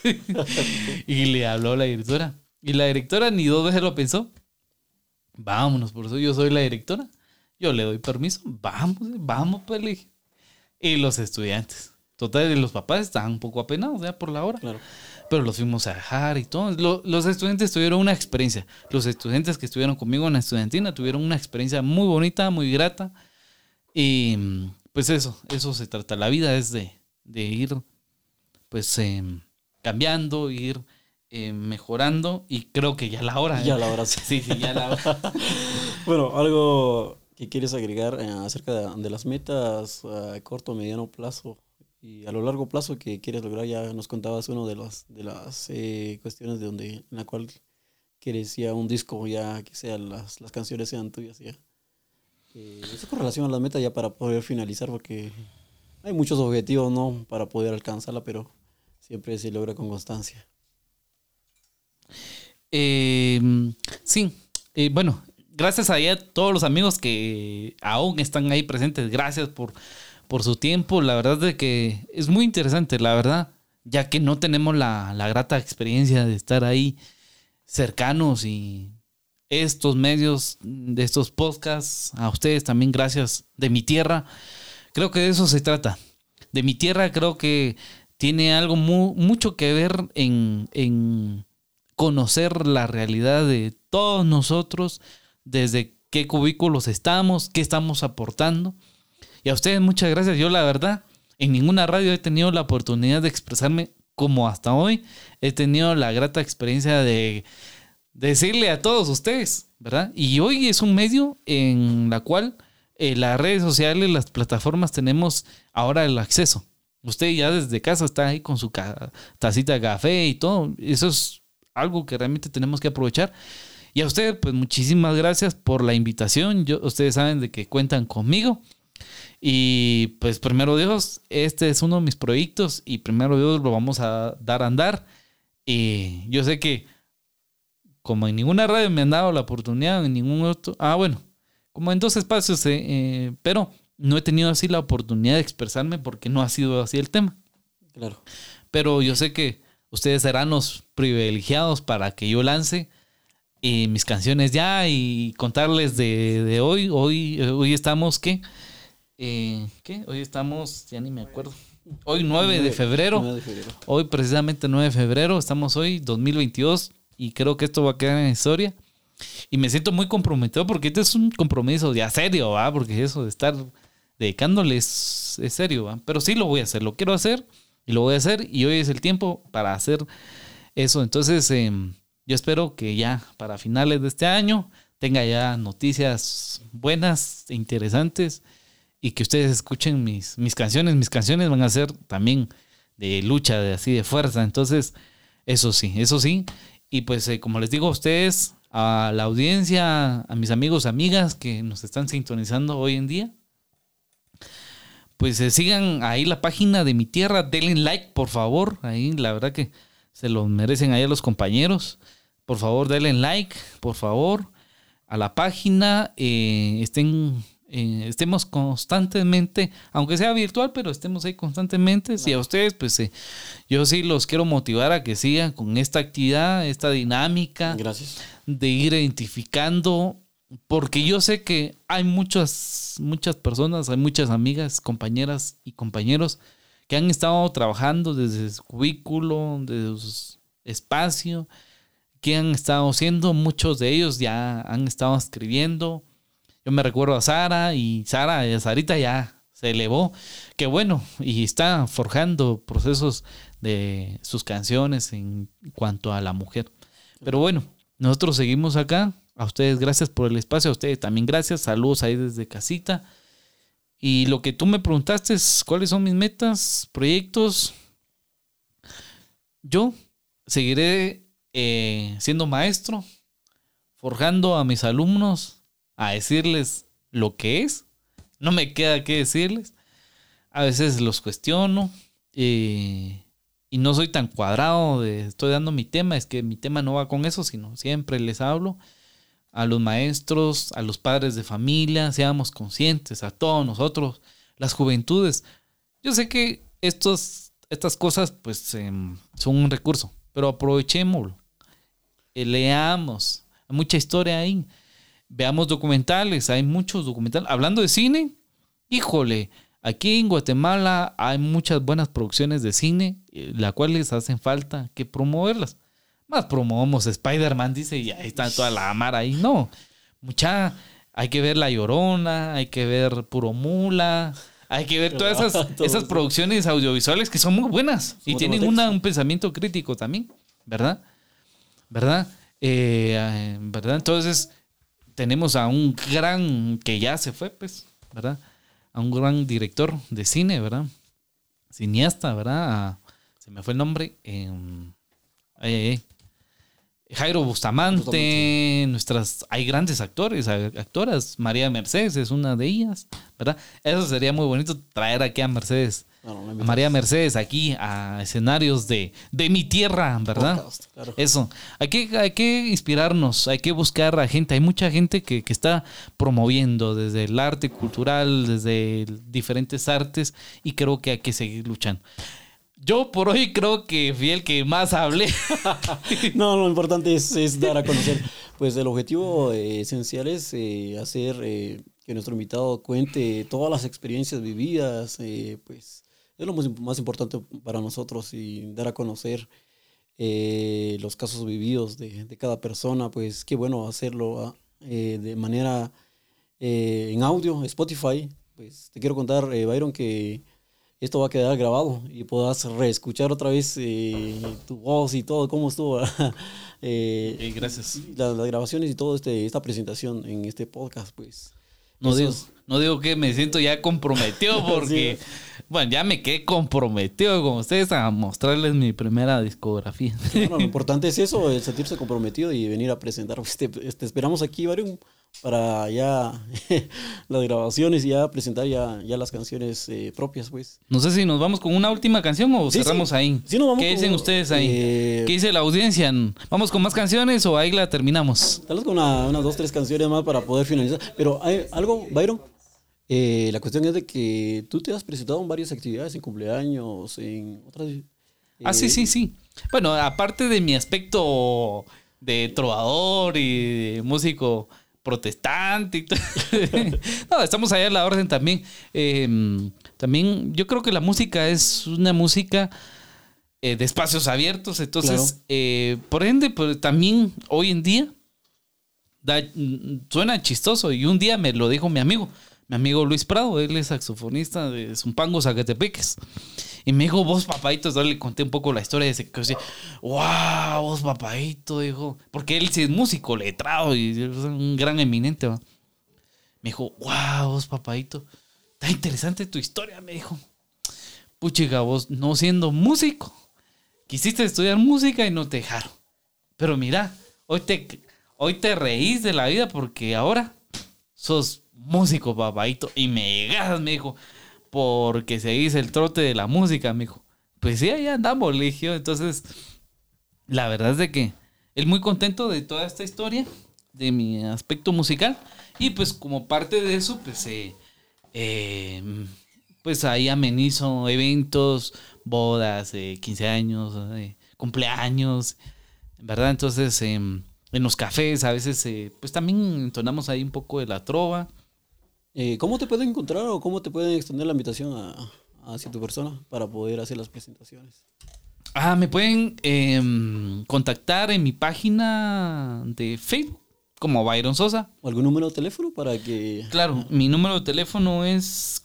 Y le habló la directora. Y la directora ni 2 veces lo pensó. Vámonos, por eso yo soy la directora. Yo le doy permiso. Vamos, pues, le dije. Y los estudiantes. Total, los papás estaban un poco apenados ya por la hora. Claro. Pero los fuimos a dejar y todo. Los estudiantes tuvieron una experiencia. Los estudiantes que estuvieron conmigo en la estudiantina tuvieron una experiencia muy bonita, muy grata. Y pues eso se trata. La vida es de ir pues cambiando, ir mejorando, y creo que ya la hora. Ya la hora, sí. Sí, ya la hora. Bueno, algo que quieres agregar acerca de las metas a corto o mediano plazo y a lo largo plazo que quieres lograr. Ya nos contabas uno de las cuestiones en la cual quieres ya un disco, ya que sean las canciones sean tuyas ya. Eso con relación a las metas ya para poder finalizar, porque hay muchos objetivos, ¿no?, para poder alcanzarla, pero siempre se logra con constancia. Sí, bueno, gracias a todos los amigos que aún están ahí presentes. Gracias por su tiempo. La verdad es que es muy interesante, la verdad, ya que no tenemos la grata experiencia de estar ahí cercanos, y estos medios, de estos podcasts, a ustedes también gracias. De mi tierra, creo que de eso se trata. De mi tierra creo que tiene algo mucho que ver en conocer la realidad de todos nosotros, desde qué cubículos estamos, qué estamos aportando. Y a ustedes muchas gracias. Yo la verdad, en ninguna radio he tenido la oportunidad de expresarme como hasta hoy. He tenido la grata experiencia de decirle a todos ustedes, ¿verdad? Y hoy es un medio en la cual las redes sociales, las plataformas, tenemos ahora el acceso. Usted ya desde casa está ahí con su tacita de café y todo. Eso es algo que realmente tenemos que aprovechar. Y a ustedes, pues muchísimas gracias por la invitación. Ustedes saben de que cuentan conmigo. Y pues primero Dios, este es uno de mis proyectos y primero Dios lo vamos a dar a andar. Y yo sé que como en ninguna radio me han dado la oportunidad, en ningún otro, bueno, como en 2 espacios, pero no he tenido así la oportunidad de expresarme porque no ha sido así el tema. Claro. Pero yo sé que ustedes serán los privilegiados para que yo lance mis canciones ya y contarles de hoy. Hoy estamos, ¿qué? Hoy estamos, ya ni me acuerdo. Hoy 9 de febrero. 9 de febrero. Hoy precisamente 9 de febrero. Estamos hoy, 2022. Y creo que esto va a quedar en la historia. Y me siento muy comprometido porque este es un compromiso ya serio, ¿va? Porque eso de estar dedicándole es serio, ¿va? Pero sí lo voy a hacer, lo quiero hacer y lo voy a hacer. Y hoy es el tiempo para hacer eso. Entonces, yo espero que ya para finales de este año tenga ya noticias buenas e interesantes y que ustedes escuchen mis canciones. Mis canciones van a ser también de lucha, de fuerza. Entonces, eso sí. Y pues, como les digo a ustedes, a la audiencia, a mis amigos, amigas que nos están sintonizando hoy en día, pues sigan ahí la página de Mi Tierra, denle like, por favor. Ahí la verdad que se lo merecen ahí a los compañeros. Por favor, denle like, por favor, a la página. Estemos constantemente, aunque sea virtual, pero estemos ahí constantemente. Si a ustedes, pues yo sí los quiero motivar a que sigan con esta actividad, esta dinámica. Gracias. De ir identificando, porque yo sé que hay muchas personas, hay muchas amigas, compañeras y compañeros que han estado trabajando desde su cubículo, desde su espacio, que han estado haciendo, muchos de ellos ya han estado escribiendo. Yo me recuerdo a Sara, y Sarita ya se elevó, que bueno, y está forjando procesos de sus canciones en cuanto a la mujer. Pero bueno, nosotros seguimos acá. A ustedes gracias por el espacio, a ustedes también gracias. Saludos ahí desde casita. Y lo que tú me preguntaste es cuáles son mis metas, proyectos. Yo seguiré siendo maestro, forjando a mis alumnos, a decirles lo que es. No me queda qué decirles. A veces los cuestiono y no soy tan cuadrado de estoy dando mi tema. Es que mi tema no va con eso, sino siempre les hablo a los maestros, a los padres de familia. Seamos conscientes, a todos nosotros, las juventudes. Yo sé que estas cosas pues son un recurso, pero aprovechémoslo. Leamos, hay mucha historia ahí. Veamos documentales, hay muchos documentales. Hablando de cine, híjole, aquí en Guatemala hay muchas buenas producciones de cine, las cuales hacen falta que promoverlas. Más promovamos Spider-Man, dice, y ahí está toda la mara ahí. No, hay que ver La Llorona, hay que ver Puro Mula, Hay que ver todas Todo esas eso. producciones audiovisuales que son muy buenas y Son tienen automáticas. un pensamiento crítico también, ¿verdad? ¿Verdad? ¿Verdad? Entonces, tenemos a un gran, que ya se fue, pues, ¿verdad? A un gran director de cine, ¿verdad? Cineasta, ¿verdad? Se me fue el nombre. Jairo Bustamante, hay grandes actoras, María Mercedes es una de ellas, ¿verdad? Eso sería muy bonito traer aquí a Mercedes, a María Mercedes aquí a escenarios de mi tierra, ¿verdad? Podcast, claro. Eso, hay que inspirarnos, hay que buscar a gente, hay mucha gente que está promoviendo desde el arte cultural, desde diferentes artes y creo que hay que seguir luchando. Yo por hoy creo que fui el que más hablé. No, lo importante es dar a conocer. Pues el objetivo esencial es hacer que nuestro invitado cuente todas las experiencias vividas. Pues es lo más importante para nosotros y dar a conocer los casos vividos de cada persona. Pues qué bueno hacerlo de manera en audio, Spotify. Pues te quiero contar, Byron, que esto va a quedar grabado y podrás reescuchar otra vez tu voz y todo, cómo estuvo Gracias. las grabaciones y todo esta presentación en este podcast, pues. No digo que me siento ya comprometido porque, bueno, ya me quedé comprometido con ustedes a mostrarles mi primera discografía. Bueno, lo importante es eso, el sentirse comprometido y venir a presentar. Pues te esperamos aquí, Byron, para ya las grabaciones y ya presentar ya las canciones propias, pues. No sé si nos vamos con una última canción o Sí, cerramos sí. ahí. Sí, nos vamos ¿Qué con- dicen ustedes ahí? ¿Qué dice la audiencia? ¿Vamos con más canciones o ahí la terminamos? Tal vez con unas 2, 3 canciones más para poder finalizar. Pero hay algo, Byron. La cuestión es de que tú te has presentado en varias actividades, en cumpleaños, en otras. Sí. Bueno, aparte de mi aspecto de trovador y de músico protestante y todo. No, estamos allá a la orden también. También yo creo que la música es una música de espacios abiertos. Entonces, por ende, pues también hoy en día suena chistoso. Y un día me lo dijo mi amigo Luis Prado, él es saxofonista de Zumpango, Zacatepeques. Y me dijo, vos, papaito, yo le conté un poco la historia de ese que decía, wow, vos, papaito, dijo, porque él sí es músico, letrado y es un gran eminente, ¿va? Me dijo, wow, vos, papaito, está interesante tu historia, me dijo. Puchiga, vos, no siendo músico, quisiste estudiar música y no te dejaron. Pero mira, hoy te reís de la vida porque ahora sos músico, papaito. Y me llegas, me dijo, porque se dice el trote de la música, me dijo. Pues sí, ahí andamos, le dije yo. Entonces, la verdad es de que él muy contento de toda esta historia, de mi aspecto musical. Y pues como parte de eso, pues ahí amenizo eventos, bodas, 15 años, cumpleaños, ¿verdad? Entonces, en los cafés a veces, pues también entonamos ahí un poco de la trova. ¿Cómo te pueden encontrar o cómo te pueden extender la invitación hacia tu persona para poder hacer las presentaciones? Me pueden contactar en mi página de Facebook como Byron Sosa. ¿O algún número de teléfono para que... Claro, mi número de teléfono es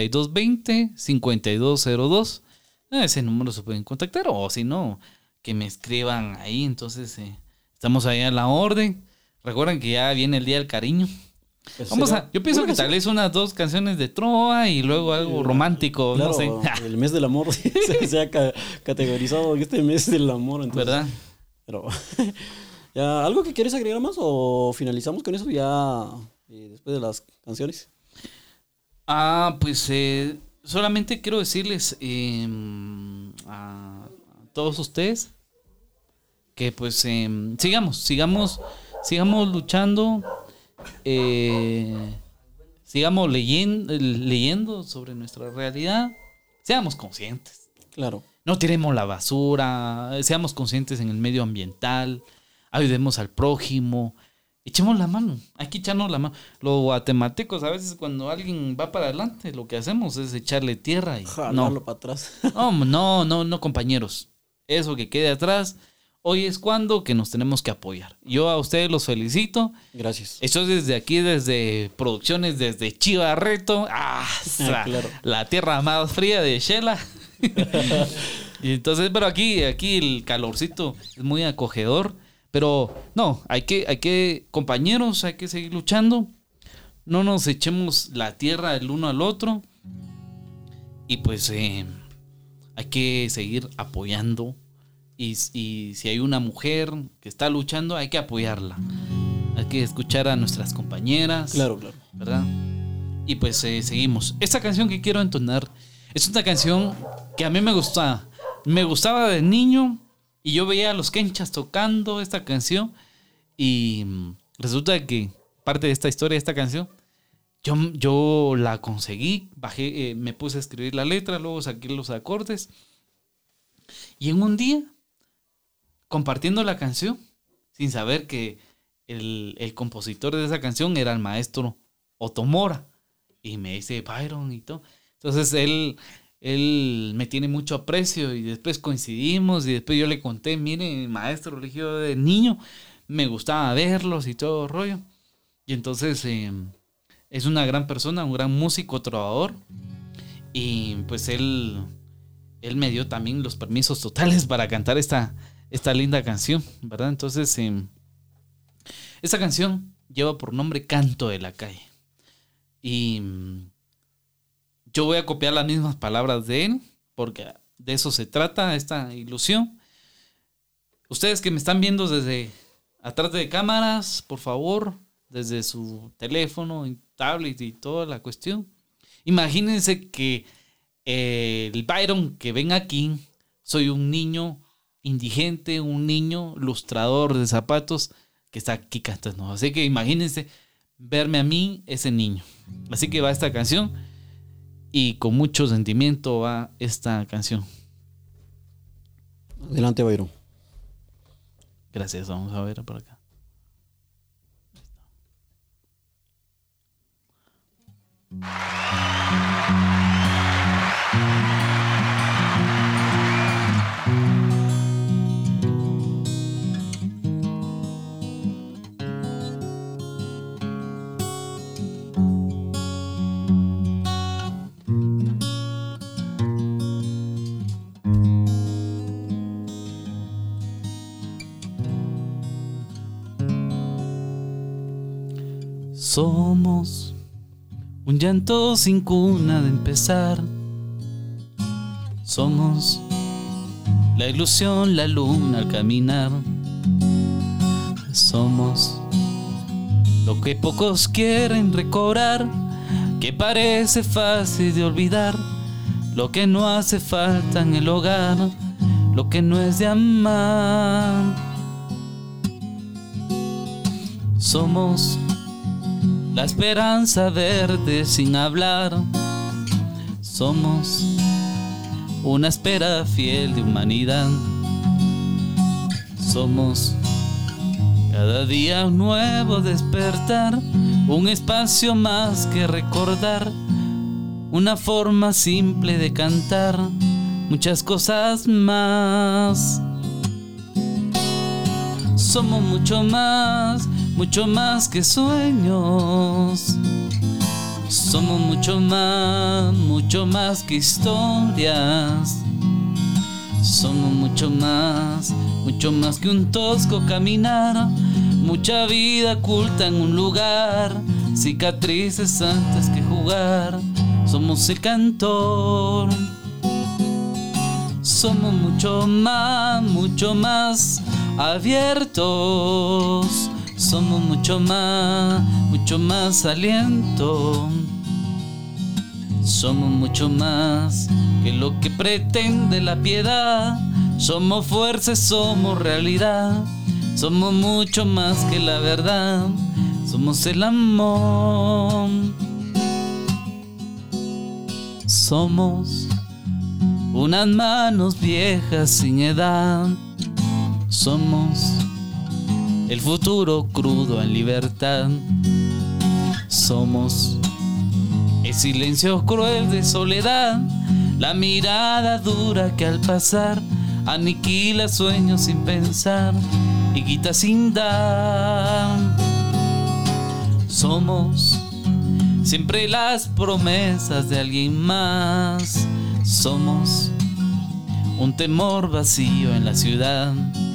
4220-5202. Ese número se pueden contactar o si no, que me escriban ahí. Entonces, estamos ahí a la orden. Recuerden que ya viene el Día del Cariño. Yo pienso que tal vez unas 2 canciones de trova y luego algo romántico, Claro, no sé. el mes del amor se ha categorizado en este mes del amor. Entonces, ¿Verdad? Pero, ¿ya, ¿algo que quieres agregar más o finalizamos con eso ya después de las canciones? Pues solamente quiero decirles a todos ustedes que pues sigamos luchando. Sigamos leyendo sobre nuestra realidad. Seamos conscientes. Claro. No tiremos la basura. Seamos conscientes en el medio ambiental. Ayudemos al prójimo. Echemos la mano. Hay que echarnos la mano. Los guatemaltecos, a veces cuando alguien va para adelante, lo que hacemos es echarle tierra y Jalarlo para atrás. no, compañeros. Eso que quede atrás. hoy es cuando que nos tenemos que apoyar. Yo a ustedes los felicito. Gracias. Esto es desde aquí, desde producciones, desde Chivarreto, claro. La tierra más fría de Shela. Y entonces, pero aquí el calorcito es muy acogedor. Pero no, hay que, compañeros, hay que seguir luchando. No nos echemos la tierra el uno al otro. Y pues hay que seguir apoyando. Y si hay una mujer que está luchando, hay que apoyarla. Hay que escuchar a nuestras compañeras. Claro. ¿Verdad? Y pues seguimos. Esta canción que quiero entonar es una canción que a mí me gustaba. Me gustaba de niño y yo veía a los Kenchas tocando esta canción. Y resulta que parte de esta historia, de esta canción, yo la conseguí, bajé, me puse a escribir la letra, luego saqué los acordes. Y en un día, compartiendo la canción, sin saber que el compositor de esa canción era el maestro Otomora. Y me dice Byron y todo. Entonces él me tiene mucho aprecio y después coincidimos y después yo le conté, mire, maestro, le dije yo de niño, me gustaba verlos y todo el rollo. Y entonces es una gran persona, un gran músico, trovador. Y pues él me dio también los permisos totales para cantar esta linda canción, ¿verdad? Entonces, esta canción lleva por nombre Canto de la Calle. Y yo voy a copiar las mismas palabras de él, porque de eso se trata esta ilusión. Ustedes que me están viendo desde atrás de cámaras, por favor, desde su teléfono, tablet y toda la cuestión, imagínense que el Byron que ven aquí, soy un niño indigente, un niño lustrador de zapatos que está aquí cantando. Así que imagínense verme a mí, ese niño. Así que va esta canción y con mucho sentimiento va esta canción. Adelante, Byron. Gracias, vamos a ver por acá. Somos un llanto sin cuna de empezar. Somos la ilusión, la luna al caminar. Somos lo que pocos quieren recobrar, que parece fácil de olvidar, lo que no hace falta en el hogar, lo que no es de amar. Somos la esperanza verde sin hablar. Somos una espera fiel de humanidad. Somos cada día un nuevo despertar, un espacio más que recordar, una forma simple de cantar, muchas cosas más. Somos mucho más que sueños. Somos mucho más que historias. Somos mucho más que un tosco caminar, mucha vida oculta en un lugar, cicatrices antes que jugar. Somos el cantor. Somos mucho más abiertos. Somos mucho más aliento. Somos mucho más que lo que pretende la piedad. Somos fuerza, somos realidad. Somos mucho más que la verdad. Somos el amor. Somos unas manos viejas sin edad. Somos el futuro crudo en libertad. Somos el silencio cruel de soledad, la mirada dura que al pasar aniquila sueños sin pensar y quita sin dar. Somos siempre las promesas de alguien más. Somos un temor vacío en la ciudad.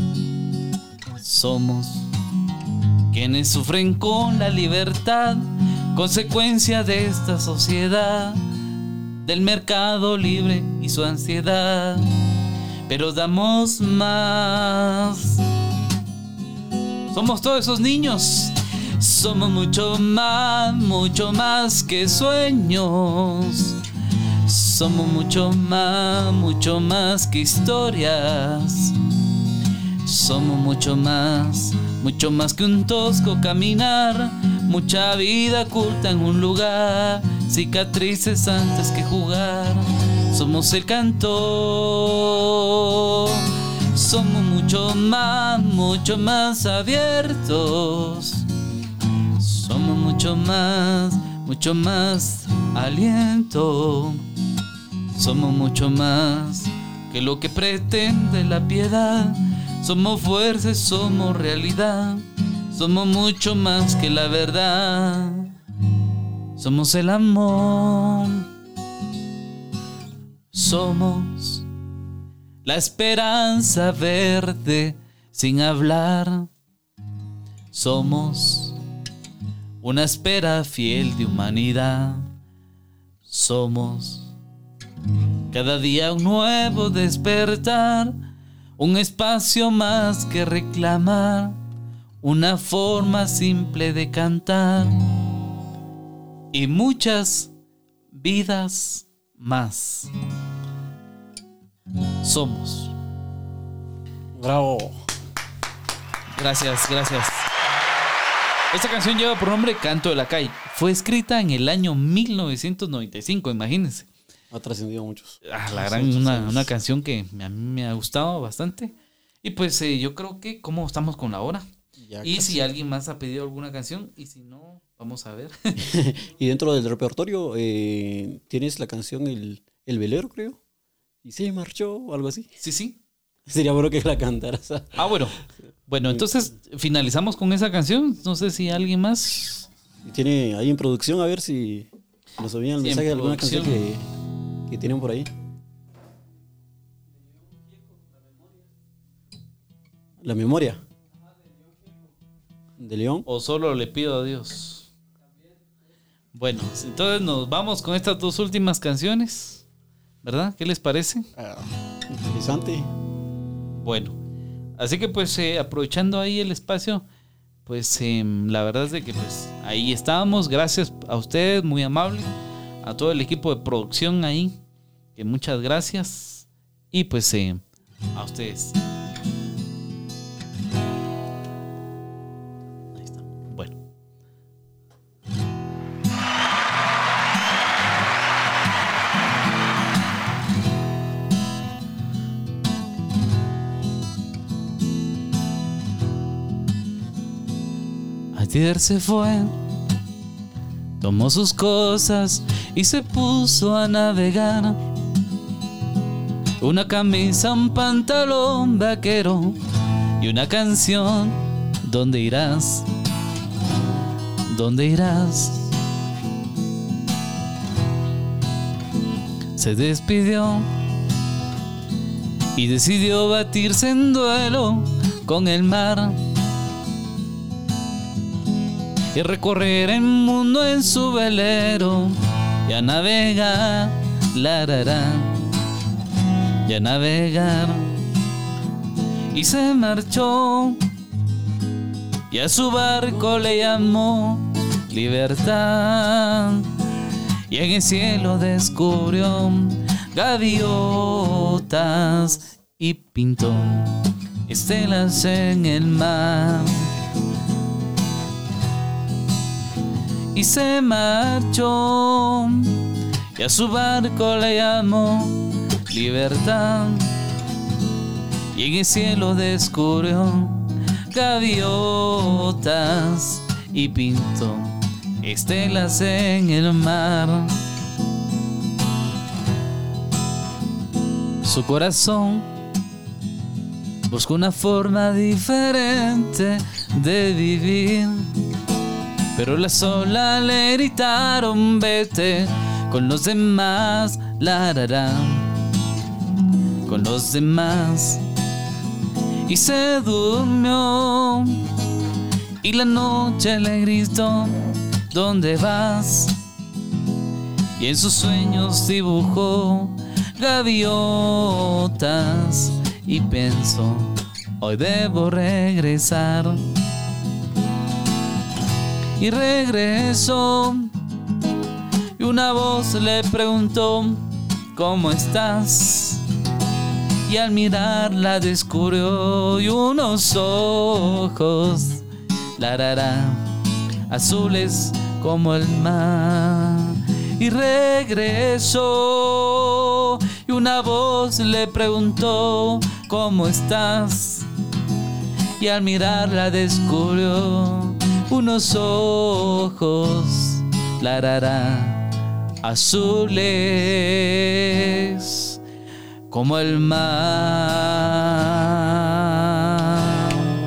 Somos quienes sufren con la libertad, consecuencia de esta sociedad, del mercado libre y su ansiedad. Pero damos más. Somos todos esos niños. Somos mucho más que sueños. Somos mucho más que historias. Somos mucho más que un tosco caminar. Mucha vida oculta en un lugar, cicatrices antes que jugar. Somos el canto. Somos mucho más abiertos. Somos mucho más aliento. Somos mucho más que lo que pretende la piedad. Somos fuerza, somos realidad. Somos mucho más que la verdad. Somos el amor. Somos la esperanza verde sin hablar. Somos una espera fiel de humanidad. Somos cada día un nuevo despertar, un espacio más que reclamar, una forma simple de cantar y muchas vidas más. Somos. Bravo. Gracias. Esta canción lleva por nombre Canto de la Calle. Fue escrita en el año 1995, imagínense. Ha trascendido muchos. La gran, una canción que a mí me ha gustado bastante. Y pues yo creo que ¿cómo estamos con la hora? Ya Y casi. si alguien más ha pedido alguna canción, y si no, vamos a ver. Y dentro del repertorio tienes la canción El Velero, creo. Y se marchó o algo así. Sí. Sería bueno que la cantaras. Bueno, entonces finalizamos con esa canción. No sé si alguien más. Y tiene ahí en producción, a ver si nos envían el Sí, en mensaje de alguna canción producción. que tienen por ahí. La memoria. De León. O solo le pido a Dios. Bueno, entonces nos vamos con estas dos últimas canciones, ¿verdad? ¿Qué les parece? Interesante. Bueno, así que pues aprovechando ahí el espacio, pues la verdad es de que pues ahí estábamos. Gracias a ustedes, muy amable, a todo el equipo de producción ahí, que muchas gracias. Y pues a ustedes. Ahí está. Bueno. Ayer se fue, tomó sus cosas y se puso a navegar. Una camisa, un pantalón vaquero y una canción. ¿Dónde irás? ¿Dónde irás? Se despidió y decidió batirse en duelo con el mar y recorrer el mundo en su velero y a navegar, y a navegar. Y se marchó y a su barco le llamó Libertad, y en el cielo descubrió gaviotas y pintó estelas en el mar. Y se marchó y a su barco le llamó Libertad, y en el cielo descubrió gaviotas y pintó estelas en el mar. Su corazón busco una forma diferente de vivir. Pero la sola le gritaron: vete con los demás, la la la, con los demás. Y se durmió, y la noche le gritó: ¿dónde vas? Y en sus sueños dibujó gaviotas y pensó: hoy debo regresar. Y regresó, y una voz le preguntó: ¿cómo estás? Y al mirarla descubrió y unos ojos, larará, azules como el mar. Y regresó, y una voz le preguntó: ¿cómo estás? Y al mirarla descubrió unos ojos, larará, azules como el mar.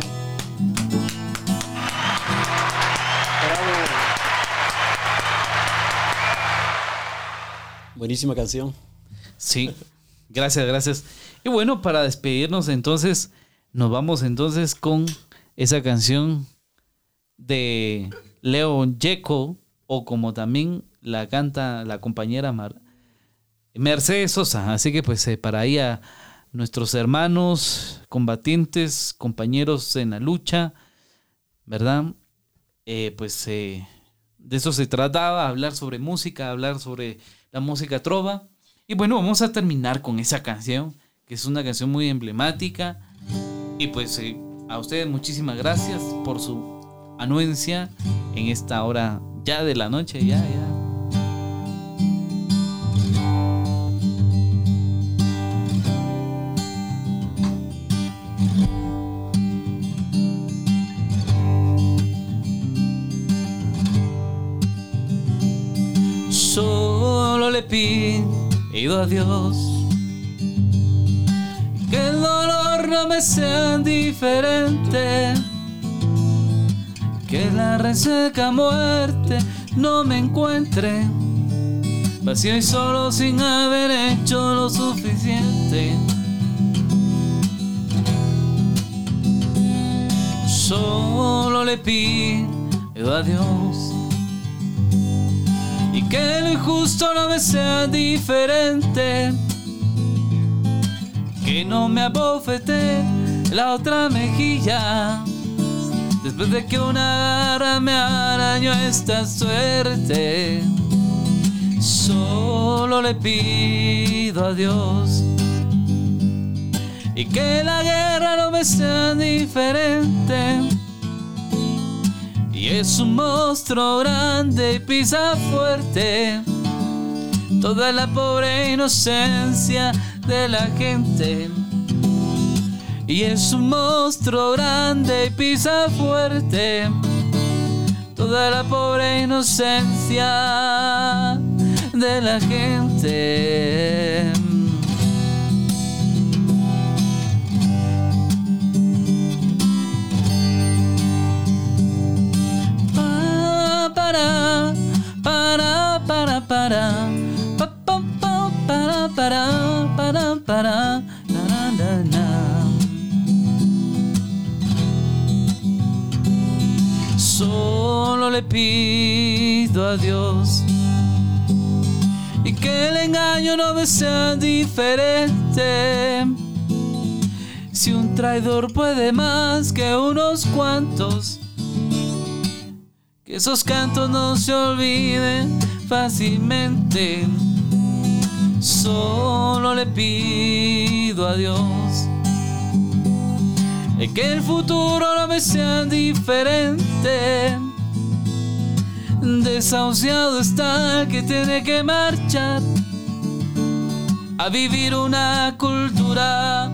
Buenísima canción. Sí, gracias. Y bueno, para despedirnos entonces, nos vamos entonces con esa canción de Leo Gieco, o como también la canta la compañera Mercedes Sosa. Así que pues para ahí a nuestros hermanos combatientes, compañeros en la lucha, ¿verdad? De eso se trataba, hablar sobre música, hablar sobre la música trova. Y bueno, vamos a terminar con esa canción, que es una canción muy emblemática. Y pues a ustedes muchísimas gracias por su anuencia en esta hora ya de la noche, ya. Solo le pido a Dios que el dolor no me sea indiferente, que la reseca muerte no me encuentre vacío y solo sin haber hecho lo suficiente. Solo le pido a Dios y que lo injusto no me sea diferente, que no me abofete la otra mejilla después de que una garra me arañó esta suerte. Solo le pido a Dios y que la guerra no me sea diferente. Y es un monstruo grande y pisa fuerte toda la pobre inocencia de la gente. Y es un monstruo grande y pisa fuerte toda la pobre inocencia de la gente. Para solo le pido a Dios y que el engaño no me sea diferente. Si un traidor puede más que unos cuantos, que esos cantos no se olviden fácilmente. Solo le pido a Dios que el futuro no me sea diferente. Desahuciado está el que tiene que marchar a vivir una cultura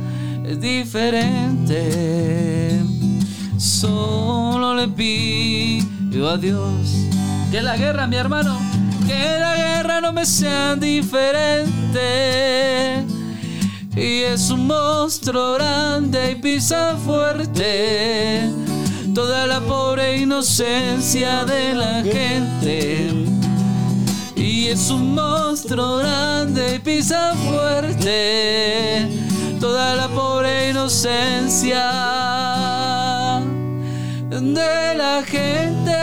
diferente. Solo le pido a Dios que la guerra, mi hermano, que la guerra no me sea diferente. Y es un monstruo grande y pisa fuerte toda la pobre inocencia de la gente. Y es un monstruo grande y pisa fuerte toda la pobre inocencia de la gente.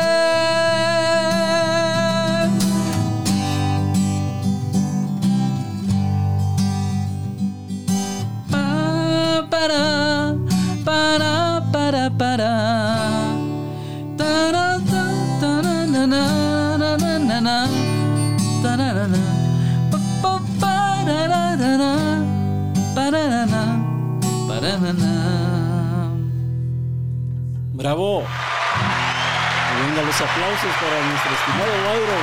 Para, para, para, para. Tara, ta, tara, na, na, na, na, na, na. Tara, na, pa, pa, para, ra, ra, ra. Para, na, na, para, na, na. ¡Bravo! Y venga los aplausos para nuestro estimado Byron.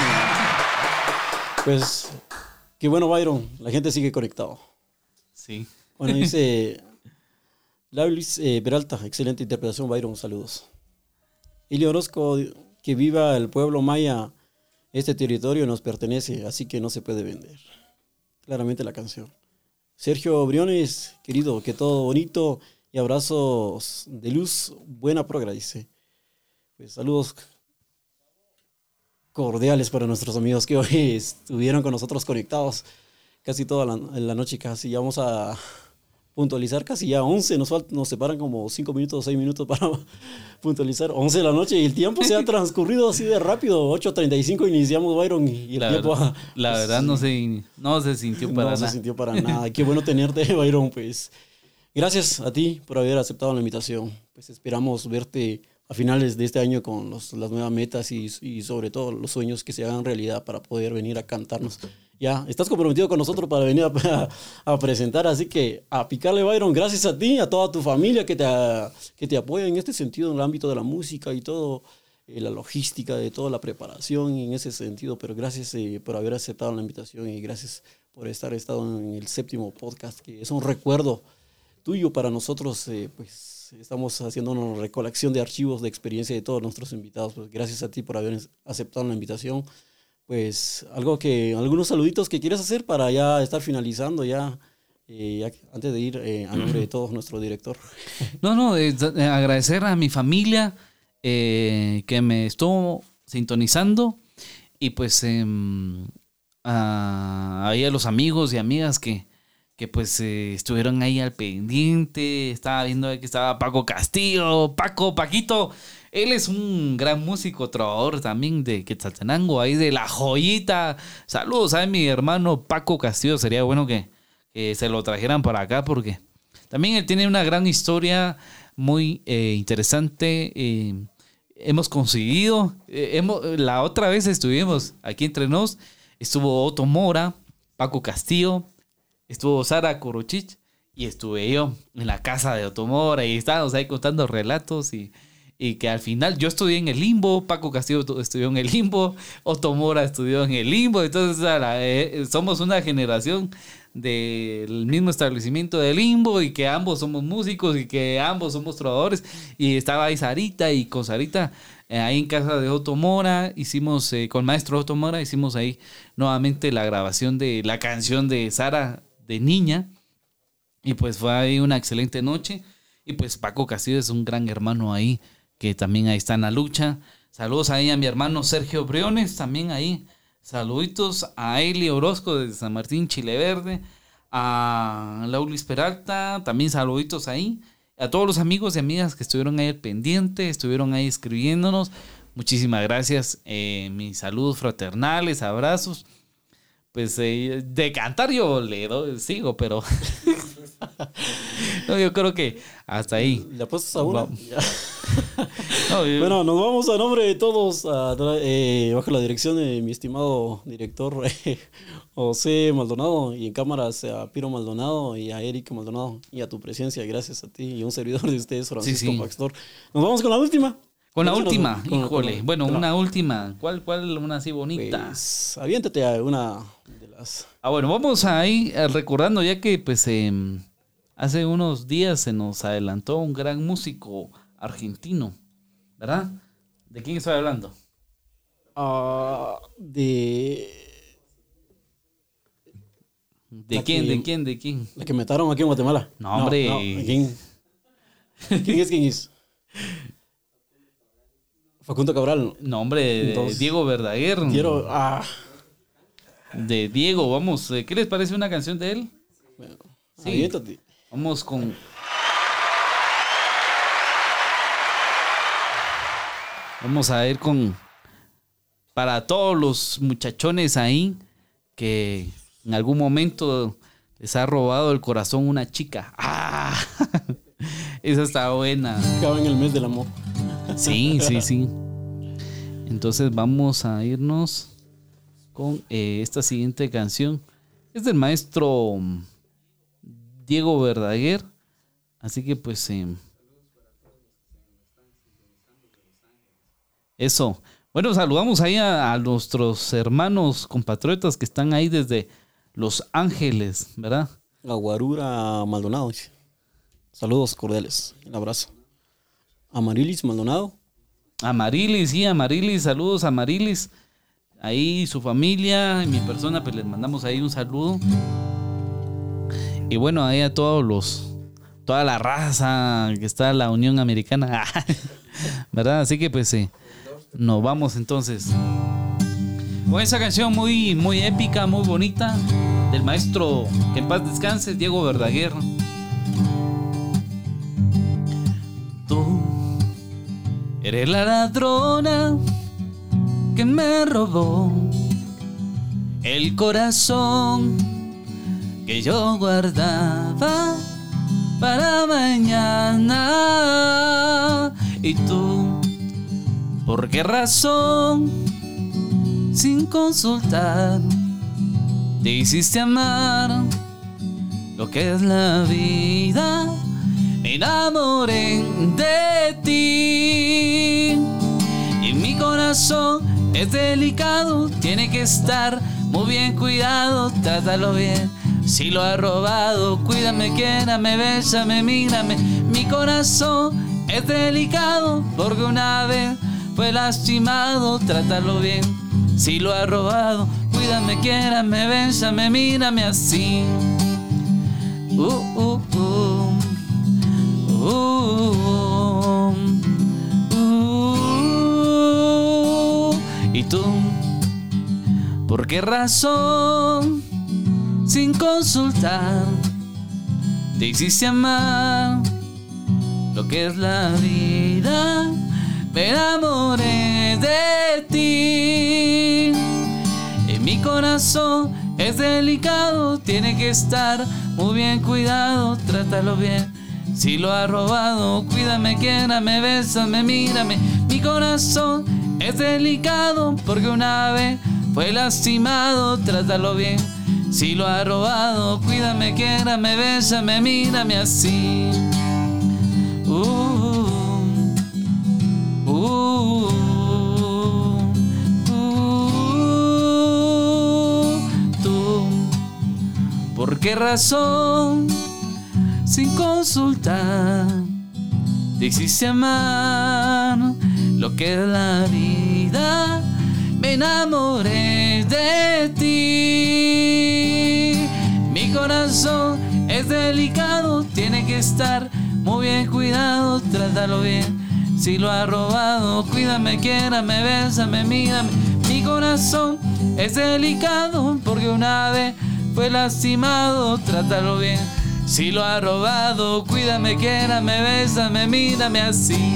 Pues, qué bueno, Byron. La gente sigue conectado. Sí. Bueno, dice Laulis Peralta, excelente interpretación, Byron, saludos. Ili Orozco, que viva el pueblo maya, este territorio nos pertenece, así que no se puede vender. Claramente la canción. Sergio Briones, querido, que todo bonito y abrazos de luz, buena progra, dice. Pues saludos cordiales para nuestros amigos que hoy estuvieron con nosotros conectados casi toda la noche, casi ya vamos a puntualizar casi ya 11, nos separan como 5 minutos, 6 minutos para puntualizar 11 de la noche y el tiempo se ha transcurrido así de rápido, 8:35 iniciamos, Byron, y el tiempo... La verdad no se sintió para nada. No se sintió para nada, qué bueno tenerte, Byron, pues gracias a ti por haber aceptado la invitación, pues esperamos verte a finales de este año con las nuevas metas y sobre todo los sueños que se hagan realidad para poder venir a cantarnos. Ya, estás comprometido con nosotros para venir a presentar, así que a picarle, Byron, gracias a ti, a toda tu familia que te apoya en este sentido, en el ámbito de la música y todo, la logística, de toda la preparación en ese sentido, pero gracias por haber aceptado la invitación y gracias por estar estado en el 7º podcast, que es un recuerdo tuyo para nosotros, pues estamos haciendo una recolección de archivos de experiencia de todos nuestros invitados, pues gracias a ti por haber aceptado la invitación. Pues algunos saluditos que quieres hacer para ya estar finalizando ya antes de ir a nombre de todos nuestro director. No, agradecer a mi familia que me estuvo sintonizando y pues ahí a los amigos y amigas que pues estuvieron ahí al pendiente. Estaba viendo que estaba Paco Castillo, Paquito. Él es un gran músico, trovador también de Quetzaltenango, ahí de La Joyita. Saludos a mi hermano Paco Castillo. Sería bueno que se lo trajeran para acá porque también él tiene una gran historia muy interesante. Hemos conseguido, la otra vez estuvimos aquí entre nos, estuvo Otto Mora, Paco Castillo, estuvo Sara Kuruchich y estuve yo en la casa de Otto Mora y estábamos ahí contando relatos y que al final yo estudié en el Limbo, Paco Castillo estudió en el Limbo, Otto Mora estudió en el Limbo, entonces somos una generación del mismo establecimiento del Limbo y que ambos somos músicos y que ambos somos trovadores y estaba ahí Sarita y con Sarita ahí en casa de Otto Mora hicimos, con maestro Otto Mora hicimos ahí nuevamente la grabación de la canción de Sara de niña y pues fue ahí una excelente noche y pues Paco Castillo es un gran hermano ahí que también ahí está en la lucha. Saludos ahí a mi hermano Sergio Briones, también ahí. Saluditos a Eli Orozco de San Martín, Chile Verde. A Laulis Peralta, también saluditos ahí. A todos los amigos y amigas que estuvieron ahí al pendiente, estuvieron ahí escribiéndonos. Muchísimas gracias. Mis saludos fraternales, abrazos. Pues de cantar yo sigo, pero... No, yo creo que hasta ahí. ¿Le apuestas a una? Bueno, nos vamos a nombre de todos bajo la dirección de mi estimado director José Maldonado y en cámaras a Piro Maldonado y a Eric Maldonado y a tu presencia, gracias a ti y un servidor de ustedes, Francisco Pastor. Nos vamos con la última. Una última. ¿Cuál? Una así bonita. Pues, aviéntate a una de las... Bueno, vamos ahí recordando ya que pues hace unos días se nos adelantó un gran músico argentino, ¿verdad? ¿De quién estoy hablando? ¿De quién? La que mataron aquí en Guatemala. No, hombre. ¿Quién es? Facundo Cabral. No, hombre, Entonces, Diego Verdaguer. De Diego, vamos. ¿Qué les parece una canción de él? Sí. Aviéntate. Vamos con... Vamos a ir con... Para todos los muchachones ahí que en algún momento les ha robado el corazón una chica. ¡Ah! Esa está buena. Acaba en el mes del amor. Sí. Entonces vamos a irnos con esta siguiente canción. Es del maestro Diego Verdaguer. Así que pues... eso. Bueno, saludamos ahí a nuestros hermanos compatriotas que están ahí desde Los Ángeles, ¿verdad? La Guarura Maldonado. Saludos cordiales. Un abrazo. Amarilis Maldonado. Amarilis, saludos a Amarilis. Ahí su familia y mi persona, pues les mandamos ahí un saludo. Y bueno, ahí a toda la raza que está en la Unión Americana, ¿verdad? Así que pues nos vamos entonces con esa canción muy, muy épica, muy bonita, del maestro, que en paz descanse, Diego Verdaguer. Tú eres la ladrona que me robó el corazón que yo guardaba para mañana. Y tú, ¿por qué razón, sin consultar, te hiciste amar lo que es la vida? Me enamoré de ti y mi corazón es delicado, tiene que estar muy bien cuidado, trátalo bien. Si lo ha robado, cuídame, quiérame, bésame, mírame. Mi corazón es delicado porque una vez fue lastimado, trátalo bien. Si lo ha robado, cuídame, quiérame, bésame, mírame así. ¿Y tú? ¿Por qué razón, sin consultar, te hiciste amar lo que es la vida? Me enamoré de ti y mi corazón es delicado, tiene que estar muy bien cuidado, trátalo bien. Si lo ha robado, cuídame, quiérame, bésame, mírame. Mi corazón es delicado porque una vez fue lastimado, trátalo bien. Si lo ha robado, cuídame, quiérame, bésame, mírame así. Tú, ¿por qué razón, sin consultar, te hiciste amar lo que es la vida? Me enamoré de ti. Mi corazón es delicado, tiene que estar muy bien cuidado, trátalo bien. Si lo ha robado, cuídame, quiérame, bésame, mírame. Mi corazón es delicado porque una vez fue lastimado, trátalo bien. Si lo ha robado, cuídame, quiérame, bésame, mírame así.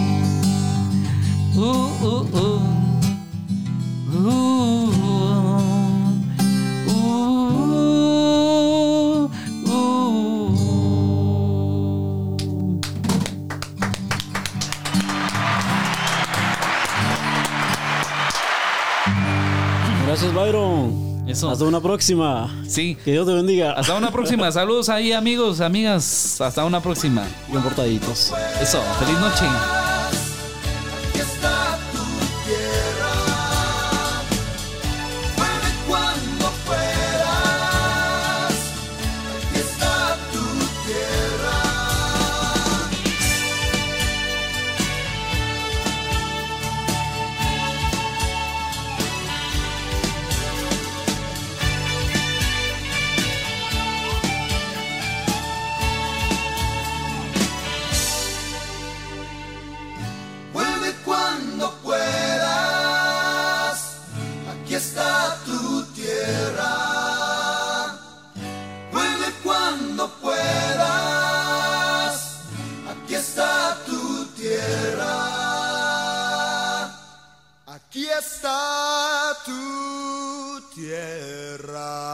Gracias, Byron. Eso. Hasta una próxima. Sí. Que Dios te bendiga. Hasta una próxima. Saludos ahí, amigos, amigas. Hasta una próxima. Bien portaditos. Eso. Feliz noche. Aquí está tu tierra, vuelve cuando puedas. Aquí está tu tierra. tierra.